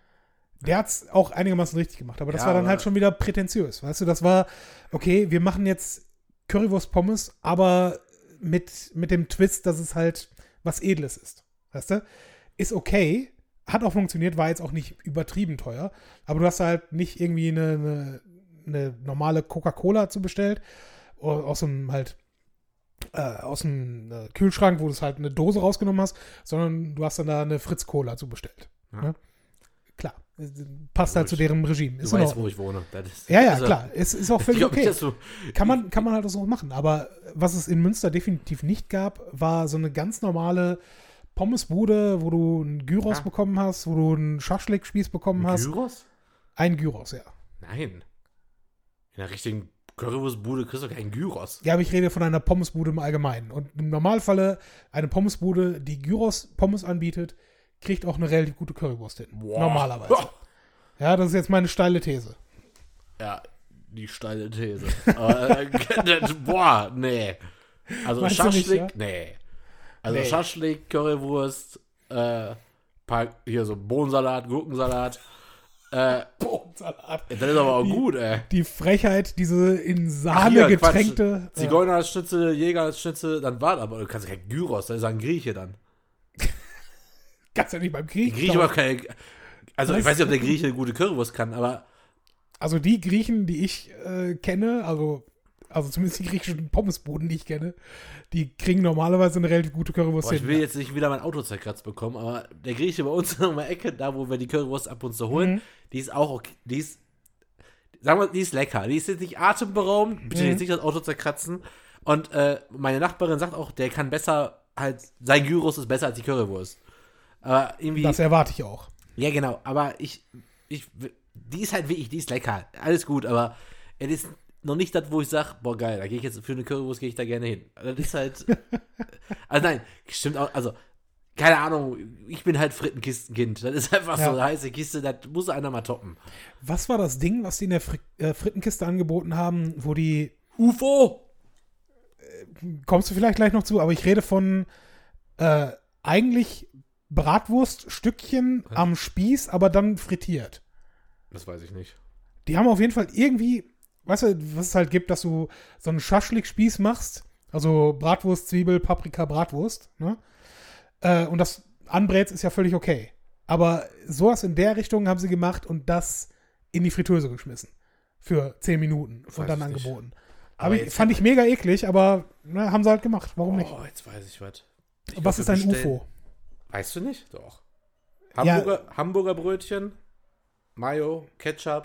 Speaker 1: Der hat es auch einigermaßen richtig gemacht, aber das
Speaker 2: Ja,
Speaker 1: war dann
Speaker 2: aber-
Speaker 1: halt schon wieder prätentiös. Weißt du, das war, okay, wir machen jetzt Currywurst-Pommes, aber mit, mit dem Twist, dass es halt was Edles ist. Weißt du? Ist okay, hat auch funktioniert, war jetzt auch nicht übertrieben teuer, aber du hast halt nicht irgendwie eine, eine, eine normale Coca-Cola zu bestellt, o- aus dem halt äh, aus dem äh, Kühlschrank, wo du es halt eine Dose rausgenommen hast, sondern du hast dann da eine Fritz-Cola zu bestellt.
Speaker 2: Ja.
Speaker 1: Ne? Klar, äh, passt
Speaker 2: Ja,
Speaker 1: halt zu
Speaker 2: ich-
Speaker 1: deren Regime.
Speaker 2: Du
Speaker 1: Ist in
Speaker 2: weißt,
Speaker 1: Ordnung.
Speaker 2: wo ich wohne. Das ist,
Speaker 1: Ja, ja,
Speaker 2: also,
Speaker 1: klar. Es ist auch
Speaker 2: ich
Speaker 1: völlig
Speaker 2: glaub nicht,
Speaker 1: okay.
Speaker 2: dass du-
Speaker 1: Kann man, kann man halt auch so machen. Aber was es in Münster definitiv nicht gab, war so eine ganz normale Pommesbude, wo du einen Gyros
Speaker 2: Ja.
Speaker 1: bekommen hast, wo du einen Schaschlik-Spieß bekommen hast.
Speaker 2: Gyros?
Speaker 1: Ein Gyros, ja.
Speaker 2: Nein. In der richtigen Currywurstbude kriegst du keinen Gyros.
Speaker 1: Ja, aber ich rede von einer Pommesbude im Allgemeinen. Und im Normalfalle eine Pommesbude, die Gyros-Pommes anbietet, kriegt auch eine relativ gute Currywurst hin.
Speaker 2: Boah.
Speaker 1: Normalerweise. Ja, das ist jetzt meine steile These.
Speaker 2: Ja, die steile These. Aber, äh, boah, nee. Also
Speaker 1: Meinst du nicht,
Speaker 2: Schaschlik,
Speaker 1: ja?
Speaker 2: nee. Also
Speaker 1: Nee.
Speaker 2: Schaschlik, Currywurst, äh, paar, hier so Bohnensalat, Gurkensalat. Äh,
Speaker 1: Bohnensalat.
Speaker 2: das ist aber auch
Speaker 1: Die-
Speaker 2: gut, ey.
Speaker 1: Die Frechheit, diese in
Speaker 2: Ach,
Speaker 1: Sahne
Speaker 2: hier,
Speaker 1: getränkte.
Speaker 2: Quatsch. Zigeuner als Schnitzel, Jäger als Schnitzel, dann war aber, du kannst kein Gyros, das ist ein Grieche dann.
Speaker 1: Äh, kannst ja nicht beim
Speaker 2: Die
Speaker 1: Krieg.
Speaker 2: Grieche macht keine, also
Speaker 1: Was?
Speaker 2: ich weiß nicht, ob der Grieche gute Currywurst kann, aber
Speaker 1: Also die Griechen, die ich äh, kenne, also, also zumindest die griechischen Pommesbuden, die ich kenne, die kriegen normalerweise eine relativ gute Currywurst
Speaker 2: boah, ich
Speaker 1: hin.
Speaker 2: will jetzt nicht wieder mein Auto zerkratzt bekommen, aber der Grieche bei uns in der Ecke, da wo wir die Currywurst ab und zu holen,
Speaker 1: Mhm.
Speaker 2: die ist auch okay, die ist, sagen wir, die ist lecker, die ist jetzt nicht atemberaubend, bitte
Speaker 1: Mhm.
Speaker 2: jetzt nicht das Auto zerkratzen und äh, meine Nachbarin sagt auch, der kann besser, halt, sein Gyros ist besser als die Currywurst. Aber irgendwie,
Speaker 1: Das erwarte ich auch.
Speaker 2: ja genau, aber ich, ich, die ist halt wirklich, die ist lecker, alles gut, aber es ist noch nicht das, wo ich sage, boah geil, da gehe ich jetzt für eine Currywurst, gehe ich da gerne hin. Das ist halt, also nein, stimmt auch, also, keine Ahnung, ich bin halt Frittenkistenkind, das ist einfach
Speaker 1: Ja.
Speaker 2: so eine heiße Kiste, das muss einer mal toppen.
Speaker 1: Was war das Ding, was die in der Fri äh, Frittenkiste angeboten haben, wo die,
Speaker 2: U F O!
Speaker 1: kommst du vielleicht gleich noch zu, aber ich rede von äh, eigentlich Bratwurststückchen
Speaker 2: Was?
Speaker 1: am Spieß, aber dann frittiert.
Speaker 2: Das weiß ich nicht.
Speaker 1: Die haben auf jeden Fall irgendwie, weißt du, was es halt gibt, dass du so einen Schaschlik-Spieß machst, also Bratwurst, Zwiebel, Paprika, Bratwurst, ne? Äh, und das anbrätst ist ja völlig okay. Aber sowas in der Richtung haben sie gemacht und das in die Fritteuse geschmissen. Für zehn Minuten
Speaker 2: Weiß
Speaker 1: und dann
Speaker 2: ich nicht.
Speaker 1: angeboten.
Speaker 2: Aber
Speaker 1: Aber ich,
Speaker 2: jetzt-
Speaker 1: fand ich mega eklig, aber ne, haben sie halt gemacht. Warum nicht?
Speaker 2: Oh, jetzt weiß ich was. Ich
Speaker 1: Was
Speaker 2: glaub,
Speaker 1: ist
Speaker 2: wir
Speaker 1: ein
Speaker 2: bestellen-
Speaker 1: U F O?
Speaker 2: Weißt du nicht? Doch.
Speaker 1: Ja.
Speaker 2: Hamburger, Hamburger Brötchen, Mayo, Ketchup,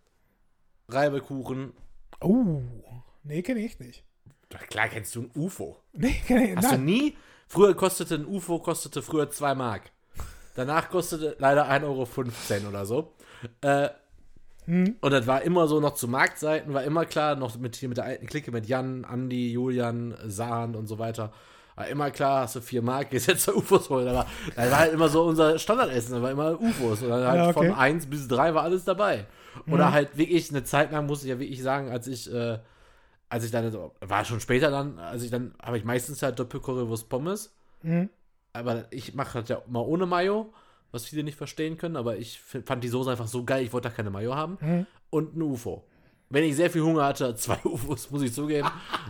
Speaker 2: Reibekuchen.
Speaker 1: Oh, nee, kenne ich nicht.
Speaker 2: Doch, klar kennst du ein U F O.
Speaker 1: Nee, kenne ich
Speaker 2: Hast du
Speaker 1: nein.
Speaker 2: nie? Früher kostete ein U F O kostete früher zwei Mark. Danach kostete leider ein Euro fünfzehn oder so. Äh,
Speaker 1: Hm.
Speaker 2: und das war immer so noch zu Marktseiten, war immer klar, noch mit, hier mit der alten Clique mit Jan, Andi, Julian, Sahn und so weiter. War immer klar, hast du vier Mark, gehst jetzt zu U F Os holen. Aber das war halt immer so unser Standardessen, da war immer U F Os. Und dann halt
Speaker 1: Ja, okay.
Speaker 2: von eins bis drei war alles dabei. Oder
Speaker 1: Mhm.
Speaker 2: halt wirklich eine Zeit lang, muss ich ja wirklich sagen, als ich, äh, als ich dann, war schon später dann, als ich dann, habe ich meistens halt Doppelcurrywurst Pommes.
Speaker 1: Hm.
Speaker 2: Aber ich mache das ja mal ohne Mayo, was viele nicht verstehen können, aber ich f- fand die Soße einfach so geil, ich wollte da keine Mayo haben.
Speaker 1: Hm.
Speaker 2: Und ein U F O. Wenn ich sehr viel Hunger hatte, zwei U F Os, muss ich zugeben.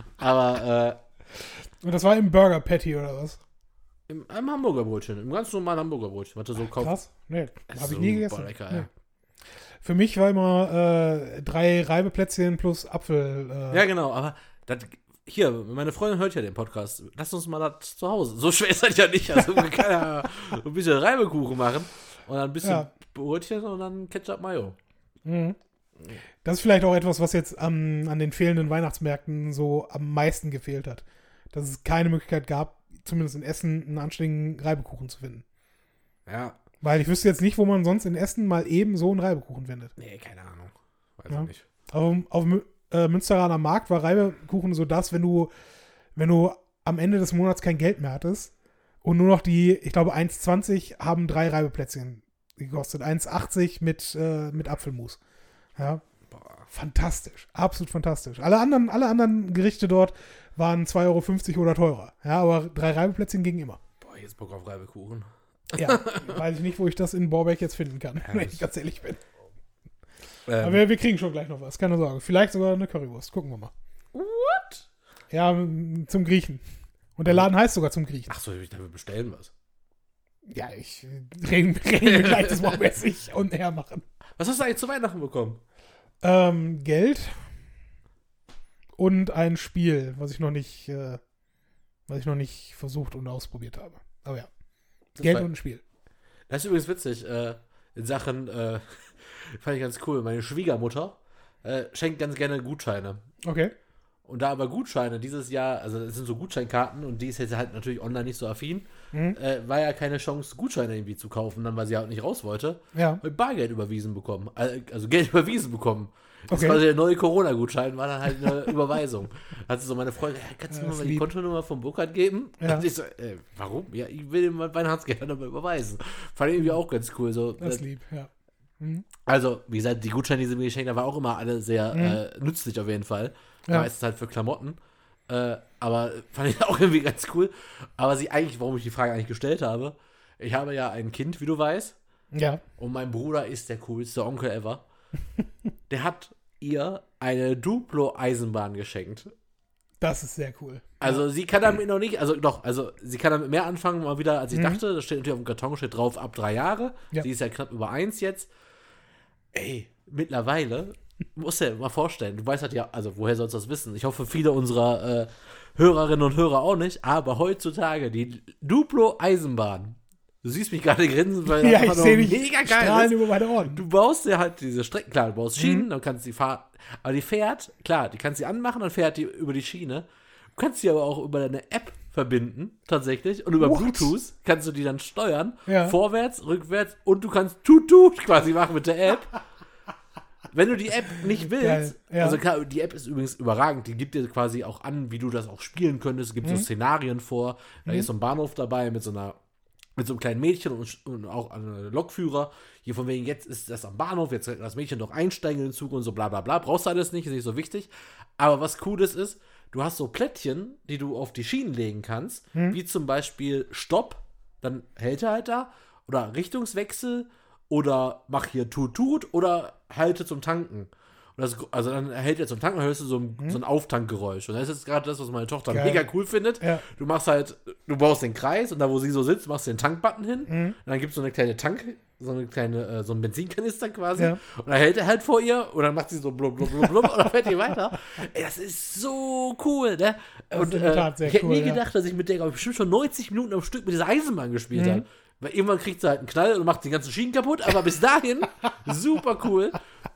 Speaker 2: Aber
Speaker 1: Und das war im Burger Patty oder was?
Speaker 2: äh, im, im Hamburger Brötchen, im ganz normalen Hamburger Brötchen, was du so kaufst.
Speaker 1: Krass. Nee,
Speaker 2: Das
Speaker 1: habe
Speaker 2: ist
Speaker 1: ich nie
Speaker 2: super
Speaker 1: gegessen.
Speaker 2: lecker,
Speaker 1: Nee.
Speaker 2: ja.
Speaker 1: Für mich war immer äh, drei Reibeplätzchen plus Apfel. Äh,
Speaker 2: Ja, genau, aber das, hier, meine Freundin hört ja den Podcast. Lass uns mal das zu Hause. So schwer ist das ja nicht. Also man kann ja ein bisschen Reibekuchen machen und dann ein bisschen
Speaker 1: Ja.
Speaker 2: Brötchen und dann Ketchup Mayo.
Speaker 1: Mhm. Das ist vielleicht auch etwas, was jetzt am, an den fehlenden Weihnachtsmärkten so am meisten gefehlt hat. Dass es keine Möglichkeit gab, zumindest in Essen, einen anständigen Reibekuchen zu finden.
Speaker 2: Ja,
Speaker 1: Weil ich wüsste jetzt nicht, wo man sonst in Essen mal eben so einen Reibekuchen findet.
Speaker 2: nee, keine Ahnung. Weiß
Speaker 1: Ja.
Speaker 2: ich nicht.
Speaker 1: Aber auf dem äh, Münsteraner Markt war Reibekuchen so das, wenn du, wenn du am Ende des Monats kein Geld mehr hattest und nur noch die, ich glaube, eins zwanzig haben drei Reibeplätzchen gekostet. eins achtzig mit, äh, mit Apfelmus. Ja,
Speaker 2: Boah.
Speaker 1: fantastisch. Absolut fantastisch. Alle anderen, alle anderen Gerichte dort waren zwei Euro fünfzig oder teurer. Ja, aber drei Reibeplätzchen gingen immer.
Speaker 2: Boah, jetzt Bock auf Reibekuchen.
Speaker 1: Ja, weiß ich nicht, wo ich das in Borbeck jetzt finden kann,
Speaker 2: Ja,
Speaker 1: wenn
Speaker 2: das-
Speaker 1: ich ganz ehrlich bin.
Speaker 2: Ähm,
Speaker 1: Aber wir, wir kriegen schon gleich noch was, keine Sorge. Vielleicht sogar eine Currywurst. Gucken wir mal.
Speaker 2: what?
Speaker 1: Ja, m, zum Griechen. Und der Laden heißt sogar zum Griechen.
Speaker 2: Ach so, ich dachte, wir bestellen was.
Speaker 1: Ja, ich äh, reden, reden wir gleich, das wollen wir jetzt nicht on air machen.
Speaker 2: Was hast du eigentlich zu Weihnachten bekommen?
Speaker 1: Ähm, Geld und ein Spiel, was ich noch nicht, äh, was ich noch nicht versucht und ausprobiert habe. Aber ja,
Speaker 2: Das
Speaker 1: Geld
Speaker 2: war-
Speaker 1: und ein Spiel.
Speaker 2: Das ist übrigens witzig. Äh, in Sachen, äh, fand ich ganz cool. Meine Schwiegermutter äh, schenkt ganz gerne Gutscheine.
Speaker 1: Okay.
Speaker 2: Und da aber Gutscheine dieses Jahr, also das sind so Gutscheinkarten und die ist jetzt halt natürlich online nicht so affin,
Speaker 1: Mhm.
Speaker 2: äh, war ja keine Chance, Gutscheine irgendwie zu kaufen, dann weil sie halt nicht raus wollte,
Speaker 1: Ja.
Speaker 2: und Bargeld überwiesen bekommen. Äh, Also Geld überwiesen bekommen. Das
Speaker 1: Okay.
Speaker 2: war der neue Corona-Gutschein, war dann halt eine Überweisung. Hat sie so meine Freundin, ja, kannst du
Speaker 1: Ja,
Speaker 2: mir
Speaker 1: ist
Speaker 2: mal die
Speaker 1: lieb.
Speaker 2: Kontonummer vom Burkhard geben?
Speaker 1: Ja.
Speaker 2: Und ich so, äh, warum? Ja, ich will ihm mein Weihnachtsgeld nochmal überweisen. Fand ich irgendwie auch ganz cool. So,
Speaker 1: Das ist
Speaker 2: äh,
Speaker 1: lieb, ja. Mhm.
Speaker 2: Also, wie gesagt, die Gutscheine, die sie mir geschenkt haben, waren auch immer alle sehr
Speaker 1: Mhm.
Speaker 2: äh, nützlich auf jeden Fall.
Speaker 1: Ja.
Speaker 2: Meistens halt für Klamotten. Äh, aber fand ich auch irgendwie ganz cool. Aber sie eigentlich, warum ich die Frage eigentlich gestellt habe, ich habe ja ein Kind, wie du weißt.
Speaker 1: Ja.
Speaker 2: Und mein Bruder ist der coolste Onkel ever. Der hat ihr eine Duplo-Eisenbahn geschenkt.
Speaker 1: Das ist sehr cool.
Speaker 2: Also sie kann damit noch nicht, also doch, also sie kann damit mehr anfangen, mal wieder, als ich
Speaker 1: Mhm.
Speaker 2: dachte. Da steht natürlich auf dem Karton, steht drauf, ab drei Jahre.
Speaker 1: Ja.
Speaker 2: Sie ist ja knapp über eins jetzt. Ey, mittlerweile, musst du dir mal vorstellen, du weißt halt ja, also woher sollst du das wissen? Ich hoffe, viele unserer äh, Hörerinnen und Hörer auch nicht, aber heutzutage die Duplo-Eisenbahn. Du siehst mich gerade grinsen, weil
Speaker 1: Ja,
Speaker 2: das
Speaker 1: ich
Speaker 2: einfach
Speaker 1: sehe
Speaker 2: nur
Speaker 1: dich
Speaker 2: mega geil
Speaker 1: strahlen
Speaker 2: ist.
Speaker 1: über meine Ohren.
Speaker 2: Du baust dir halt diese Strecken, klar, du baust Schienen,
Speaker 1: Mhm.
Speaker 2: dann kannst du die fahren, aber die fährt, klar, die kannst du anmachen, dann fährt die über die Schiene. Du kannst sie aber auch über deine App verbinden, tatsächlich, und über
Speaker 1: What?
Speaker 2: Bluetooth kannst du die dann steuern,
Speaker 1: Ja.
Speaker 2: vorwärts, rückwärts, und du kannst Tut-Tut quasi machen mit der App. Wenn du die App nicht willst,
Speaker 1: Geil, ja.
Speaker 2: also klar, die App ist übrigens überragend, die gibt dir quasi auch an, wie du das auch spielen könntest, es gibt
Speaker 1: Mhm.
Speaker 2: so Szenarien vor, da ist so ein Bahnhof dabei mit so einer mit so einem kleinen Mädchen und, und auch einem Lokführer. Hier von wegen, jetzt ist das am Bahnhof, jetzt kann das Mädchen doch einsteigen in den Zug und so bla bla bla. Brauchst du alles nicht, ist nicht so wichtig. Aber was Cooles ist, du hast so Plättchen, die du auf die Schienen legen kannst,
Speaker 1: Hm.
Speaker 2: wie zum Beispiel Stopp, dann hält er halt da, oder Richtungswechsel, oder mach hier Tut Tut, oder halte zum Tanken. Und das, also dann hält er zum Tanken, dann hörst du so ein, so ein Auftankgeräusch. Und das ist jetzt gerade das, was meine Tochter
Speaker 1: Geil.
Speaker 2: mega cool findet.
Speaker 1: Ja.
Speaker 2: Du machst halt, du baust den Kreis und da, wo sie so sitzt, machst du den Tankbutton hin.
Speaker 1: Mhm.
Speaker 2: Und dann gibt es so eine kleine Tank, so eine kleine, äh, so ein Benzinkanister quasi.
Speaker 1: Ja.
Speaker 2: Und dann hält er halt vor ihr und dann macht sie so blub, blub, blub, blub und dann fährt die weiter. Ey, das ist so cool, ne?
Speaker 1: Das
Speaker 2: Und
Speaker 1: ist in der
Speaker 2: äh,
Speaker 1: Tat sehr
Speaker 2: ich hätte
Speaker 1: cool,
Speaker 2: nie
Speaker 1: ja.
Speaker 2: gedacht, dass ich mit der, glaube ich, bestimmt schon neunzig Minuten am Stück mit dieser Eisenbahn gespielt
Speaker 1: Mhm.
Speaker 2: habe. Weil irgendwann kriegt sie halt einen Knall und macht die ganzen Schienen kaputt, aber bis dahin super cool.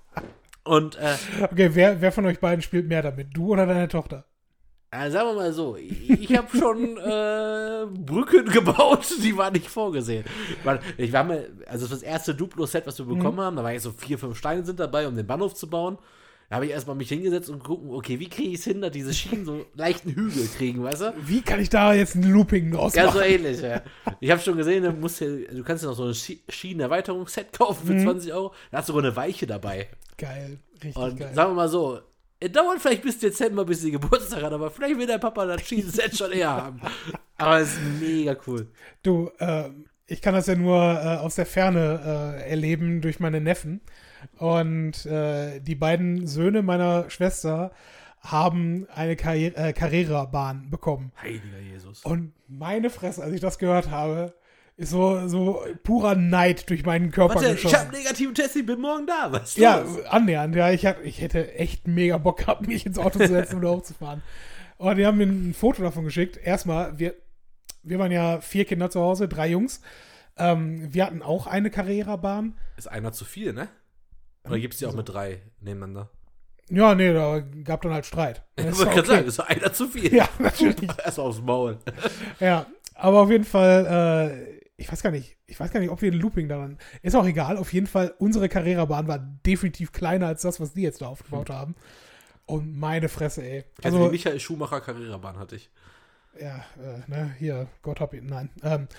Speaker 2: Und äh,
Speaker 1: Okay, wer, wer von euch beiden spielt mehr damit? Du oder deine Tochter?
Speaker 2: äh, sagen wir mal so, ich, ich habe schon äh, Brücken gebaut, die waren nicht vorgesehen. Weil ich war mir, also das erste Duplo-Set, was wir bekommen haben, da waren jetzt so vier, fünf Steine sind dabei, um den Bahnhof zu bauen. Da habe ich erstmal mich hingesetzt und gucken, okay, wie kriege ich es hin, dass diese Schienen so leichten Hügel kriegen, weißt du?
Speaker 1: Wie kann ich da jetzt ein Looping draus
Speaker 2: Ja, so
Speaker 1: machen?
Speaker 2: ähnlich, ja. Ich habe schon gesehen, du, musst ja, du kannst ja noch so ein Schi- Schienenerweiterungsset kaufen für
Speaker 1: Mhm.
Speaker 2: zwanzig Euro. Da hast du sogar eine Weiche dabei.
Speaker 1: Geil, richtig
Speaker 2: Und
Speaker 1: geil.
Speaker 2: sagen wir mal so, es dauert vielleicht bis Dezember, bis sie Geburtstag hat, aber vielleicht will der Papa das Schienenset schon eher haben. Aber es ist mega cool.
Speaker 1: Du, äh, ich kann das ja nur äh, aus der Ferne äh, erleben durch meine Neffen. Und äh, die beiden Söhne meiner Schwester haben eine Karri- äh, Carrera-Bahn bekommen.
Speaker 2: Heiliger Jesus.
Speaker 1: Und meine Fresse, als ich das gehört habe, ist so, so purer Neid durch meinen Körper
Speaker 2: Warte,
Speaker 1: geschossen.
Speaker 2: ich habe einen negativen Test, ich bin morgen da. Was ist
Speaker 1: Ja,
Speaker 2: los?
Speaker 1: annähernd. Ja, ich, hab, ich hätte echt mega Bock gehabt, mich ins Auto zu setzen und da hochzufahren. Und die haben mir ein Foto davon geschickt. Erstmal, wir, wir waren ja vier Kinder zu Hause, drei Jungs. Ähm, wir hatten auch eine Carrera-Bahn.
Speaker 2: Ist einer zu viel, ne? Oder gibt es die auch
Speaker 1: Also-
Speaker 2: mit drei nebeneinander?
Speaker 1: Ja, nee, da gab dann halt Streit.
Speaker 2: Ich
Speaker 1: Das
Speaker 2: wollte
Speaker 1: war
Speaker 2: gerade
Speaker 1: okay.
Speaker 2: sagen, ist einer zu viel.
Speaker 1: Ja, natürlich.
Speaker 2: Erstmal aufs Maul.
Speaker 1: Ja, aber auf jeden Fall, äh, ich weiß gar nicht, ich weiß gar nicht, ob wir ein Looping daran. Ist auch egal, auf jeden Fall, unsere Carrera-Bahn war definitiv kleiner als das, was die jetzt da aufgebaut haben. Und meine Fresse, ey.
Speaker 2: Also
Speaker 1: Also,
Speaker 2: die Michael Schumacher Carrera-Bahn hatte ich.
Speaker 1: ja, äh, ne, hier, Gott hab ihn, nein. Ähm,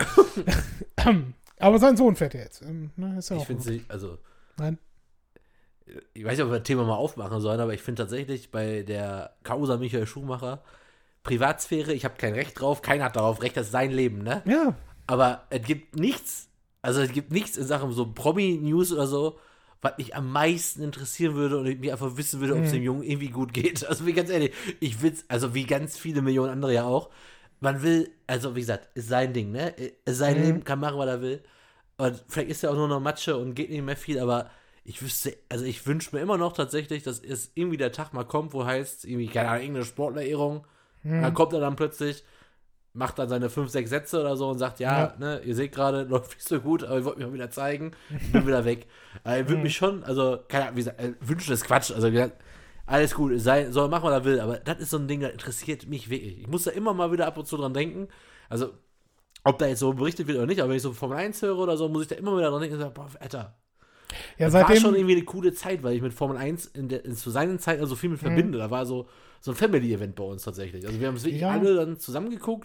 Speaker 1: aber sein Sohn fährt ja jetzt. Ähm, ne, ist ja
Speaker 2: Ich
Speaker 1: auch
Speaker 2: finde
Speaker 1: gut.
Speaker 2: sie, also
Speaker 1: Nein.
Speaker 2: ich weiß nicht, ob wir das Thema mal aufmachen sollen, aber ich finde tatsächlich bei der Causa Michael Schumacher Privatsphäre, ich habe kein Recht drauf, keiner hat darauf Recht, das ist sein Leben, ne?
Speaker 1: Ja,
Speaker 2: Aber es gibt nichts, also es gibt nichts in Sachen so Promi-News oder so, was mich am meisten interessieren würde und ich mir einfach wissen würde, ob es
Speaker 1: Mhm.
Speaker 2: dem Jungen irgendwie gut geht. Also wie ganz ehrlich, ich will, also wie ganz viele Millionen andere ja auch, man will, also wie gesagt, ist sein Ding, ne? Ist sein
Speaker 1: Mhm.
Speaker 2: Leben, kann machen, was er will. Und vielleicht ist er auch nur noch Matsche und geht nicht mehr viel, aber ich wüsste, also ich wünsche mir immer noch tatsächlich, dass es irgendwie der Tag mal kommt, wo heißt, irgendwie, keine Ahnung, irgendeine Sportlerehrung,
Speaker 1: Mhm.
Speaker 2: dann kommt er dann plötzlich, macht dann seine fünf, sechs Sätze oder so und sagt, ja,
Speaker 1: Ja.
Speaker 2: ne, ihr seht gerade, läuft nicht so gut, aber ihr wollt mir mal wieder zeigen, ich bin wieder weg. Aber er würde
Speaker 1: Mhm.
Speaker 2: mich schon, also, keine Ahnung, wie gesagt, äh, wünschen ist Quatsch, also wie gesagt, alles gut, sei, soll machen, was er will, aber das ist so ein Ding, das interessiert mich wirklich. Ich muss da immer mal wieder ab und zu dran denken, also, ob da jetzt so berichtet wird oder nicht, aber wenn ich so Formel eins höre oder so, muss ich da immer wieder dran denken und sagen, boah, Alter,
Speaker 1: ja
Speaker 2: das war
Speaker 1: seitdem,
Speaker 2: schon irgendwie eine coole Zeit, weil ich mit Formel eins in der, in, zu seinen Zeiten also viel mit verbinde. Da war so, so ein Family-Event bei uns tatsächlich. Also wir haben es wirklich
Speaker 1: Ja.
Speaker 2: alle dann zusammengeguckt.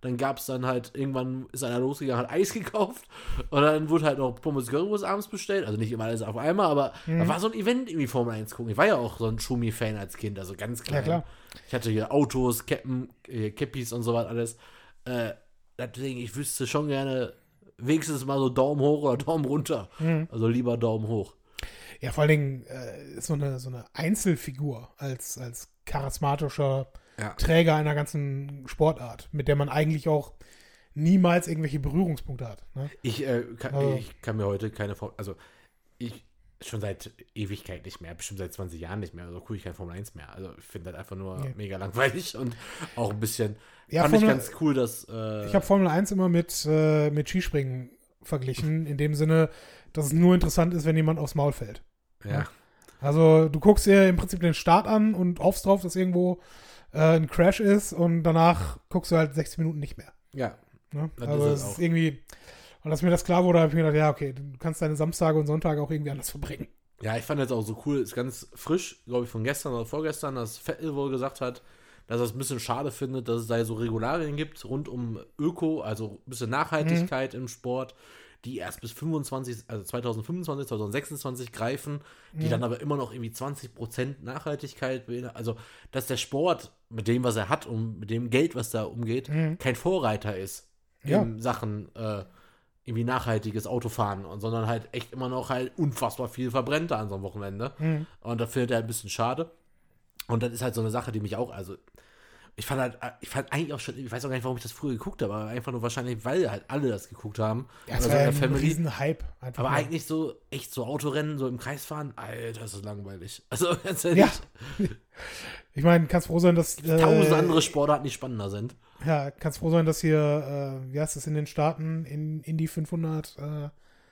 Speaker 2: Dann gab es dann halt, irgendwann ist einer losgegangen, hat Eis gekauft und dann wurde halt noch Pommes Currywurst abends bestellt. Also nicht immer alles auf einmal, aber
Speaker 1: Mhm.
Speaker 2: da war so ein Event irgendwie Formel eins gucken. Ich war ja auch so ein Schumi-Fan als Kind, also ganz klein.
Speaker 1: Ja, klar.
Speaker 2: Ich hatte hier Autos, Keppen, äh, Käppis und so was alles. Äh, deswegen, ich wüsste schon gerne wenigstens mal so Daumen hoch oder Daumen runter.
Speaker 1: Mhm.
Speaker 2: Also lieber Daumen hoch.
Speaker 1: Ja, vor allen Dingen äh, so, eine, so eine Einzelfigur als, als charismatischer
Speaker 2: Ja.
Speaker 1: Träger einer ganzen Sportart, mit der man eigentlich auch niemals irgendwelche Berührungspunkte hat. Ne?
Speaker 2: Ich, äh, kann,
Speaker 1: Also-
Speaker 2: ich kann mir heute keine Formel, also ich schon seit Ewigkeit nicht mehr, bestimmt seit zwanzig Jahren nicht mehr, also gucke ich kein Formel eins mehr. Also ich finde das einfach nur
Speaker 1: Nee.
Speaker 2: mega langweilig und auch ein bisschen,
Speaker 1: Ja,
Speaker 2: fand ich
Speaker 1: Formel-
Speaker 2: ganz cool, dass äh,
Speaker 1: Ich habe Formel eins immer mit, äh, mit Skispringen verglichen, in dem Sinne, dass es nur interessant ist, wenn jemand aufs Maul fällt.
Speaker 2: ja,
Speaker 1: Also du guckst dir im Prinzip den Start an und hoffst drauf, dass irgendwo äh, ein Crash ist und danach guckst du halt sechzig Minuten nicht mehr.
Speaker 2: ja,
Speaker 1: Ne?
Speaker 2: Das
Speaker 1: Also
Speaker 2: ist
Speaker 1: es
Speaker 2: es
Speaker 1: ist
Speaker 2: auch.
Speaker 1: irgendwie, und als mir das klar wurde, habe ich mir gedacht, ja, okay, du kannst deine Samstage und Sonntage auch irgendwie anders verbringen.
Speaker 2: ja, ich fand jetzt auch so cool, ist ganz frisch, glaube ich, von gestern oder vorgestern, dass Vettel wohl gesagt hat, dass er es ein bisschen schade findet, dass es da so Regularien gibt rund um Öko, also ein bisschen Nachhaltigkeit im Sport, die erst bis fünfundzwanzig, also zweitausendfünfundzwanzig, zweitausendsechsundzwanzig greifen, die
Speaker 1: Mhm.
Speaker 2: dann aber immer noch irgendwie zwanzig Prozent Nachhaltigkeit beinhalten. Also, dass der Sport mit dem, was er hat und mit dem Geld, was da umgeht,
Speaker 1: Mhm.
Speaker 2: kein Vorreiter ist
Speaker 1: Ja.
Speaker 2: in Sachen äh, irgendwie nachhaltiges Autofahren, und sondern halt echt immer noch halt unfassbar viel verbrennt da an so einem Wochenende.
Speaker 1: Mhm.
Speaker 2: Und da findet er ein bisschen schade. Und das ist halt so eine Sache, die mich auch, also ich fand halt, ich fand eigentlich auch schon, ich weiß auch gar nicht, warum ich das früher geguckt habe, aber einfach nur wahrscheinlich, weil halt alle das geguckt haben.
Speaker 1: Ja, es
Speaker 2: Oder
Speaker 1: war
Speaker 2: so
Speaker 1: ja
Speaker 2: in der
Speaker 1: ein riesen Hype. Einfach
Speaker 2: Aber
Speaker 1: mal.
Speaker 2: eigentlich so, echt so Autorennen, so im Kreis fahren, Alter, das ist langweilig. Also ganz ehrlich,
Speaker 1: Ja. Ich meine, kannst froh sein, dass äh,
Speaker 2: tausend andere Sportarten, die spannender sind.
Speaker 1: Ja, kannst froh sein, dass hier, äh, wie heißt es in den Staaten, in Indy fünfhundert, äh,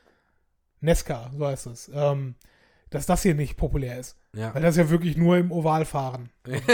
Speaker 1: Nesca, so heißt es, ähm, dass das hier nicht populär ist.
Speaker 2: Ja.
Speaker 1: Weil das ja wirklich nur im Oval fahren.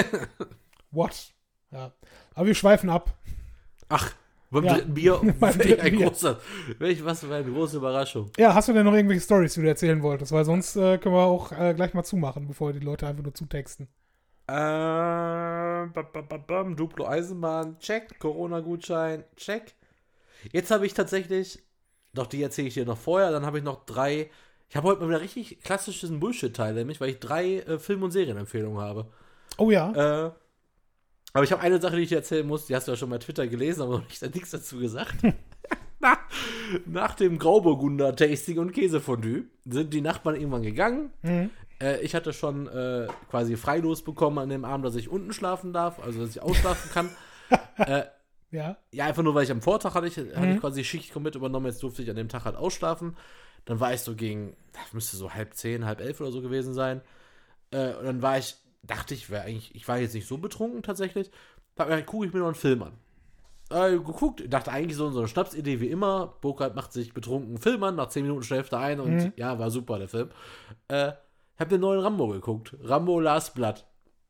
Speaker 1: What? Ja. Aber wir schweifen ab.
Speaker 2: Ach, beim
Speaker 1: Ja.
Speaker 2: dritten Bier,
Speaker 1: Beim
Speaker 2: welch
Speaker 1: dritten
Speaker 2: ein
Speaker 1: Bier.
Speaker 2: großer, welch was für eine große Überraschung.
Speaker 1: Ja, hast du denn noch irgendwelche Storys, die du erzählen wolltest? Weil sonst äh, können wir auch äh, gleich mal zumachen, bevor die Leute einfach nur zutexten.
Speaker 2: Äh, bam, bam, bam, bam, Duplo Eisenbahn, check, Corona-Gutschein, check. Jetzt habe ich tatsächlich, doch die erzähle ich dir noch vorher, dann habe ich noch drei, ich habe heute mal wieder richtig klassischen Bullshit-Teil, nämlich, weil ich drei äh, Film- und Serienempfehlungen habe.
Speaker 1: Oh ja.
Speaker 2: Äh, aber ich habe eine Sache, die ich dir erzählen muss, die hast du ja schon bei Twitter gelesen, aber noch nicht, nichts dazu gesagt. nach, nach dem Grauburgunder-Tasting und Käsefondue sind die Nachbarn irgendwann gegangen.
Speaker 1: Mhm.
Speaker 2: Äh, ich hatte schon äh, quasi Freilos bekommen an dem Abend, dass ich unten schlafen darf, also dass ich ausschlafen kann. äh,
Speaker 1: Ja.
Speaker 2: ja, einfach nur, weil ich am Vortag hatte ich, hatte
Speaker 1: Mhm.
Speaker 2: ich quasi Schicht komplett übernommen, jetzt durfte ich an dem Tag halt ausschlafen. Dann war ich so gegen, das müsste so halb zehn, halb elf oder so gewesen sein. Äh, und dann war ich, dachte ich, wäre eigentlich, ich war jetzt nicht so betrunken tatsächlich. Da ja, gucke ich mir noch einen Film an. Äh, geguckt, dachte eigentlich so, so eine Schnapsidee wie immer. Burkhard macht sich betrunken einen Film an, nach zehn Minuten schläft er ein und
Speaker 1: Mhm.
Speaker 2: ja, war super der Film. Äh, ich habe den neuen Rambo geguckt. Rambo Last Blood.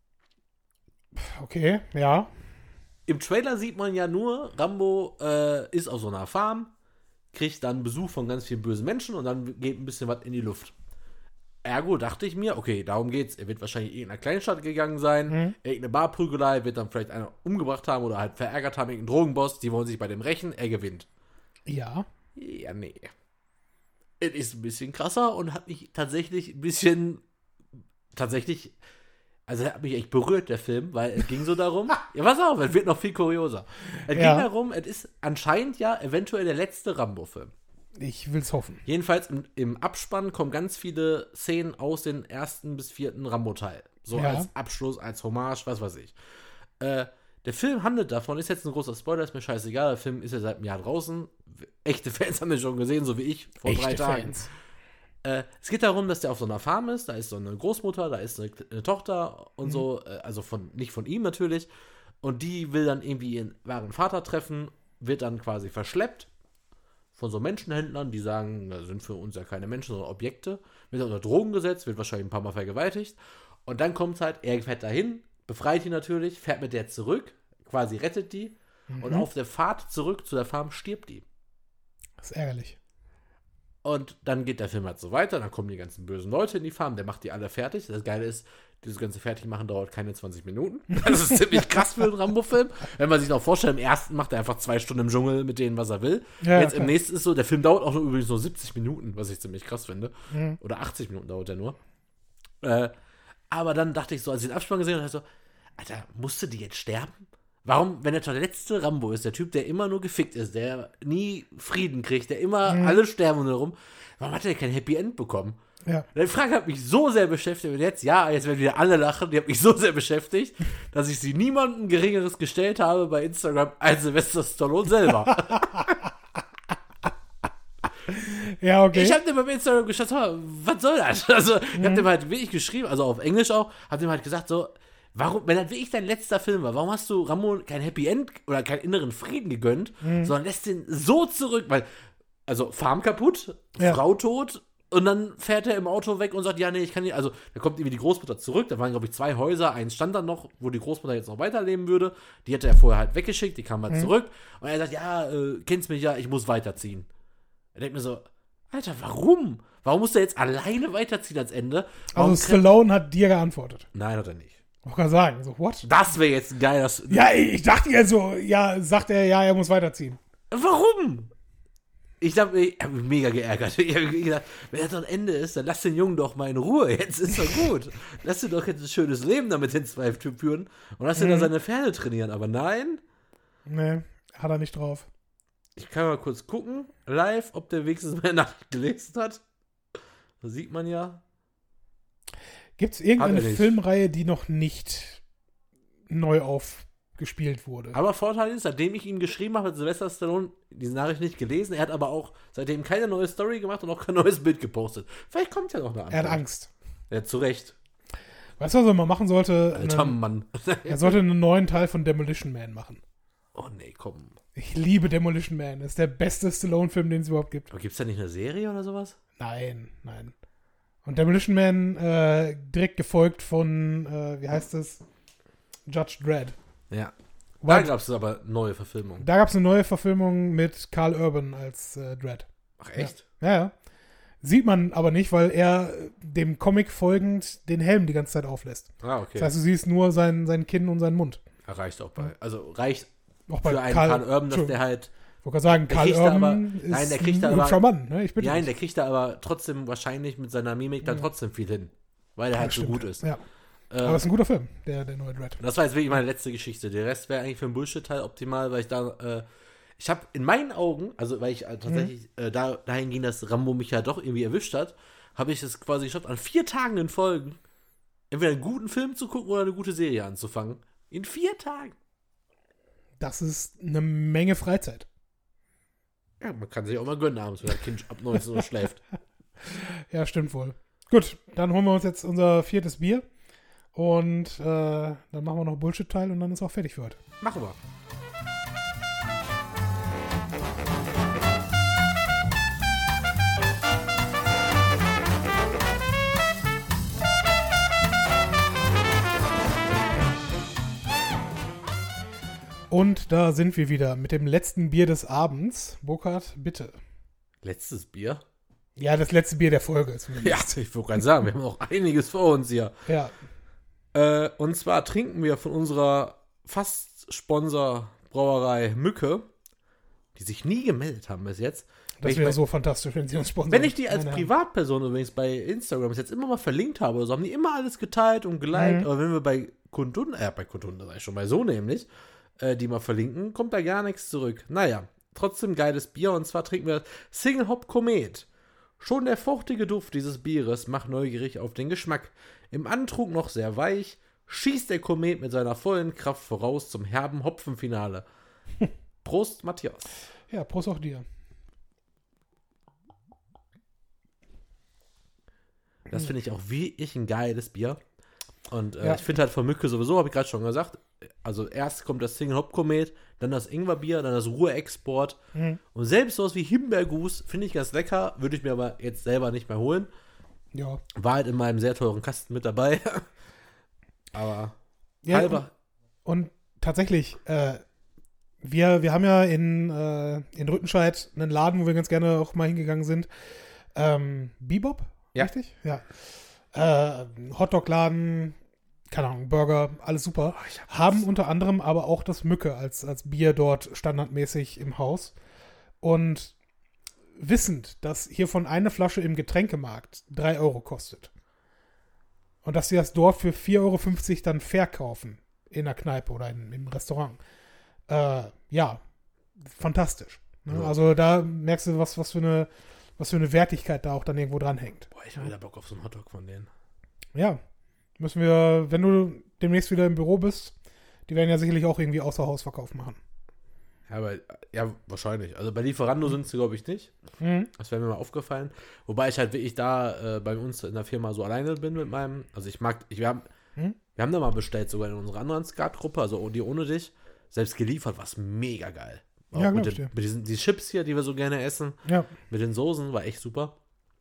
Speaker 1: Okay, ja.
Speaker 2: Im Trailer sieht man ja nur, Rambo äh, ist auf so einer Farm, kriegt dann Besuch von ganz vielen bösen Menschen und dann geht ein bisschen was in die Luft. Ergo dachte ich mir, okay, darum geht's. Er wird wahrscheinlich in irgendeiner Kleinstadt gegangen sein,
Speaker 1: Mhm.
Speaker 2: irgendeine Barprügelei, wird dann vielleicht einer umgebracht haben oder halt verärgert haben, irgendeinen Drogenboss, die wollen sich bei dem rächen, er gewinnt.
Speaker 1: Ja.
Speaker 2: Ja, nee. Es ist ein bisschen krasser und hat mich tatsächlich ein bisschen, tatsächlich, also er hat mich echt berührt, der Film, weil es ging so darum, ja, pass auf, es wird noch viel kurioser. Es
Speaker 1: Ja.
Speaker 2: ging darum, es ist anscheinend ja eventuell der letzte Rambo-Film.
Speaker 1: Ich will's hoffen.
Speaker 2: Jedenfalls im, im Abspann kommen ganz viele Szenen aus den ersten bis vierten Rambo-Teil. So
Speaker 1: Ja.
Speaker 2: als Abschluss, als Hommage, was weiß ich. Äh, der Film handelt davon, ist jetzt ein großer Spoiler, ist mir scheißegal, der Film ist ja seit einem Jahr draußen. Echte Fans haben den schon gesehen, so wie ich, vor drei Tagen. Äh, es geht darum, dass der auf so einer Farm ist, da ist so eine Großmutter, da ist eine, eine Tochter und
Speaker 1: Mhm.
Speaker 2: so, äh, also von, nicht von ihm natürlich. Und die will dann irgendwie ihren wahren Vater treffen, wird dann quasi verschleppt von so Menschenhändlern, die sagen, das sind für uns ja keine Menschen, sondern Objekte. Wird unter Drogen gesetzt, wird wahrscheinlich ein paar Mal vergewaltigt. Und dann kommt halt, er fährt dahin, befreit die natürlich, fährt mit der zurück, quasi rettet die. Und
Speaker 1: Mhm.
Speaker 2: auf der Fahrt zurück zu der Farm stirbt die.
Speaker 1: Das ist ärgerlich.
Speaker 2: Und dann geht der Film halt so weiter, dann kommen die ganzen bösen Leute in die Farm, der macht die alle fertig. Das Geile ist, Dieses ganze Fertigmachen dauert keine zwanzig Minuten. Das ist ziemlich krass für einen Rambo-Film. Wenn man sich noch vorstellt, im ersten macht er einfach zwei Stunden im Dschungel mit denen, was er will.
Speaker 1: Ja,
Speaker 2: Jetzt
Speaker 1: klar.
Speaker 2: im nächsten ist so, der Film dauert auch nur übrigens nur siebzig Minuten, was ich ziemlich krass finde.
Speaker 1: Mhm.
Speaker 2: Oder achtzig Minuten dauert er nur. Äh, aber dann dachte ich so, als ich den Abspann gesehen habe, so, Alter, musste die jetzt sterben? Warum, wenn der der letzte Rambo ist, der Typ, der immer nur gefickt ist, der nie Frieden kriegt, der immer
Speaker 1: Mhm.
Speaker 2: alle sterben darum, warum hat er kein Happy End bekommen?
Speaker 1: Ja.
Speaker 2: Die Frage hat mich so sehr beschäftigt und jetzt, ja, jetzt werden wieder alle lachen, die hat mich so sehr beschäftigt, dass ich sie niemandem Geringeres gestellt habe bei Instagram als Sylvester Stallone selber.
Speaker 1: Ja, okay.
Speaker 2: Ich hab dem bei Instagram geschaut, was soll das? Also, ich hab dem halt wirklich geschrieben, also auf Englisch auch, hab dem halt gesagt, so, warum, wenn das wirklich dein letzter Film war, warum hast du Rambo kein Happy End oder keinen inneren Frieden gegönnt, sondern lässt den so zurück, weil, also, Farm kaputt,
Speaker 1: Ja.
Speaker 2: Frau tot, und dann fährt er im Auto weg und sagt, ja, nee, ich kann nicht, also, da kommt irgendwie die Großmutter zurück, da waren, glaube ich, zwei Häuser, eins stand dann noch, wo die Großmutter jetzt noch weiterleben würde, die hätte er vorher halt weggeschickt, die kam halt zurück, und er sagt, ja, äh, kennst mich ja, ich muss weiterziehen. Er denkt mir so, Alter, warum? Warum muss der jetzt alleine weiterziehen als Ende? Warum
Speaker 1: Also
Speaker 2: kre-
Speaker 1: Stallone hat dir geantwortet.
Speaker 2: Nein, hat er nicht.
Speaker 1: Ich kann sagen, so, what?
Speaker 2: Das wäre jetzt ein geiles.
Speaker 1: Ja, ich dachte ja so, ja, sagt er, ja, er muss weiterziehen.
Speaker 2: Warum? Ich habe ich hab mich mega geärgert. Ich habe gedacht, wenn das ein Ende ist, dann lass den Jungen doch mal in Ruhe. Jetzt ist doch gut. Lass ihn doch jetzt ein schönes Leben damit den zwei Typen führen und lass ihn da seine Pferde trainieren. Aber nein,
Speaker 1: Nee, hat er nicht drauf.
Speaker 2: ich kann mal kurz gucken, live, ob der wenigstens meine Nachricht gelesen hat. Das sieht man ja.
Speaker 1: Gibt es irgendeine
Speaker 2: Hat er nicht.
Speaker 1: Filmreihe, die noch nicht neu aufgespielt wurde?
Speaker 2: Aber Vorteil ist, seitdem ich ihm geschrieben habe, hat Sylvester Stallone diese Nachricht nicht gelesen. Er hat aber auch seitdem keine neue Story gemacht und auch kein neues Bild gepostet. Vielleicht kommt ja noch eine
Speaker 1: Er hat
Speaker 2: Antwort.
Speaker 1: Angst.
Speaker 2: Ja, zu Recht.
Speaker 1: Weißt du, was er mal machen sollte?
Speaker 2: Alter
Speaker 1: Einen,
Speaker 2: Mann.
Speaker 1: er sollte einen neuen Teil von Demolition Man machen.
Speaker 2: Oh nee, komm.
Speaker 1: Ich liebe Demolition Man. Das ist der beste Stallone-Film, den es überhaupt gibt.
Speaker 2: Aber gibt's da nicht eine Serie oder sowas?
Speaker 1: Nein, nein. Und Demolition Man äh, direkt gefolgt von, äh, wie heißt es? Judge Dredd.
Speaker 2: Ja. Da
Speaker 1: Weil,
Speaker 2: gab es aber neue Verfilmungen.
Speaker 1: da gab es eine neue Verfilmung mit Carl Urban als äh, Dredd.
Speaker 2: Ach echt?
Speaker 1: Ja, ja. Sieht man aber nicht, weil er äh, dem Comic folgend den Helm die ganze Zeit auflässt.
Speaker 2: Ah, okay.
Speaker 1: Das heißt, du siehst nur sein, sein Kinn und seinen Mund.
Speaker 2: Ja, reicht auch bei. Also reicht
Speaker 1: Auch bei
Speaker 2: für einen Karl Urban, dass der halt.
Speaker 1: Ich wollte gerade sagen,
Speaker 2: Der
Speaker 1: Karl
Speaker 2: kriegt da
Speaker 1: Urban
Speaker 2: aber-
Speaker 1: ist
Speaker 2: nein, der kriegt da
Speaker 1: ein
Speaker 2: aber-
Speaker 1: hübscher Mann. Ne? Ich bitte
Speaker 2: Nein,
Speaker 1: dich.
Speaker 2: der kriegt da aber trotzdem wahrscheinlich mit seiner Mimik dann trotzdem viel hin. Weil er halt so
Speaker 1: Stimmt.
Speaker 2: gut ist.
Speaker 1: Ja.
Speaker 2: Äh,
Speaker 1: Aber es ist ein guter Film, der, der neue Dredd.
Speaker 2: Das war jetzt wirklich meine letzte Geschichte. Der Rest wäre eigentlich für einen Bullshit-Teil optimal, weil ich da, äh, ich habe in meinen Augen, also weil ich äh, tatsächlich
Speaker 1: Mhm.
Speaker 2: äh, da, dahin ging, dass Rambo mich ja doch irgendwie erwischt hat, habe ich es quasi geschafft, an vier Tagen in Folgen entweder einen guten Film zu gucken oder eine gute Serie anzufangen. In vier Tagen.
Speaker 1: Das ist eine Menge Freizeit.
Speaker 2: Ja, man kann sich auch mal gönnen abends, wenn das Kind ab neunzehn Uhr schläft.
Speaker 1: Ja, stimmt wohl. Gut, dann holen wir uns jetzt unser viertes Bier. Und äh, dann machen wir noch Bullshit-Teil und dann ist auch fertig für heute.
Speaker 2: Machen wir.
Speaker 1: Und da sind wir wieder mit dem letzten Bier des Abends. Burkhard, bitte.
Speaker 2: Letztes Bier?
Speaker 1: Ja, das letzte Bier der Folge. Zumindest.
Speaker 2: Ja, ich wollte gerade sagen, wir haben noch einiges vor uns hier.
Speaker 1: Ja.
Speaker 2: Äh, und zwar trinken wir von unserer Fast-Sponsor-Brauerei Mücke, die sich nie gemeldet haben bis jetzt. Wenn
Speaker 1: Das
Speaker 2: ich,
Speaker 1: wäre
Speaker 2: bei,
Speaker 1: so fantastisch, wenn sie uns sponsern.
Speaker 2: wenn ich die als
Speaker 1: Meine
Speaker 2: Privatperson übrigens bei Instagram jetzt immer mal verlinkt habe, so haben die immer alles geteilt und geliked,
Speaker 1: Mhm.
Speaker 2: aber wenn wir bei Kundun, äh, bei Kundun, das sag ich schon bei so nämlich, äh, die mal verlinken, kommt da gar nichts zurück. Naja, trotzdem geiles Bier und zwar trinken wir Single Hop Komet. Schon der fruchtige Duft dieses Bieres macht neugierig auf den Geschmack. Im Antrunk noch sehr weich, schießt der Komet mit seiner vollen Kraft voraus zum herben Hopfenfinale. Prost, Matthias.
Speaker 1: Ja, Prost auch dir.
Speaker 2: Das finde ich auch wirklich ein geiles Bier. Und äh,
Speaker 1: Ja.
Speaker 2: ich finde halt von Mücke sowieso, habe ich gerade schon gesagt, also erst kommt das Single Hop Komet, dann das Ingwerbier, dann das Ruhr-Export.
Speaker 1: Mhm.
Speaker 2: Und selbst sowas wie Himbeergus finde ich ganz lecker, würde ich mir aber jetzt selber nicht mehr holen.
Speaker 1: Ja.
Speaker 2: War halt in meinem sehr teuren Kasten mit dabei. Aber
Speaker 1: ja
Speaker 2: halber.
Speaker 1: Und, und tatsächlich, äh, wir, wir haben ja in, äh, in Rüttenscheid einen Laden, wo wir ganz gerne auch mal hingegangen sind. Ähm, Bebop?
Speaker 2: Ja.
Speaker 1: Richtig? Ja. Äh, Hotdog-Laden, keine Ahnung, Burger, alles super. Haben unter anderem aber auch das Mücke als, als Bier dort standardmäßig im Haus. Und wissend, dass hiervon eine Flasche im Getränkemarkt drei Euro kostet. Und dass sie das dort für vier Euro fünfzig dann verkaufen. In der Kneipe oder in, im Restaurant. Äh, ja, fantastisch. Ne? Ja. Also da merkst du, was, was, für eine, was für eine Wertigkeit da auch dann irgendwo dran hängt.
Speaker 2: Boah, ich habe wieder Bock auf so einen Hotdog von denen.
Speaker 1: Ja, müssen wir, wenn du demnächst wieder im Büro bist, die werden ja sicherlich auch irgendwie Außerhausverkauf machen.
Speaker 2: Ja, aber, ja, wahrscheinlich. Also bei Lieferando mhm. sind sie, glaube ich, nicht. Mhm. Das wäre mir mal aufgefallen. Wobei ich halt wirklich da äh, bei uns in der Firma so alleine bin mit meinem, also ich mag, ich, wir, haben, mhm. wir haben da mal bestellt, sogar in unserer anderen Skat-Gruppe, also die ohne dich, selbst geliefert, war es mega geil. Auch
Speaker 1: ja,
Speaker 2: mit,
Speaker 1: den,
Speaker 2: den, mit diesen die Chips hier, die wir so gerne essen,
Speaker 1: ja. mit
Speaker 2: den Soßen, war echt super.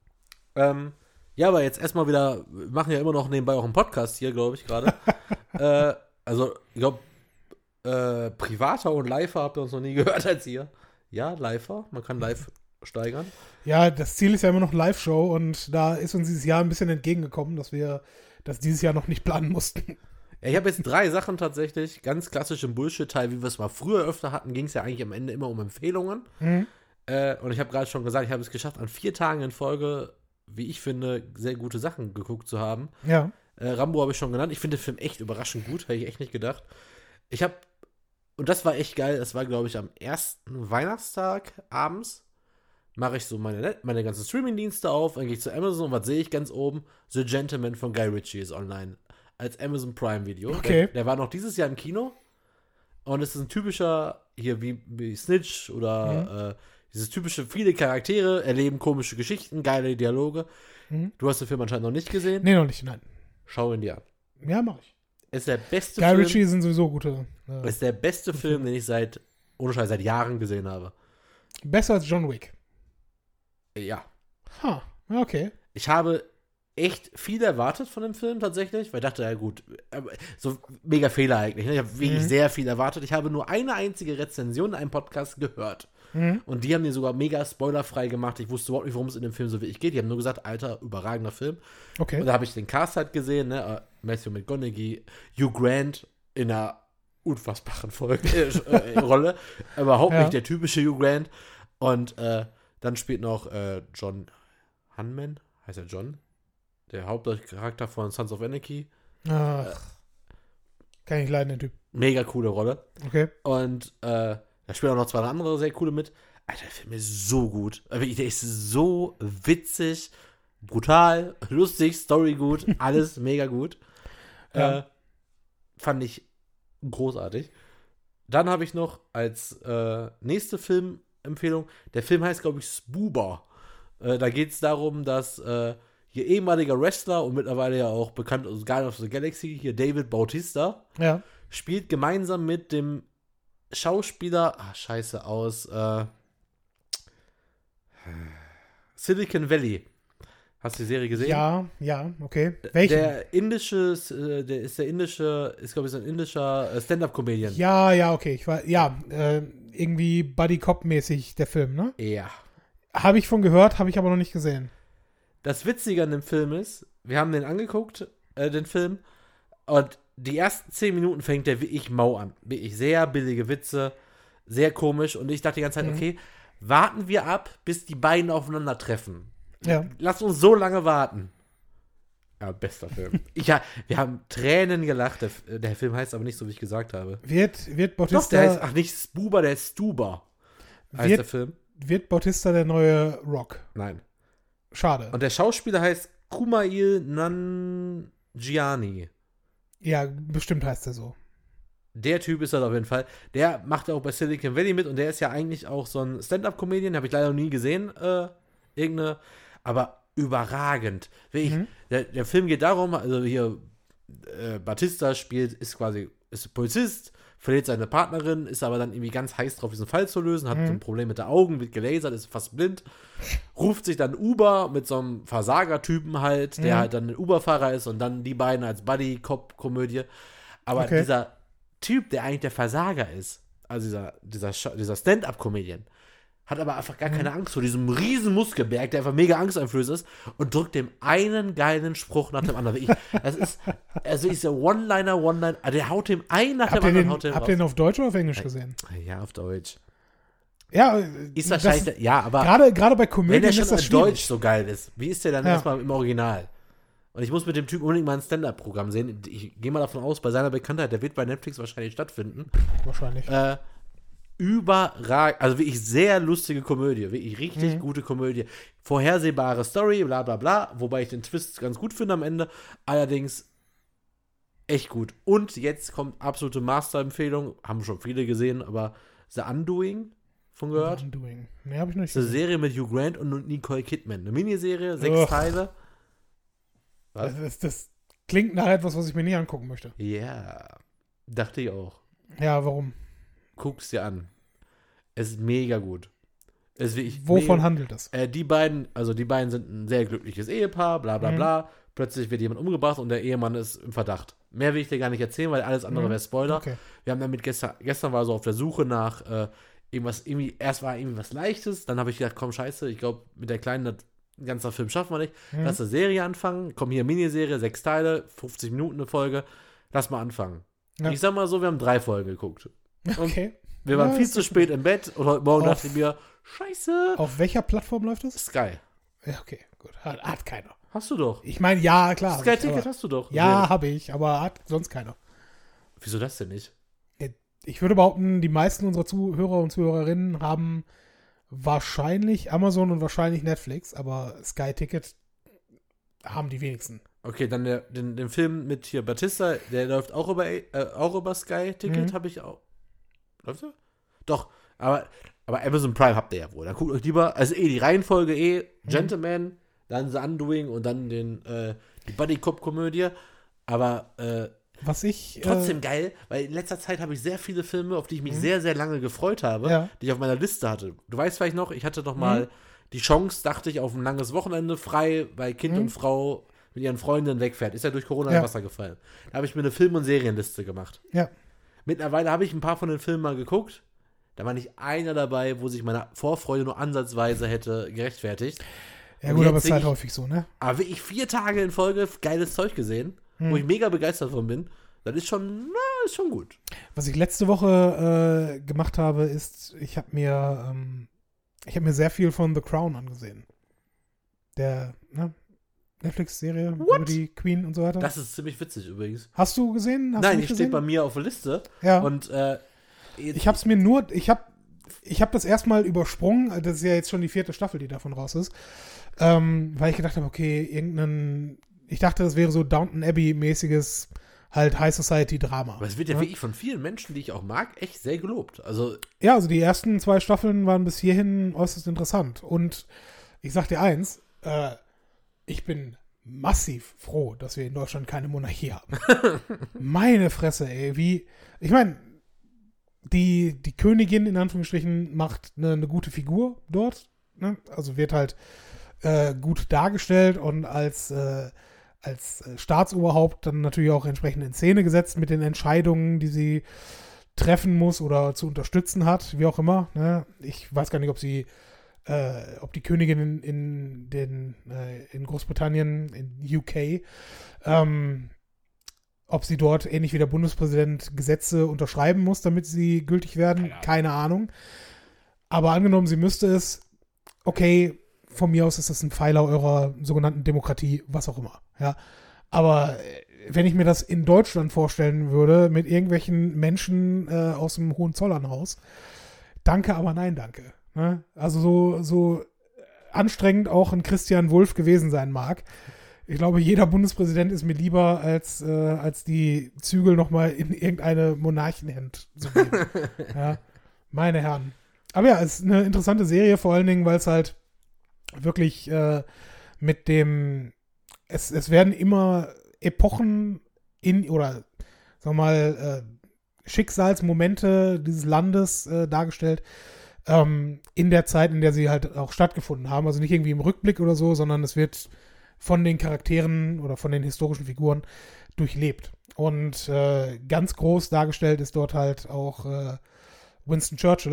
Speaker 2: Ähm, ja, aber jetzt erstmal wieder, wir machen ja immer noch nebenbei auch einen Podcast hier, glaube ich, gerade. äh, also, ich glaube, Äh, privater und liver habt ihr uns noch nie gehört als ihr. Ja, liver, man kann live steigern.
Speaker 1: Ja, das Ziel ist ja immer noch Live-Show und da ist uns dieses Jahr ein bisschen entgegengekommen, dass wir das dieses Jahr noch nicht planen mussten.
Speaker 2: Ja, ich habe jetzt drei Sachen tatsächlich, ganz klassisch im Bullshit-Teil, wie wir es mal früher öfter hatten, ging es ja eigentlich am Ende immer um Empfehlungen. Mhm. Äh, und ich habe gerade schon gesagt, ich habe es geschafft, an vier Tagen in Folge, wie ich finde, sehr gute Sachen geguckt zu haben.
Speaker 1: Ja.
Speaker 2: Äh, Rambo habe ich schon genannt. Ich finde den Film echt überraschend gut, hätte ich echt nicht gedacht. Ich habe Und das war echt geil. Das war, glaube ich, am ersten Weihnachtstag abends. Mache ich so meine, meine ganzen Streaming-Dienste auf. Dann gehe ich zu Amazon und was sehe ich ganz oben? The Gentleman von Guy Ritchie ist online. Als Amazon Prime-Video.
Speaker 1: Okay.
Speaker 2: Der, der war noch dieses Jahr im Kino. Und es ist ein typischer, hier wie, wie Snitch oder mhm. äh, dieses typische, viele Charaktere erleben komische Geschichten, geile Dialoge. Mhm. Du hast den Film anscheinend noch nicht gesehen?
Speaker 1: Nee, noch nicht, nein.
Speaker 2: Schau ihn dir an.
Speaker 1: Ja, mach ich.
Speaker 2: Ist der beste
Speaker 1: Guy
Speaker 2: Film.
Speaker 1: Ritchie sind sowieso gute. Äh,
Speaker 2: ist der beste Film, den ich seit, ohne Scheiß, seit Jahren gesehen habe.
Speaker 1: Besser als John Wick.
Speaker 2: Ja.
Speaker 1: Ha, okay.
Speaker 2: Ich habe echt viel erwartet von dem Film tatsächlich, weil ich dachte, ja gut, so mega Fehler eigentlich. Ne? Ich habe wirklich mhm. sehr viel erwartet. Ich habe nur eine einzige Rezension in einem Podcast gehört. Mhm. Und die haben den sogar mega spoilerfrei gemacht. Ich wusste überhaupt nicht, worum es in dem Film so wirklich geht. Die haben nur gesagt, alter, überragender Film.
Speaker 1: Okay.
Speaker 2: Und da habe ich den Cast halt gesehen, ne? Matthew McConaughey, Hugh Grant in einer unfassbaren Folge, äh, Rolle. Überhaupt ja. nicht der typische Hugh Grant. Und äh, dann spielt noch äh, John Hunman, heißt er John? Der Hauptcharakter von Sons of Anarchy.
Speaker 1: Ach, äh, kann ich leiden, der Typ.
Speaker 2: Mega coole Rolle.
Speaker 1: Okay.
Speaker 2: Und äh, da spielen auch noch zwei andere sehr coole mit. Alter, der Film ist so gut. Der ist so witzig, brutal, lustig, Story gut, alles mega gut. Ja. Äh, fand ich großartig. Dann habe ich noch als äh, nächste Filmempfehlung, der Film heißt, glaube ich, Spoober. Äh, da geht es darum, dass äh, hier ehemaliger Wrestler und mittlerweile ja auch bekannt aus Guardians of the Galaxy, hier David Bautista,
Speaker 1: ja.
Speaker 2: spielt gemeinsam mit dem Schauspieler, ah, scheiße, aus äh, Silicon Valley. Hast du die Serie gesehen?
Speaker 1: Ja, ja, okay. Welchen?
Speaker 2: Der indische, der ist der indische, ist glaube ich so ein indischer Stand-Up-Comedian.
Speaker 1: Ja, ja, okay. Ich war, ja, äh, irgendwie Buddy-Cop-mäßig der Film, ne?
Speaker 2: Ja.
Speaker 1: Habe ich von gehört, habe ich aber noch nicht gesehen.
Speaker 2: Das Witzige an dem Film ist, wir haben den angeguckt, äh, den Film, und die ersten zehn Minuten fängt der wirklich mau an. Wirklich sehr billige Witze, sehr komisch. Und ich dachte die ganze Zeit, mhm. okay, warten wir ab, bis die beiden aufeinandertreffen.
Speaker 1: Ja.
Speaker 2: Lass uns so lange warten. Ja, bester Film. ich, ja, wir haben Tränen gelacht. Der, der Film heißt aber nicht so, wie ich gesagt habe.
Speaker 1: Wird, wird Bautista...
Speaker 2: Doch, der heißt, ach, nicht Spuber, der ist Stuber. Heißt
Speaker 1: wird,
Speaker 2: der Film.
Speaker 1: Wird Bautista der neue Rock?
Speaker 2: Nein.
Speaker 1: Schade.
Speaker 2: Und der Schauspieler heißt Kumail Nanjiani.
Speaker 1: Ja, bestimmt heißt er so.
Speaker 2: Der Typ ist das auf jeden Fall. Der macht auch bei Silicon Valley mit und der ist ja eigentlich auch so ein Stand-Up-Comedian. Habe ich leider noch nie gesehen. Äh, irgendeine. Aber überragend. Ich, mhm. der, der Film geht darum, also hier äh, Batista spielt, ist quasi ist Polizist, verliert seine Partnerin, ist aber dann irgendwie ganz heiß drauf, diesen Fall zu lösen, hat mhm. so ein Problem mit den Augen, wird gelasert, ist fast blind, ruft sich dann Uber mit so einem Versager-Typen halt, der mhm. halt dann ein Uber-Fahrer ist und dann die beiden als Buddy-Cop-Komödie. Aber okay. dieser Typ, der eigentlich der Versager ist, also dieser, dieser, dieser Stand-Up-Comedian, hat aber einfach gar keine Angst vor diesem riesen Muskelberg, der einfach mega angsteinflößend ist und drückt dem einen geilen Spruch nach dem anderen. Ich, das ist, also ist der One-Liner, One-Liner, der haut dem einen nach
Speaker 1: Habt
Speaker 2: dem
Speaker 1: ihr
Speaker 2: anderen.
Speaker 1: den,
Speaker 2: haut dem
Speaker 1: habt
Speaker 2: raus.
Speaker 1: ihr den auf Deutsch oder auf Englisch gesehen?
Speaker 2: Ja, auf Deutsch.
Speaker 1: Ja,
Speaker 2: Ist
Speaker 1: das-
Speaker 2: wahrscheinlich, der- ja, aber
Speaker 1: Gerade, gerade bei
Speaker 2: wenn
Speaker 1: Komödien
Speaker 2: der schon
Speaker 1: ist das
Speaker 2: auf
Speaker 1: schwierig.
Speaker 2: Deutsch so geil ist, wie ist der dann
Speaker 1: Ja.
Speaker 2: erstmal im Original? Und ich muss mit dem Typ unbedingt mal ein Stand-Up-Programm sehen. Ich gehe mal davon aus, bei seiner Bekanntheit, der wird bei Netflix wahrscheinlich stattfinden.
Speaker 1: Wahrscheinlich.
Speaker 2: Äh, überragend, also wirklich sehr lustige Komödie, wirklich richtig
Speaker 1: Mhm.
Speaker 2: gute Komödie. Vorhersehbare Story, bla bla bla, wobei ich den Twist ganz gut finde am Ende. Allerdings echt gut. Und jetzt kommt absolute Master-Empfehlung, haben schon viele gesehen, aber The Undoing von gehört.
Speaker 1: Undoing. Nee, hab ich noch nicht
Speaker 2: Das ist eine
Speaker 1: gesehen.
Speaker 2: Serie mit Hugh Grant und Nicole Kidman. Eine Miniserie, sechs
Speaker 1: Ugh.
Speaker 2: Teile. Was?
Speaker 1: Das, das, das klingt nach etwas, was ich mir nie angucken möchte.
Speaker 2: Ja, dachte ich auch.
Speaker 1: Ja, warum?
Speaker 2: Guck's dir an. Es ist mega gut. Es ist wirklich
Speaker 1: Wovon
Speaker 2: mega,
Speaker 1: handelt es?
Speaker 2: äh, die beiden, also die beiden sind ein sehr glückliches Ehepaar, bla bla
Speaker 1: Mhm.
Speaker 2: bla. Plötzlich wird jemand umgebracht und der Ehemann ist im Verdacht. Mehr will ich dir gar nicht erzählen, weil alles andere
Speaker 1: Mhm.
Speaker 2: wäre Spoiler.
Speaker 1: Okay.
Speaker 2: Wir haben damit gestern, gestern war so auf der Suche nach äh, irgendwas, irgendwie, erst war irgendwie was Leichtes, dann habe ich gedacht, komm, scheiße, ich glaube, mit der Kleinen, das ein ganzer Film schaffen wir nicht.
Speaker 1: Mhm.
Speaker 2: Lass eine Serie anfangen. Komm hier, Miniserie, sechs Teile, fünfzig Minuten eine Folge. Lass mal anfangen.
Speaker 1: Ja.
Speaker 2: Ich sag mal so, wir haben drei Folgen geguckt. Und
Speaker 1: Okay.
Speaker 2: wir waren
Speaker 1: Ja,
Speaker 2: viel
Speaker 1: ist
Speaker 2: zu
Speaker 1: doch
Speaker 2: spät im Bett und heute Morgen
Speaker 1: Auf-
Speaker 2: dachte ich mir, scheiße.
Speaker 1: Auf welcher Plattform läuft das?
Speaker 2: Sky.
Speaker 1: Ja, okay, gut. Hat, hat keiner.
Speaker 2: Hast du doch.
Speaker 1: Ich meine, ja, klar. hab
Speaker 2: Sky
Speaker 1: ich,
Speaker 2: Ticket
Speaker 1: aber,
Speaker 2: hast du doch.
Speaker 1: ja, habe ich, aber hat sonst keiner.
Speaker 2: Wieso das denn nicht?
Speaker 1: Ich würde behaupten, die meisten unserer Zuhörer und Zuhörerinnen haben wahrscheinlich Amazon und wahrscheinlich Netflix, aber Sky Ticket haben die wenigsten.
Speaker 2: Okay, dann der, den, den Film mit hier Batista, der läuft auch über, äh, auch über Sky Ticket,
Speaker 1: Mhm.
Speaker 2: habe ich auch. Läuft er? Doch, aber, aber Amazon Prime habt ihr ja wohl. Dann guckt euch lieber, also eh die Reihenfolge eh,
Speaker 1: Mhm.
Speaker 2: Gentleman, dann The Undoing und dann den, äh, die Buddy-Cop-Komödie. Aber äh,
Speaker 1: Was ich.
Speaker 2: trotzdem geil, weil in letzter Zeit habe ich sehr viele Filme, auf die ich mich
Speaker 1: Mhm.
Speaker 2: sehr, sehr lange gefreut habe,
Speaker 1: Ja.
Speaker 2: die ich auf meiner Liste hatte. Du weißt vielleicht noch, ich hatte doch
Speaker 1: Mhm.
Speaker 2: mal die Chance, dachte ich, auf ein langes Wochenende frei, weil Kind
Speaker 1: Mhm.
Speaker 2: und Frau mit ihren Freundinnen wegfährt. Ist ja durch Corona
Speaker 1: Ja.
Speaker 2: ins Wasser gefallen. Da habe ich mir eine Film- und Serienliste gemacht.
Speaker 1: Ja.
Speaker 2: Mittlerweile habe ich ein paar von den Filmen mal geguckt. Da war nicht einer dabei, wo sich meine Vorfreude nur ansatzweise hätte gerechtfertigt.
Speaker 1: Ja,
Speaker 2: Und
Speaker 1: gut,
Speaker 2: jetzt
Speaker 1: aber es ist
Speaker 2: sehe
Speaker 1: halt
Speaker 2: ich-
Speaker 1: häufig so, ne?
Speaker 2: Aber wirklich vier Tage in Folge geiles Zeug gesehen,
Speaker 1: Hm.
Speaker 2: wo ich mega begeistert von bin. Das ist schon, na, ist schon gut.
Speaker 1: Was ich letzte Woche äh, gemacht habe, ist, ich habe mir, ähm, ich habe mir sehr viel von The Crown angesehen. Der, ne? Netflix-Serie über die Queen und so weiter.
Speaker 2: Das ist ziemlich witzig übrigens.
Speaker 1: Hast du gesehen? Hast du
Speaker 2: Nein, die
Speaker 1: nicht
Speaker 2: steht
Speaker 1: gesehen?
Speaker 2: bei mir auf der Liste.
Speaker 1: Ja.
Speaker 2: Und äh,
Speaker 1: Ich habe es mir nur, ich habe ich hab das erstmal übersprungen, das ist ja jetzt schon die vierte Staffel, die davon raus ist, ähm, weil ich gedacht habe, okay, irgendein, ich dachte, das wäre so Downton Abbey-mäßiges, halt High Society-Drama.
Speaker 2: aber es wird ja,
Speaker 1: Ja.
Speaker 2: wirklich von vielen Menschen, die ich auch mag, echt sehr gelobt. Also,
Speaker 1: Ja, also die ersten zwei Staffeln waren bis hierhin äußerst interessant. Und ich sag dir eins, äh, ich bin massiv froh, dass wir in Deutschland keine Monarchie haben. Meine Fresse, ey, wie, ich meine, die, die Königin in Anführungsstrichen macht eine, eine gute Figur dort, ne? Also wird halt äh, gut dargestellt und als, äh, als äh, Staatsoberhaupt dann natürlich auch entsprechend in Szene gesetzt mit den Entscheidungen, die sie treffen muss oder zu unterstützen hat, wie auch immer. Ne? Ich weiß gar nicht, ob sie, äh, ob die Königin in, in, den, äh, in Großbritannien, in U K, ähm, ob sie dort ähnlich wie der Bundespräsident Gesetze unterschreiben muss, damit sie gültig werden.
Speaker 2: Keine Ahnung.
Speaker 1: Keine Ahnung. Aber angenommen, sie müsste es, okay, von mir aus ist das ein Pfeiler eurer sogenannten Demokratie, was auch immer. Ja. Aber äh, wenn ich mir das in Deutschland vorstellen würde, mit irgendwelchen Menschen äh, aus dem Hohenzollernhaus, danke, aber nein, danke. Ne? Also so, so anstrengend auch ein Christian Wulff gewesen sein mag. Ich glaube, jeder Bundespräsident ist mir lieber, als, äh, als die Zügel nochmal in irgendeine Monarchenhand zu geben. Ja, meine Herren. Aber ja, es ist eine interessante Serie, vor allen Dingen, weil es halt wirklich äh, mit dem, es, es werden immer Epochen in, oder sagen wir mal, äh, Schicksalsmomente dieses Landes äh, dargestellt, ähm, in der Zeit, in der sie halt auch stattgefunden haben. Also nicht irgendwie im Rückblick oder so, sondern es wird von den Charakteren oder von den historischen Figuren durchlebt. Und äh, ganz groß dargestellt ist dort halt auch äh, Winston Churchill,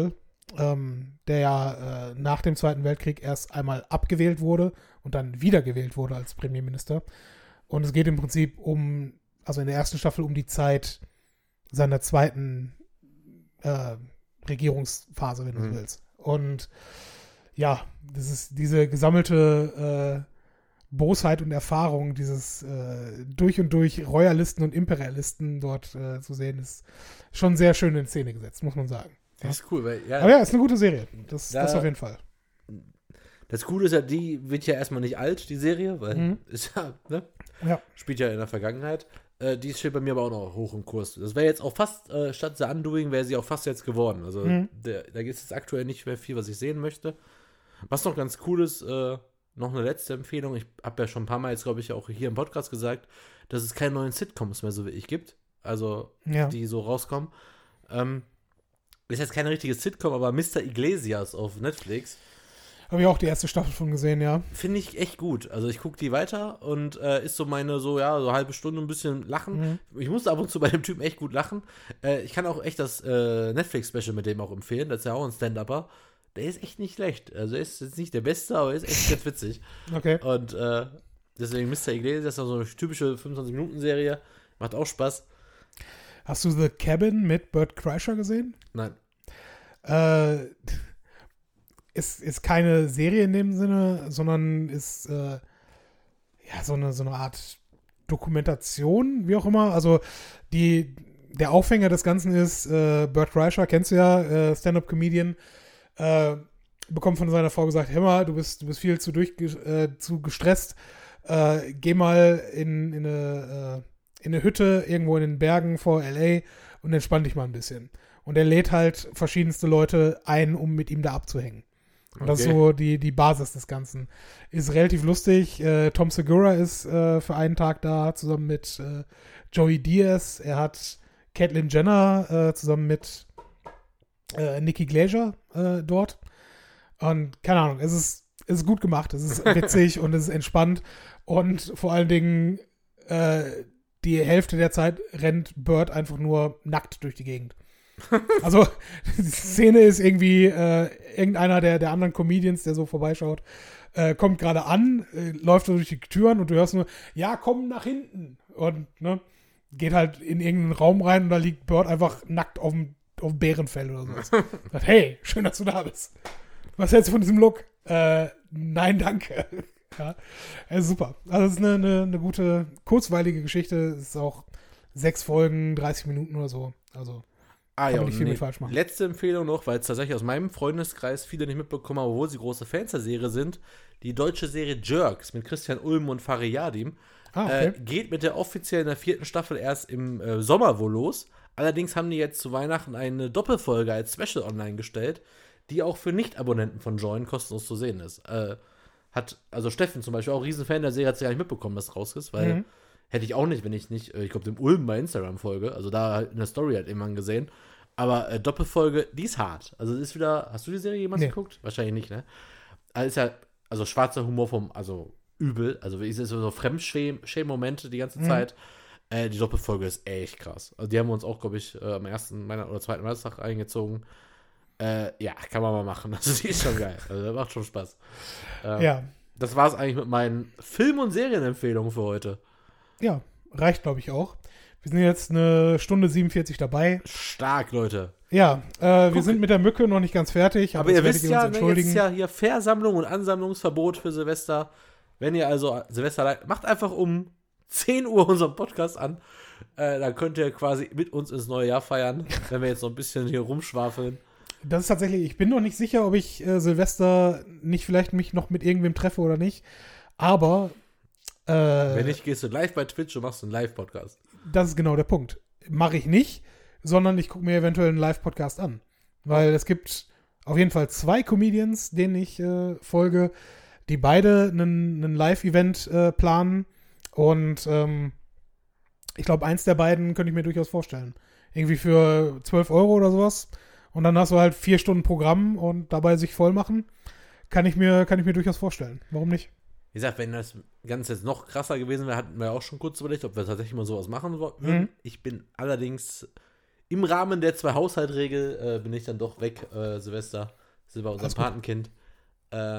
Speaker 1: ähm, der ja äh, nach dem Zweiten Weltkrieg erst einmal abgewählt wurde und dann wiedergewählt wurde als Premierminister. Und es geht im Prinzip um, also in der ersten Staffel um die Zeit seiner zweiten äh, Regierungsphase, wenn du
Speaker 2: Mhm.
Speaker 1: willst. Und ja, das ist diese gesammelte äh, Bosheit und Erfahrung, dieses äh, durch und durch Royalisten und Imperialisten dort äh, zu sehen, ist schon sehr schön in Szene gesetzt, muss man sagen.
Speaker 2: Das ist cool, weil ja,
Speaker 1: Aber ja, ist eine gute Serie. Das,
Speaker 2: Da-
Speaker 1: das auf jeden Fall.
Speaker 2: das Coole ist ja, die wird ja erstmal nicht alt, die Serie, weil
Speaker 1: Mhm.
Speaker 2: ist ja, ne?
Speaker 1: Ja.
Speaker 2: Spielt ja in der Vergangenheit. Äh, die steht bei mir aber auch noch hoch im Kurs. Das wäre jetzt auch fast, äh, statt The Undoing, wäre sie auch fast jetzt geworden. Also
Speaker 1: Mhm.
Speaker 2: der, da gibt es jetzt aktuell nicht mehr viel, was ich sehen möchte. Was noch ganz cool ist, äh, noch eine letzte Empfehlung. Ich habe ja schon ein paar Mal jetzt, glaube ich, auch hier im Podcast gesagt, dass es keine neuen Sitcoms mehr so wie ich gibt. Also,
Speaker 1: Ja.
Speaker 2: die so rauskommen. Ähm, ist jetzt keine richtige Sitcom, aber Mister Iglesias auf Netflix
Speaker 1: Habe ich auch die erste Staffel von gesehen, ja.
Speaker 2: finde ich echt gut. Also ich gucke die weiter und äh, ist so meine, so ja, so halbe Stunde ein bisschen lachen.
Speaker 1: Mhm.
Speaker 2: Ich musste ab und zu bei dem Typen echt gut lachen. Äh, ich kann auch echt das äh, Netflix-Special mit dem auch empfehlen. Das ist ja auch ein Stand-Upper. Der ist echt nicht schlecht. Also er ist jetzt nicht der Beste, aber er ist echt ganz witzig.
Speaker 1: Okay.
Speaker 2: Und äh, deswegen Mister Iglesias, das ist so eine typische fünfundzwanzig-Minuten-Serie. Macht auch Spaß.
Speaker 1: Hast du The Cabin mit Bert Kreischer gesehen?
Speaker 2: Nein.
Speaker 1: Äh, ist, ist keine Serie in dem Sinne, sondern ist äh, ja so eine, so eine Art Dokumentation, wie auch immer. Also die, der Aufhänger des Ganzen ist, äh, Bert Kreischer, kennst du ja, äh, Stand-Up-Comedian, äh, bekommt von seiner Frau gesagt, hör mal, du bist, du bist viel zu, durch, äh, zu gestresst, äh, geh mal in, in, eine, äh, in eine Hütte irgendwo in den Bergen vor L A und entspann dich mal ein bisschen. Und er lädt halt verschiedenste Leute ein, um mit ihm da abzuhängen. Und das ist
Speaker 2: Okay.
Speaker 1: so die, die Basis des Ganzen. Ist relativ lustig. Äh, Tom Segura ist äh, für einen Tag da, zusammen mit äh, Joey Diaz. Er hat Caitlyn Jenner äh, zusammen mit äh, Nikki Glaser äh, dort. Und keine Ahnung, es ist, es ist gut gemacht, es ist witzig und es ist entspannt. Und vor allen Dingen, äh, die Hälfte der Zeit rennt Bert einfach nur nackt durch die Gegend. Also, die Szene ist irgendwie, äh, irgendeiner der, der anderen Comedians, der so vorbeischaut, äh, kommt gerade an, äh, läuft so durch die Türen und du hörst nur, ja, komm nach hinten. Und, ne, geht halt in irgendeinen Raum rein und da liegt Bert einfach nackt auf dem, auf dem Bärenfell oder sowas. Sagt, hey, schön, dass du da bist. Was hältst du von diesem Look? Äh, nein, danke. Ja, äh, super. Also, es ist eine, eine, eine gute, kurzweilige Geschichte. Es ist auch sechs Folgen, dreißig Minuten oder so. Also,
Speaker 2: Ah,
Speaker 1: Kann
Speaker 2: ja,
Speaker 1: man nicht
Speaker 2: und
Speaker 1: viel
Speaker 2: nee,
Speaker 1: mit falsch machen.
Speaker 2: letzte Empfehlung noch, weil es tatsächlich aus meinem Freundeskreis viele nicht mitbekommen haben, obwohl sie große Fans der Serie sind. Die deutsche Serie Jerks mit Christian Ulm und Fari Yadim
Speaker 1: ah, okay.
Speaker 2: äh, geht mit der offiziellen der vierten Staffel erst im äh, Sommer wohl los. Allerdings haben die jetzt zu Weihnachten eine Doppelfolge als Special online gestellt, die auch für Nicht-Abonnenten von Join kostenlos zu sehen ist. Äh, hat, also Steffen zum Beispiel, auch Riesenfan der Serie, hat sie gar nicht mitbekommen, dass es raus ist, weil
Speaker 1: Mhm.
Speaker 2: hätte ich auch nicht, wenn ich nicht, äh, ich glaube, dem Ulm bei Instagram folge. Also da halt in der Story halt irgendwann gesehen. Aber äh, Doppelfolge, die ist hart. Also es ist wieder, hast du die Serie jemals
Speaker 1: Nee.
Speaker 2: geguckt? Wahrscheinlich nicht, ne? Also ist ja, also schwarzer Humor vom, also übel. Also es ist so, so Fremdschämen-Momente die ganze
Speaker 1: Mhm.
Speaker 2: Zeit. Äh, die Doppelfolge ist echt krass. Also die haben wir uns auch, glaube ich, äh, am ersten meiner, oder zweiten Weihnachtstag eingezogen. Äh, ja, kann man mal machen. Also die ist schon geil. Also macht schon Spaß. Ähm,
Speaker 1: Ja,
Speaker 2: Das war es eigentlich mit meinen Film- und Serienempfehlungen für heute.
Speaker 1: ja, reicht, glaube ich, auch. Wir sind jetzt eine Stunde siebenundvierzig dabei.
Speaker 2: Stark, Leute.
Speaker 1: Ja, äh, wir
Speaker 2: Guck.
Speaker 1: sind mit der Mücke noch nicht ganz fertig.
Speaker 2: Aber ihr
Speaker 1: das
Speaker 2: wisst
Speaker 1: werdet
Speaker 2: ja,
Speaker 1: uns
Speaker 2: ne,
Speaker 1: entschuldigen.
Speaker 2: jetzt ist ja hier Versammlung und Ansammlungsverbot für Silvester. Wenn ihr also Silvester leid- macht einfach um zehn Uhr unseren Podcast an. Äh, dann könnt ihr quasi mit uns ins neue Jahr feiern, wenn wir jetzt noch ein bisschen hier rumschwafeln.
Speaker 1: Das ist tatsächlich, ich bin noch nicht sicher, ob ich äh, Silvester nicht vielleicht mich noch mit irgendwem treffe oder nicht. Aber äh,
Speaker 2: Wenn nicht, gehst du live bei Twitch und machst einen Live-Podcast.
Speaker 1: das ist genau der Punkt. Mache ich nicht, sondern ich gucke mir eventuell einen Live-Podcast an. Weil es gibt auf jeden Fall zwei Comedians, denen ich äh, folge, die beide einen, einen Live-Event äh, planen. Und ähm, ich glaube, eins der beiden könnte ich mir durchaus vorstellen. Irgendwie für zwölf Euro oder sowas. Und dann hast du halt vier Stunden Programm und dabei sich voll machen. Kann ich mir, kann ich mir durchaus vorstellen. Warum nicht?
Speaker 2: Wie gesagt, wenn das Ganze jetzt noch krasser gewesen wäre, hatten wir auch schon kurz überlegt, ob wir tatsächlich mal sowas machen würden.
Speaker 1: Mhm.
Speaker 2: Ich bin allerdings im Rahmen der Zwei-Haushalt-Regel äh, bin ich dann doch weg, äh, Silvester. Das ist bei unserem Patenkind. Äh,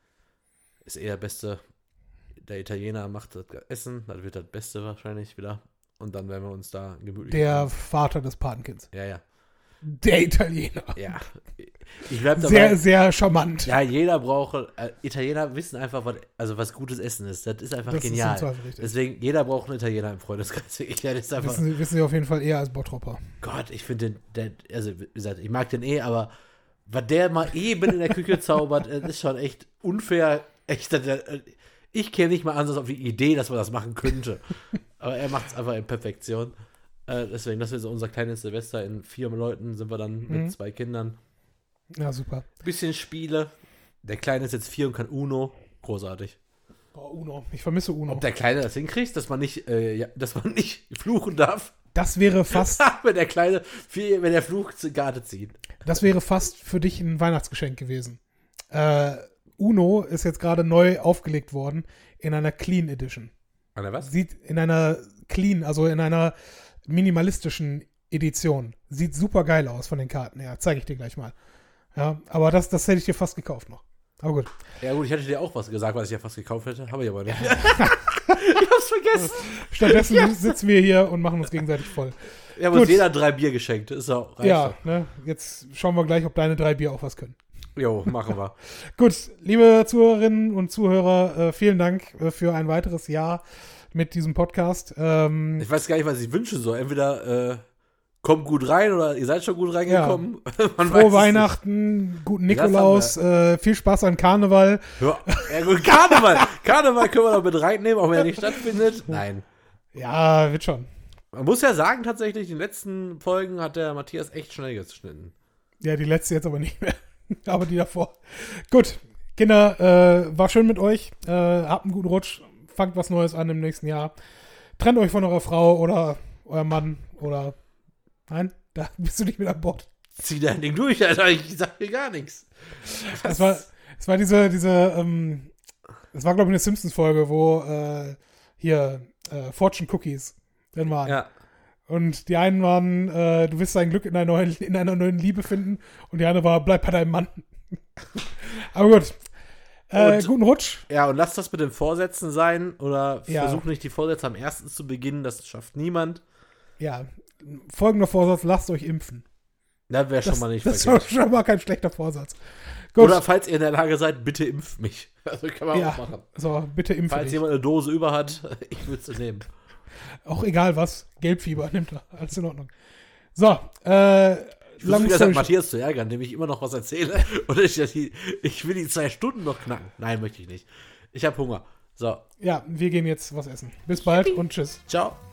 Speaker 2: ist eher der Beste. Der Italiener macht das Essen, das wird das Beste wahrscheinlich wieder. Und dann werden wir uns da gemütlich
Speaker 1: Der
Speaker 2: machen.
Speaker 1: Vater des Patenkinds.
Speaker 2: Ja, ja.
Speaker 1: Der Italiener.
Speaker 2: Ja. Ich bleib dabei.
Speaker 1: Sehr, sehr charmant.
Speaker 2: Ja, jeder braucht, äh, Italiener wissen einfach, was, also was gutes Essen ist. Das ist einfach
Speaker 1: Das ist
Speaker 2: genial.
Speaker 1: im Zweifel richtig.
Speaker 2: Deswegen, jeder braucht einen Italiener im Freundeskreis. Ich, ja, das ist einfach,
Speaker 1: Wissen Sie, wissen Sie auf jeden Fall eher als Bottropper.
Speaker 2: Gott, ich finde den, der, also wie gesagt, ich mag den eh, aber was der mal eben in der Küche zaubert, das ist schon echt unfair. Echt, der, ich käme nicht mal an, auf die Idee, dass man das machen könnte. Aber er macht es einfach in Perfektion. Äh, deswegen, das ist so unser kleines Silvester. In vier Leuten sind wir dann
Speaker 1: Mhm.
Speaker 2: mit zwei Kindern.
Speaker 1: Ja, super.
Speaker 2: Bisschen Spiele. Der Kleine ist jetzt vier und kann Uno. Großartig.
Speaker 1: Boah, Uno. Ich vermisse Uno.
Speaker 2: Ob der Kleine das hinkriegt, dass man nicht, äh, ja, dass man nicht fluchen darf.
Speaker 1: Das wäre fast,
Speaker 2: wenn der Kleine, viel, wenn der Fluch zur Karte zieht.
Speaker 1: das wäre fast für dich ein Weihnachtsgeschenk gewesen. Äh, Uno ist jetzt gerade neu aufgelegt worden in einer Clean Edition.
Speaker 2: Oder was?
Speaker 1: Sieht in einer Clean, also in einer minimalistischen Edition. Sieht super geil aus von den Karten her. Zeige ich dir gleich mal. Ja, aber das, das hätte ich dir fast gekauft noch. Aber gut.
Speaker 2: Ja gut, ich hätte dir auch was gesagt, was ich ja fast gekauft hätte. Habe ich aber nicht. Ich hab's vergessen.
Speaker 1: Stattdessen
Speaker 2: Ja.
Speaker 1: sitzen wir hier und machen uns gegenseitig voll.
Speaker 2: Wir haben
Speaker 1: Gut.
Speaker 2: uns jeder drei Bier geschenkt. Ist auch reicht
Speaker 1: Ja,
Speaker 2: doch.
Speaker 1: ne, jetzt schauen wir gleich, ob deine drei Bier auch was können.
Speaker 2: Jo, machen wir.
Speaker 1: Gut, liebe Zuhörerinnen und Zuhörer, äh, vielen Dank äh, für ein weiteres Jahr mit diesem Podcast. Ähm,
Speaker 2: Ich weiß gar nicht, was ich wünschen soll. Entweder äh, kommt gut rein oder ihr seid schon gut reingekommen. Man weiß
Speaker 1: frohe
Speaker 2: es
Speaker 1: Weihnachten, guten
Speaker 2: Das haben
Speaker 1: Nikolaus, äh, viel Spaß an Karneval.
Speaker 2: nicht. Ja, ja gut, Karneval. Karneval können wir noch mit reinnehmen, auch wenn er nicht stattfindet. Nein.
Speaker 1: Ja, wird schon.
Speaker 2: Man muss ja sagen, tatsächlich, in den letzten Folgen hat der Matthias echt schnell geschnitten.
Speaker 1: Ja, die letzte jetzt aber nicht mehr. Aber die davor. Gut, Kinder, äh, war schön mit euch. Äh, habt einen guten Rutsch. Fangt was Neues an im nächsten Jahr. Trennt euch von eurer Frau oder eurem Mann oder. Nein, da bist du nicht mit an Bord.
Speaker 2: Zieh dein Ding durch, Alter. Ich sag dir gar nichts.
Speaker 1: Es war, es war diese, diese, ähm, es war, glaube ich, eine Simpsons-Folge, wo äh, hier äh, Fortune Cookies drin waren.
Speaker 2: Ja.
Speaker 1: Und die einen waren, äh, du wirst dein Glück in einer, neuen, in einer neuen Liebe finden. Und die andere war, bleib bei deinem Mann. Aber gut. Äh,
Speaker 2: Und-
Speaker 1: guten Rutsch.
Speaker 2: Ja, und lasst das mit den Vorsätzen sein oder
Speaker 1: Ja.
Speaker 2: versucht nicht die Vorsätze am ersten zu beginnen, das schafft niemand.
Speaker 1: Ja, folgender Vorsatz, lasst euch impfen.
Speaker 2: Das wäre schon
Speaker 1: Das,
Speaker 2: mal nicht
Speaker 1: das ist
Speaker 2: verkehrt.
Speaker 1: schon mal kein schlechter Vorsatz. Gut.
Speaker 2: Oder falls ihr in der Lage seid, bitte impft mich. Also kann man
Speaker 1: ja,
Speaker 2: auch machen.
Speaker 1: so, bitte impfen
Speaker 2: Falls
Speaker 1: dich.
Speaker 2: jemand eine Dose über hat, ich würde sie nehmen.
Speaker 1: Auch egal was. Gelbfieber nimmt er. Alles in Ordnung. So, äh,
Speaker 2: Ich versuche
Speaker 1: lang
Speaker 2: wieder
Speaker 1: Story-
Speaker 2: Matthias zu ärgern, indem ich immer noch was erzähle. Oder ich, ich will die zwei Stunden noch knacken. Nein, möchte ich nicht. Ich habe Hunger. So,
Speaker 1: Ja, wir gehen jetzt was essen. Bis bald und tschüss.
Speaker 2: ciao.